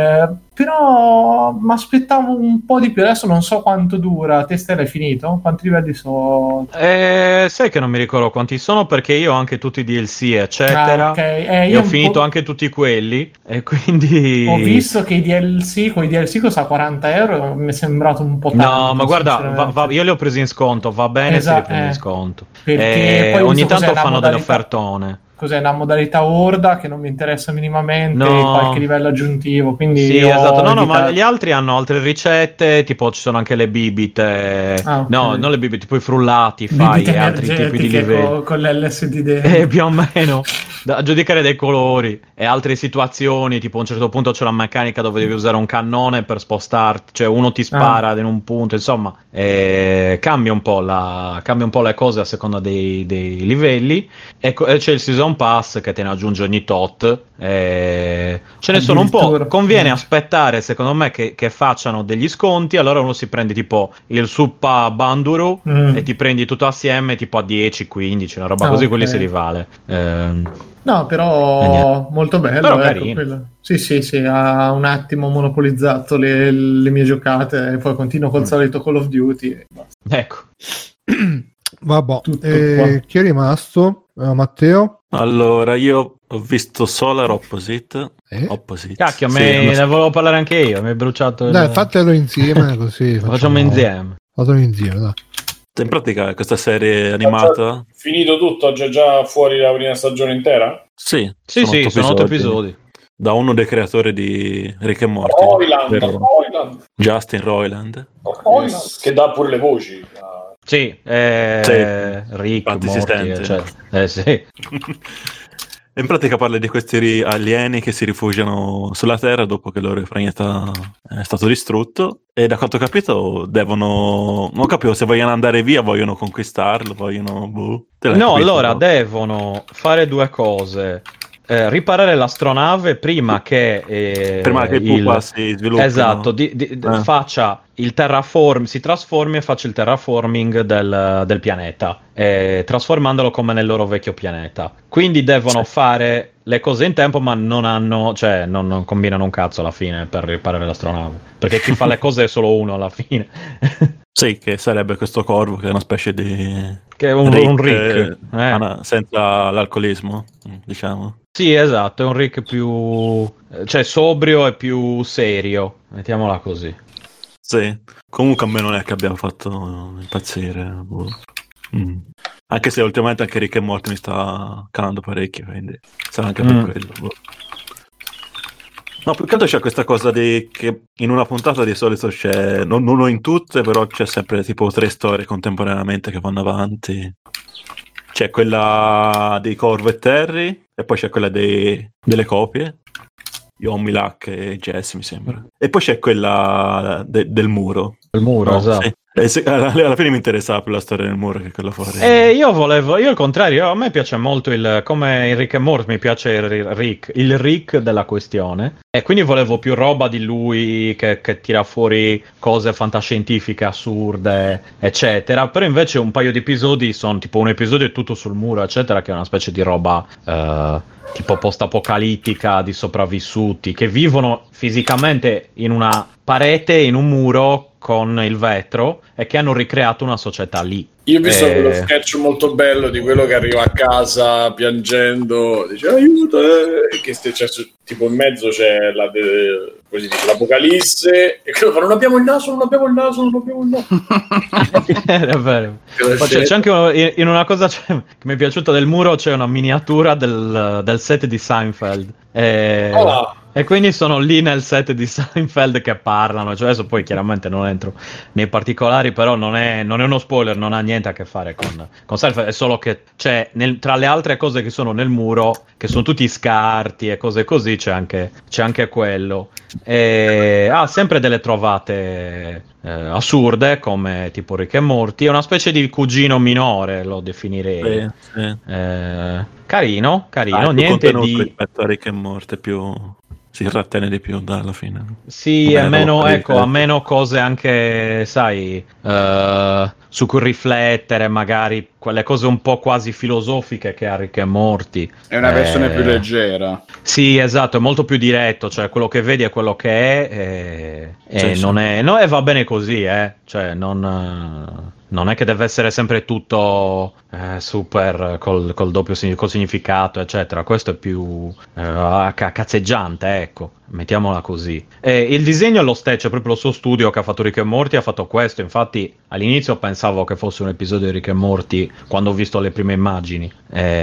Però mi aspettavo un po' di più. Adesso non so quanto dura. Te l'hai finito? Quanti livelli sono? Sai che non mi ricordo quanti sono, perché io ho anche tutti i DLC eccetera. Io ho finito anche tutti quelli e quindi ho visto che i DLC con i DLC costa 40 euro. Mi è sembrato un po' tanto. No, ma guarda, io li ho presi in sconto, va bene, se li prendi in sconto, perché poi ogni tanto fanno delle offertone. Cos'è una modalità Horda che non mi interessa minimamente, qualche livello aggiuntivo, quindi sì, esatto. No, ma gli altri hanno altre ricette, tipo ci sono anche le bibite, okay. No, non le bibite, tipo i frullati, bibite fai altri tipi di livelli con l'LSD più o meno, a giudicare dai colori e altre situazioni, tipo a un certo punto c'è la meccanica dove devi usare un cannone per spostarti, cioè uno ti spara in un punto, insomma, cambia un po' le cose a seconda dei livelli, e c'è il Season Pass che te ne aggiunge ogni tot, ce ne sono un po'. Conviene aspettare, secondo me, che facciano degli sconti, allora uno si prende tipo il Suppa Banduru e ti prendi tutto assieme tipo a 10-15, una roba così, quelli se li vale. No, però molto bello, però carino. Sì, ha un attimo monopolizzato le mie giocate e poi continuo col solito Call of Duty. Ecco. Vabbè, chi è rimasto? Matteo? Allora, io ho visto Solar Opposite. Cacchio, ne volevo parlare anche io, mi è bruciato Dai, fatelo insieme così. Facciamo insieme. Fatelo insieme, dai. In pratica questa serie animata... Finito tutto? Già fuori la prima stagione intera? Sì, sono 8 episodi. Da uno dei creatori di Rick e Morty. Roiland. Justin Roiland. Che dà pure le voci. Sì, Rick, Morty, sì. In pratica parla di questi alieni che si rifugiano sulla Terra dopo che il loro pianeta è stato distrutto, e da quanto ho capito non capivo se vogliono andare via, vogliono conquistarlo, vogliono... Allora devono fare 2 cose. Riparare l'astronave prima che il pupa si sviluppi, esatto, faccia il terraform, si trasformi e faccia il terraforming del pianeta, trasformandolo come nel loro vecchio pianeta. Quindi devono fare le cose in tempo, ma non hanno, cioè non combinano un cazzo alla fine per riparare l'astronave, perché chi fa le cose è solo uno alla fine. Sì, che sarebbe questo corvo, che è una specie di... Che è un Rick. Senza l'alcolismo, diciamo. Sì, esatto, è un Rick più... cioè sobrio e più serio, mettiamola così. Sì, comunque a me non è che abbia fatto impazzire. Anche se ultimamente anche Rick e Morty mi sta calando parecchio, quindi sarà anche per quello. No, più che altro c'è questa cosa che in una puntata di solito c'è, non in tutte, però c'è sempre tipo 3 storie contemporaneamente che vanno avanti. C'è quella dei Corvo e Terry, e poi c'è quella delle copie, Yomilak e Jess, mi sembra. E poi c'è quella del muro. Il muro, esatto. Sì. Alla fine mi interessava più la storia del muro che quella fuori. Io al contrario, a me piace molto come in Rick e Morty mi piace il Rick della questione, e quindi volevo più roba di lui che tira fuori cose fantascientifiche assurde, eccetera. Però invece un paio di episodi sono tipo un episodio è tutto sul muro, eccetera, che è una specie di roba tipo post-apocalittica di sopravvissuti che vivono fisicamente in una parete, in un muro con il vetro, e che hanno ricreato una società lì. Io ho visto quello sketch molto bello di quello che arriva a casa piangendo, dice aiuto, che c'è, tipo in mezzo c'è così dice, l'apocalisse, e quello fa non abbiamo il naso. È vero. C'è anche in una cosa che mi è piaciuta del muro, c'è una miniatura del set di Seinfeld. E quindi sono lì nel set di Seinfeld che parlano, cioè adesso poi chiaramente non entro nei particolari, però non è uno spoiler, non ha niente a che fare con Seinfeld, è solo che c'è tra le altre cose che sono nel muro, che sono tutti scarti e cose così, c'è anche quello. E ha sempre delle trovate assurde, come tipo Rick e Morty, è una specie di cugino minore, lo definirei. Sì. Carino, niente di... rispetto a Rick e Morty, più... si trattiene di più alla fine. Sì, a meno cose anche, sai, su cui riflettere, magari quelle cose un po' quasi filosofiche che ha Rick e Morty. È una versione più leggera. Sì, esatto, è molto più diretto, cioè quello che vedi è quello che è, e non è... No, e va bene così, cioè non è che deve essere sempre tutto super col doppio col significato, eccetera. Questo è più cazzeggiante, ecco, mettiamola così. Il disegno è lo stesso, è proprio il suo studio che ha fatto Rick e Morty, ha fatto questo. Infatti all'inizio pensavo che fosse un episodio di Rick e Morty quando ho visto le prime immagini.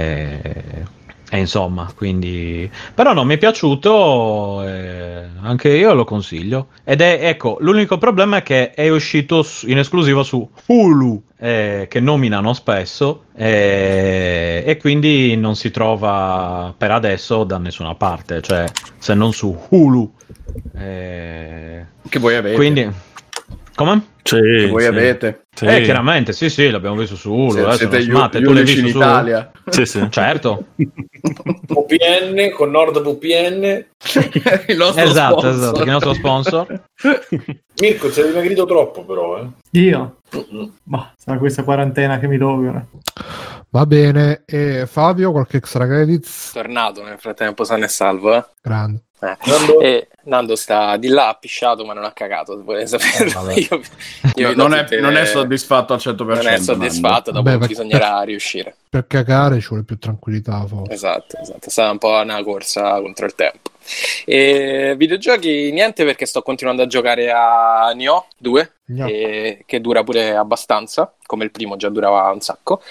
E insomma, quindi... Però no, mi è piaciuto, anche io lo consiglio. Ed ecco, l'unico problema è che è uscito in esclusiva su Hulu, che nominano spesso, e quindi non si trova per adesso da nessuna parte, cioè se non su Hulu. Che voi avete. Quindi... Come? Che voi avete. Sì. Chiaramente, sì, l'abbiamo visto su Hulu. Siete gli unici in Italia. Sì. Certo. VPN con NordVPN. Il nostro esatto, sponsor. Il nostro sponsor. Mirko, sei dimagrito troppo però, Io? Ma sarà questa quarantena che mi rovina. Va bene, e Fabio, qualche extra credits? Tornato nel frattempo, sano e salvo, Grande. Nando sta di là, ha pisciato ma non ha cagato, se volete saperlo. Io non è soddisfatto al 100%. Non è soddisfatto, dopo bisognerà riuscire. Per cagare ci vuole più tranquillità, forse. Esatto, è stata un po' una corsa contro il tempo. E videogiochi niente, perché sto continuando a giocare a Nioh 2, che dura pure abbastanza, come il primo già durava un sacco.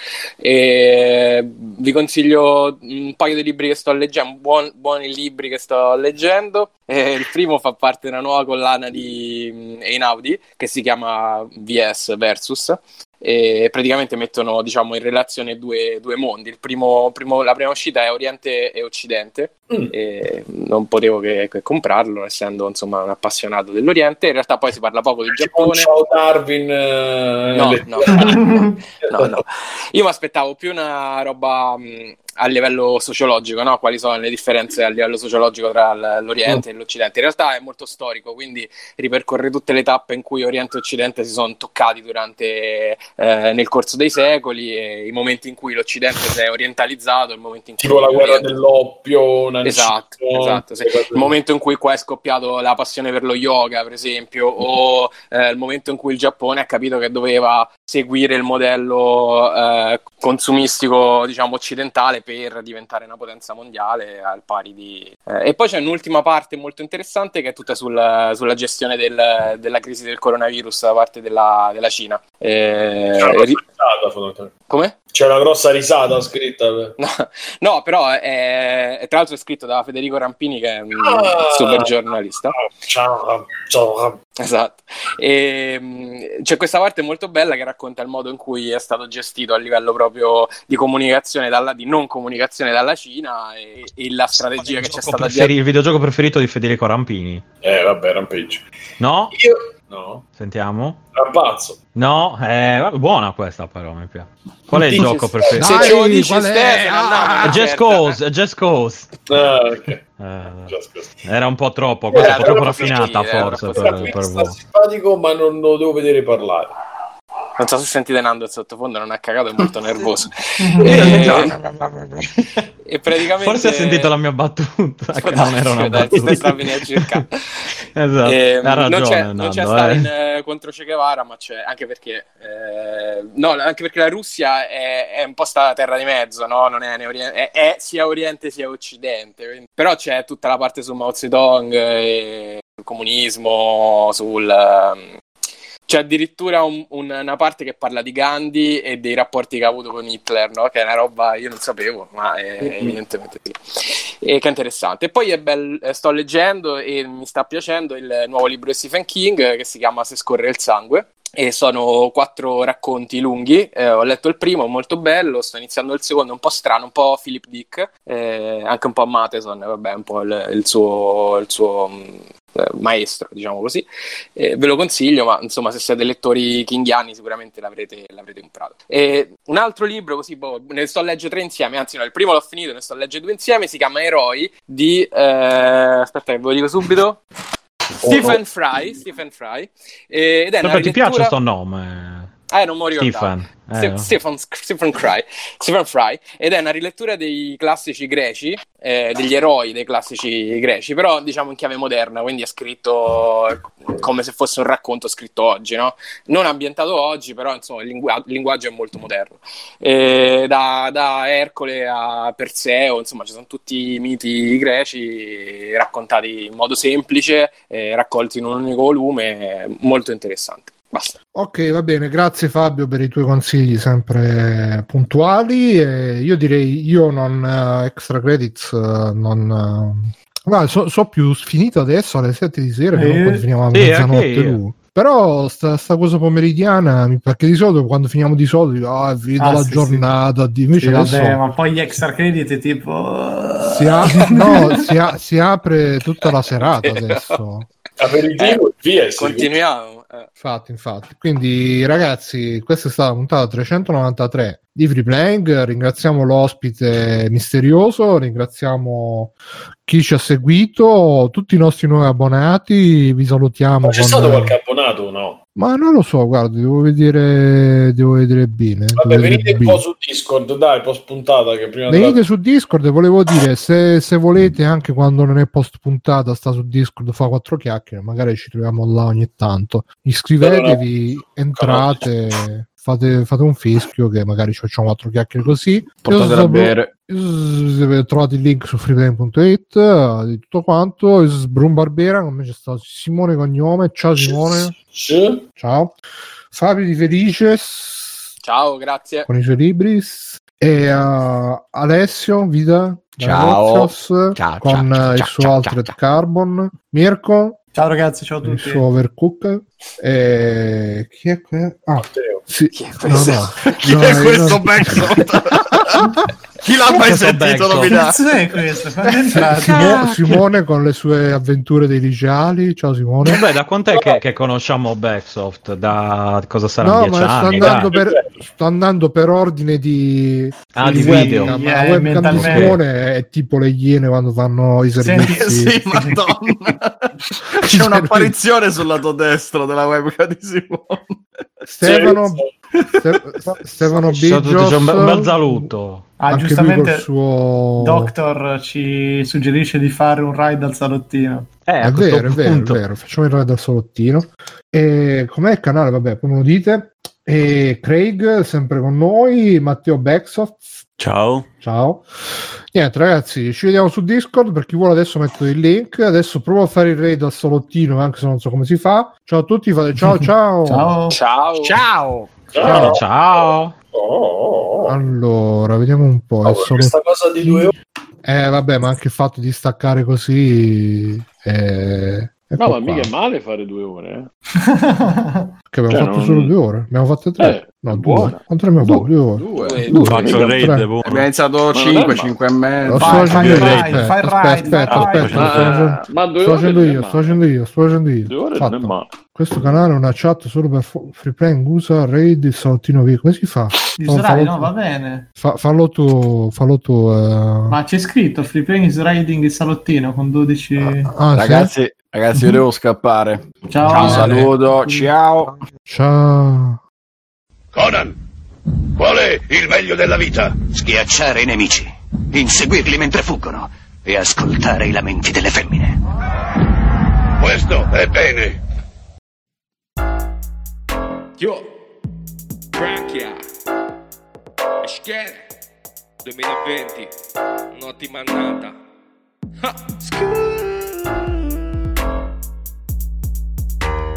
E vi consiglio un paio di libri che sto leggendo, buoni libri che sto leggendo. Il primo fa parte di una nuova collana di Einaudi che si chiama VS Versus, e praticamente mettono, diciamo, in relazione due mondi. La prima uscita è Oriente e Occidente, e non potevo che comprarlo, essendo insomma un appassionato dell'Oriente. In realtà poi si parla poco di Giappone. Ciao Darwin. No. Io mi aspettavo più una roba a livello sociologico, no? Quali sono le differenze a livello sociologico tra l'Oriente e l'Occidente. In realtà è molto storico, quindi ripercorre tutte le tappe in cui Oriente e Occidente si sono toccati nel corso dei secoli, e i momenti in cui l'Occidente si è orientalizzato, il momento in cui tipo la guerra dell'oppio, esatto, sì. Il momento in cui qua è scoppiato la passione per lo yoga, per esempio, o il momento in cui il Giappone ha capito che doveva seguire il modello consumistico, diciamo, occidentale per diventare una potenza mondiale al pari di... E poi c'è un'ultima parte molto interessante che è tutta sulla gestione della crisi del coronavirus da parte della Cina. Come? C'è una grossa risata scritta. No, però tra l'altro è scritto da Federico Rampini, che è un super giornalista. Ciao. Esatto. E c'è questa parte molto bella che racconta il modo in cui è stato gestito a livello proprio di comunicazione di non comunicazione dalla Cina, e la strategia che c'è stata dietro. Il videogioco preferito di Federico Rampini? Vabbè, Rampage. No? No. Sentiamo. Rampazzo. No, buona questa però, mi piace. Qual è il gioco preferito? Se ce lo dici Stefano, Just Cause. Okay. Era un po' troppo, questa è un po' troppo raffinata forse per voi. Simpatico, ma non lo devo vedere parlare. Non so se sentite Nando il sottofondo, non ha cagato, è molto nervoso. E praticamente... Forse ha sentito la mia battuta, che non era una battuta. Esatto, ha ragione, non c'è Stalin contro Che Guevara, ma c'è anche perché la Russia è un po' sta terra di mezzo, no? Non è è sia Oriente sia Occidente, quindi... però c'è tutta la parte su Mao Zedong, e sul comunismo, c'è addirittura una parte che parla di Gandhi e dei rapporti che ha avuto con Hitler, no? Che è una roba io non sapevo, ma è evidentemente sì. E che è interessante. E poi sto leggendo e mi sta piacendo il nuovo libro di Stephen King che si chiama Se scorre il sangue. E sono 4 racconti lunghi, ho letto il primo, molto bello, sto iniziando il secondo, un po' strano, un po' Philip Dick, anche un po' Matheson, vabbè, un po' il suo maestro, diciamo così. Ve lo consiglio, ma insomma se siete lettori kingiani sicuramente l'avrete comprato. Un altro libro, così ne sto a leggere 3 insieme, anzi no, il primo l'ho finito, ne sto a leggere 2 insieme, si chiama Eroi di aspetta che ve lo dico subito, Stephen Fry, ed è ti piace sto nome? Non mi ricordo. Stephen Fry, ed è una rilettura dei classici greci, degli eroi dei classici greci, però diciamo in chiave moderna, quindi è scritto come se fosse un racconto scritto oggi, no? Non ambientato oggi, però insomma il linguaggio è molto moderno. Da Ercole a Perseo, insomma ci sono tutti i miti greci raccontati in modo semplice, raccolti in un unico volume, molto interessante. Basta. Ok, va bene, grazie Fabio per i tuoi consigli sempre puntuali. Io direi, io non extra credits non so più finito adesso alle 7 di sera che non quando finiamo a mezzanotte. Però sta cosa pomeridiana, perché di solito quando finiamo di solito dico, vedo la giornata. Sì. Invece vabbè, ma poi gli extra credit tipo si apre tutta la serata adesso. Aperitivo, via, continuiamo. Infatti. Quindi ragazzi, questa è stata la puntata 393 di Free Playing. Ringraziamo l'ospite misterioso, ringraziamo chi ci ha seguito, tutti i nostri nuovi abbonati, vi salutiamo. Ma c'è stato qualche abbonato o no? Ma non lo so, guarda, devo vedere bene. Vabbè, venite un po' su Discord, dai, post puntata che prima venite su Discord, volevo dire, se volete anche quando non è post puntata sta su Discord, fa 4 chiacchiere, magari ci troviamo là ogni tanto. Iscrivetevi, entrate, fate un fischio che magari ci facciamo 4 chiacchiere così. Portatela a bere. Trovate il link su freeplay.it di tutto quanto. Sbrum Barbera, con me c'è stato Simone Cognome. Ciao Simone. Ciao Fabio Di Felices. Ciao, grazie. Con i suoi libri. E Alessio Vida. Ciao. Con il suo Altered Carbon. Mirko. Ciao ragazzi, ciao a tutti. Il suo Overcook. Chi è questo? Matteo. Sì. Chi è questo? Chi è questo Backshot? Chi l'ha mai sentito nominare? Simone con le sue avventure dei liceali. Ciao Simone. Vabbè, da quant'è che conosciamo Backsoft? Da cosa saranno? 10 anni? Sto andando per ordine di video. La webcam di Simone è tipo le Iene quando fanno i servizi. Sì, madonna. C'è un'apparizione sul lato destro della webcam di Simone. Stefano Bigios, un bel saluto. Giustamente suo... Doctor ci suggerisce di fare un ride al salottino. È vero, facciamo il ride al salottino. E com'è il canale? Vabbè, poi me lo dite. E Craig sempre con noi, Matteo Backsoft. Ciao. Niente ragazzi, ci vediamo su Discord. Per chi vuole adesso metto il link. Adesso provo a fare il raid al salottino, anche se non so come si fa. Ciao a tutti, fate ciao. Allora, vediamo un po'. Questa cosa di 2 ore. Vabbè, ma anche il fatto di staccare così. No, ma mica è male fare 2 ore. Che abbiamo fatto solo 2 ore. Abbiamo fatto 3. No, 2. Quanto ne abbiamo fatto? 2 ore. Faccio il raid. Abbiamo iniziato 5 e mezzo. Aspetta. Ma 2 ore sto facendo io. 2 ore non è male. Questo canale è una chat solo per Free Playing. Usa raid il salottino via. Come si fa? Va bene. Fallo tu. Ma c'è scritto Free Playing is raiding il salottino con 12. Ragazzi, io devo scappare. Ciao. Un saluto. Ciao. Conan, qual è il meglio della vita? Schiacciare i nemici, inseguirli mentre fuggono e ascoltare i lamenti delle femmine. Questo è bene. Yo, Branchia, Eschere, 2020, un'ottima annata.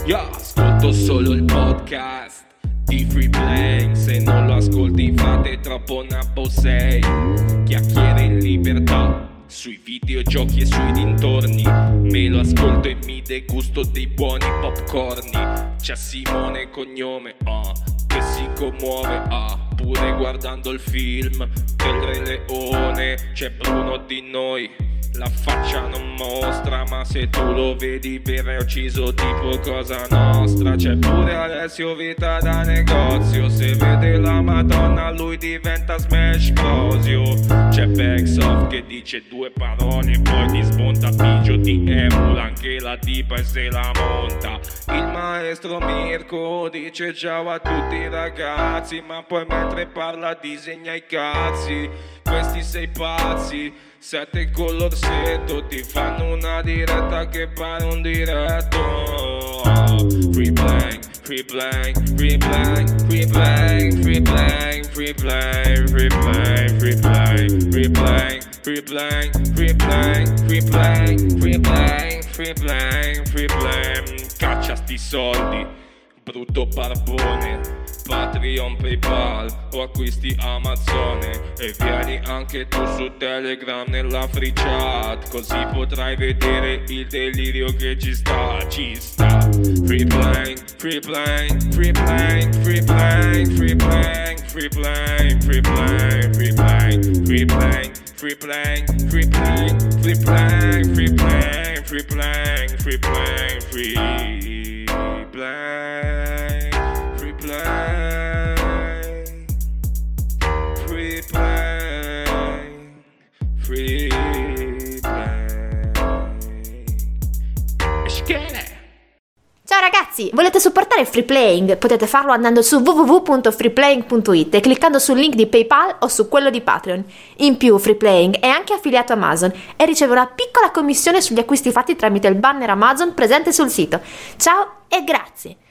Io ascolto solo il podcast di Free Playing. Se non lo ascolti fate troppo Napo 6. Chiacchiere in libertà sui videogiochi e sui dintorni. Me lo ascolto e mi degusto dei buoni popcorni. C'è Simone cognome, che si commuove, pure guardando il film del Re Leone. C'è Bruno di noi, la faccia non mostra, ma se tu lo vedi verrai ucciso tipo Cosa Nostra. C'è pure Alessio Vita da negozio, se vede la Madonna lui diventa Smash Brosio. C'è Backsoft che dice 2 parole poi ti smonta Bigio, ti emula anche la tipa e se la monta. Il maestro Mirko dice ciao a tutti ragazzi, ma poi mentre parla disegna i cazzi. Questi sei pazzi, 7 con l'orsetto, ti fanno una diretta che pare un diretto. Free playing, free playing, free playing, free playing, free playing, free playing, free playing, free playing, free playing, free playing, free playing, free playing, free playing, free playing, free playing. Caccia sti soldi, brutto barbone. Patreon, PayPal o acquisti Amazone. E vieni anche tu su Telegram nella free chat, così potrai vedere il delirio che ci sta, ci sta. Free playing, free playing, free playing, free playing, free playing, free playing, free playing, free playing, free playing, free playing, free playing, free playing, free playing, free playing, free playing, free playing, free playing, free playing, free playing. Ciao ragazzi, volete supportare Free Playing? Potete farlo andando su www.freeplaying.it e cliccando sul link di PayPal o su quello di Patreon. In più, Free Playing è anche affiliato a Amazon e riceve una piccola commissione sugli acquisti fatti tramite il banner Amazon presente sul sito. Ciao e grazie!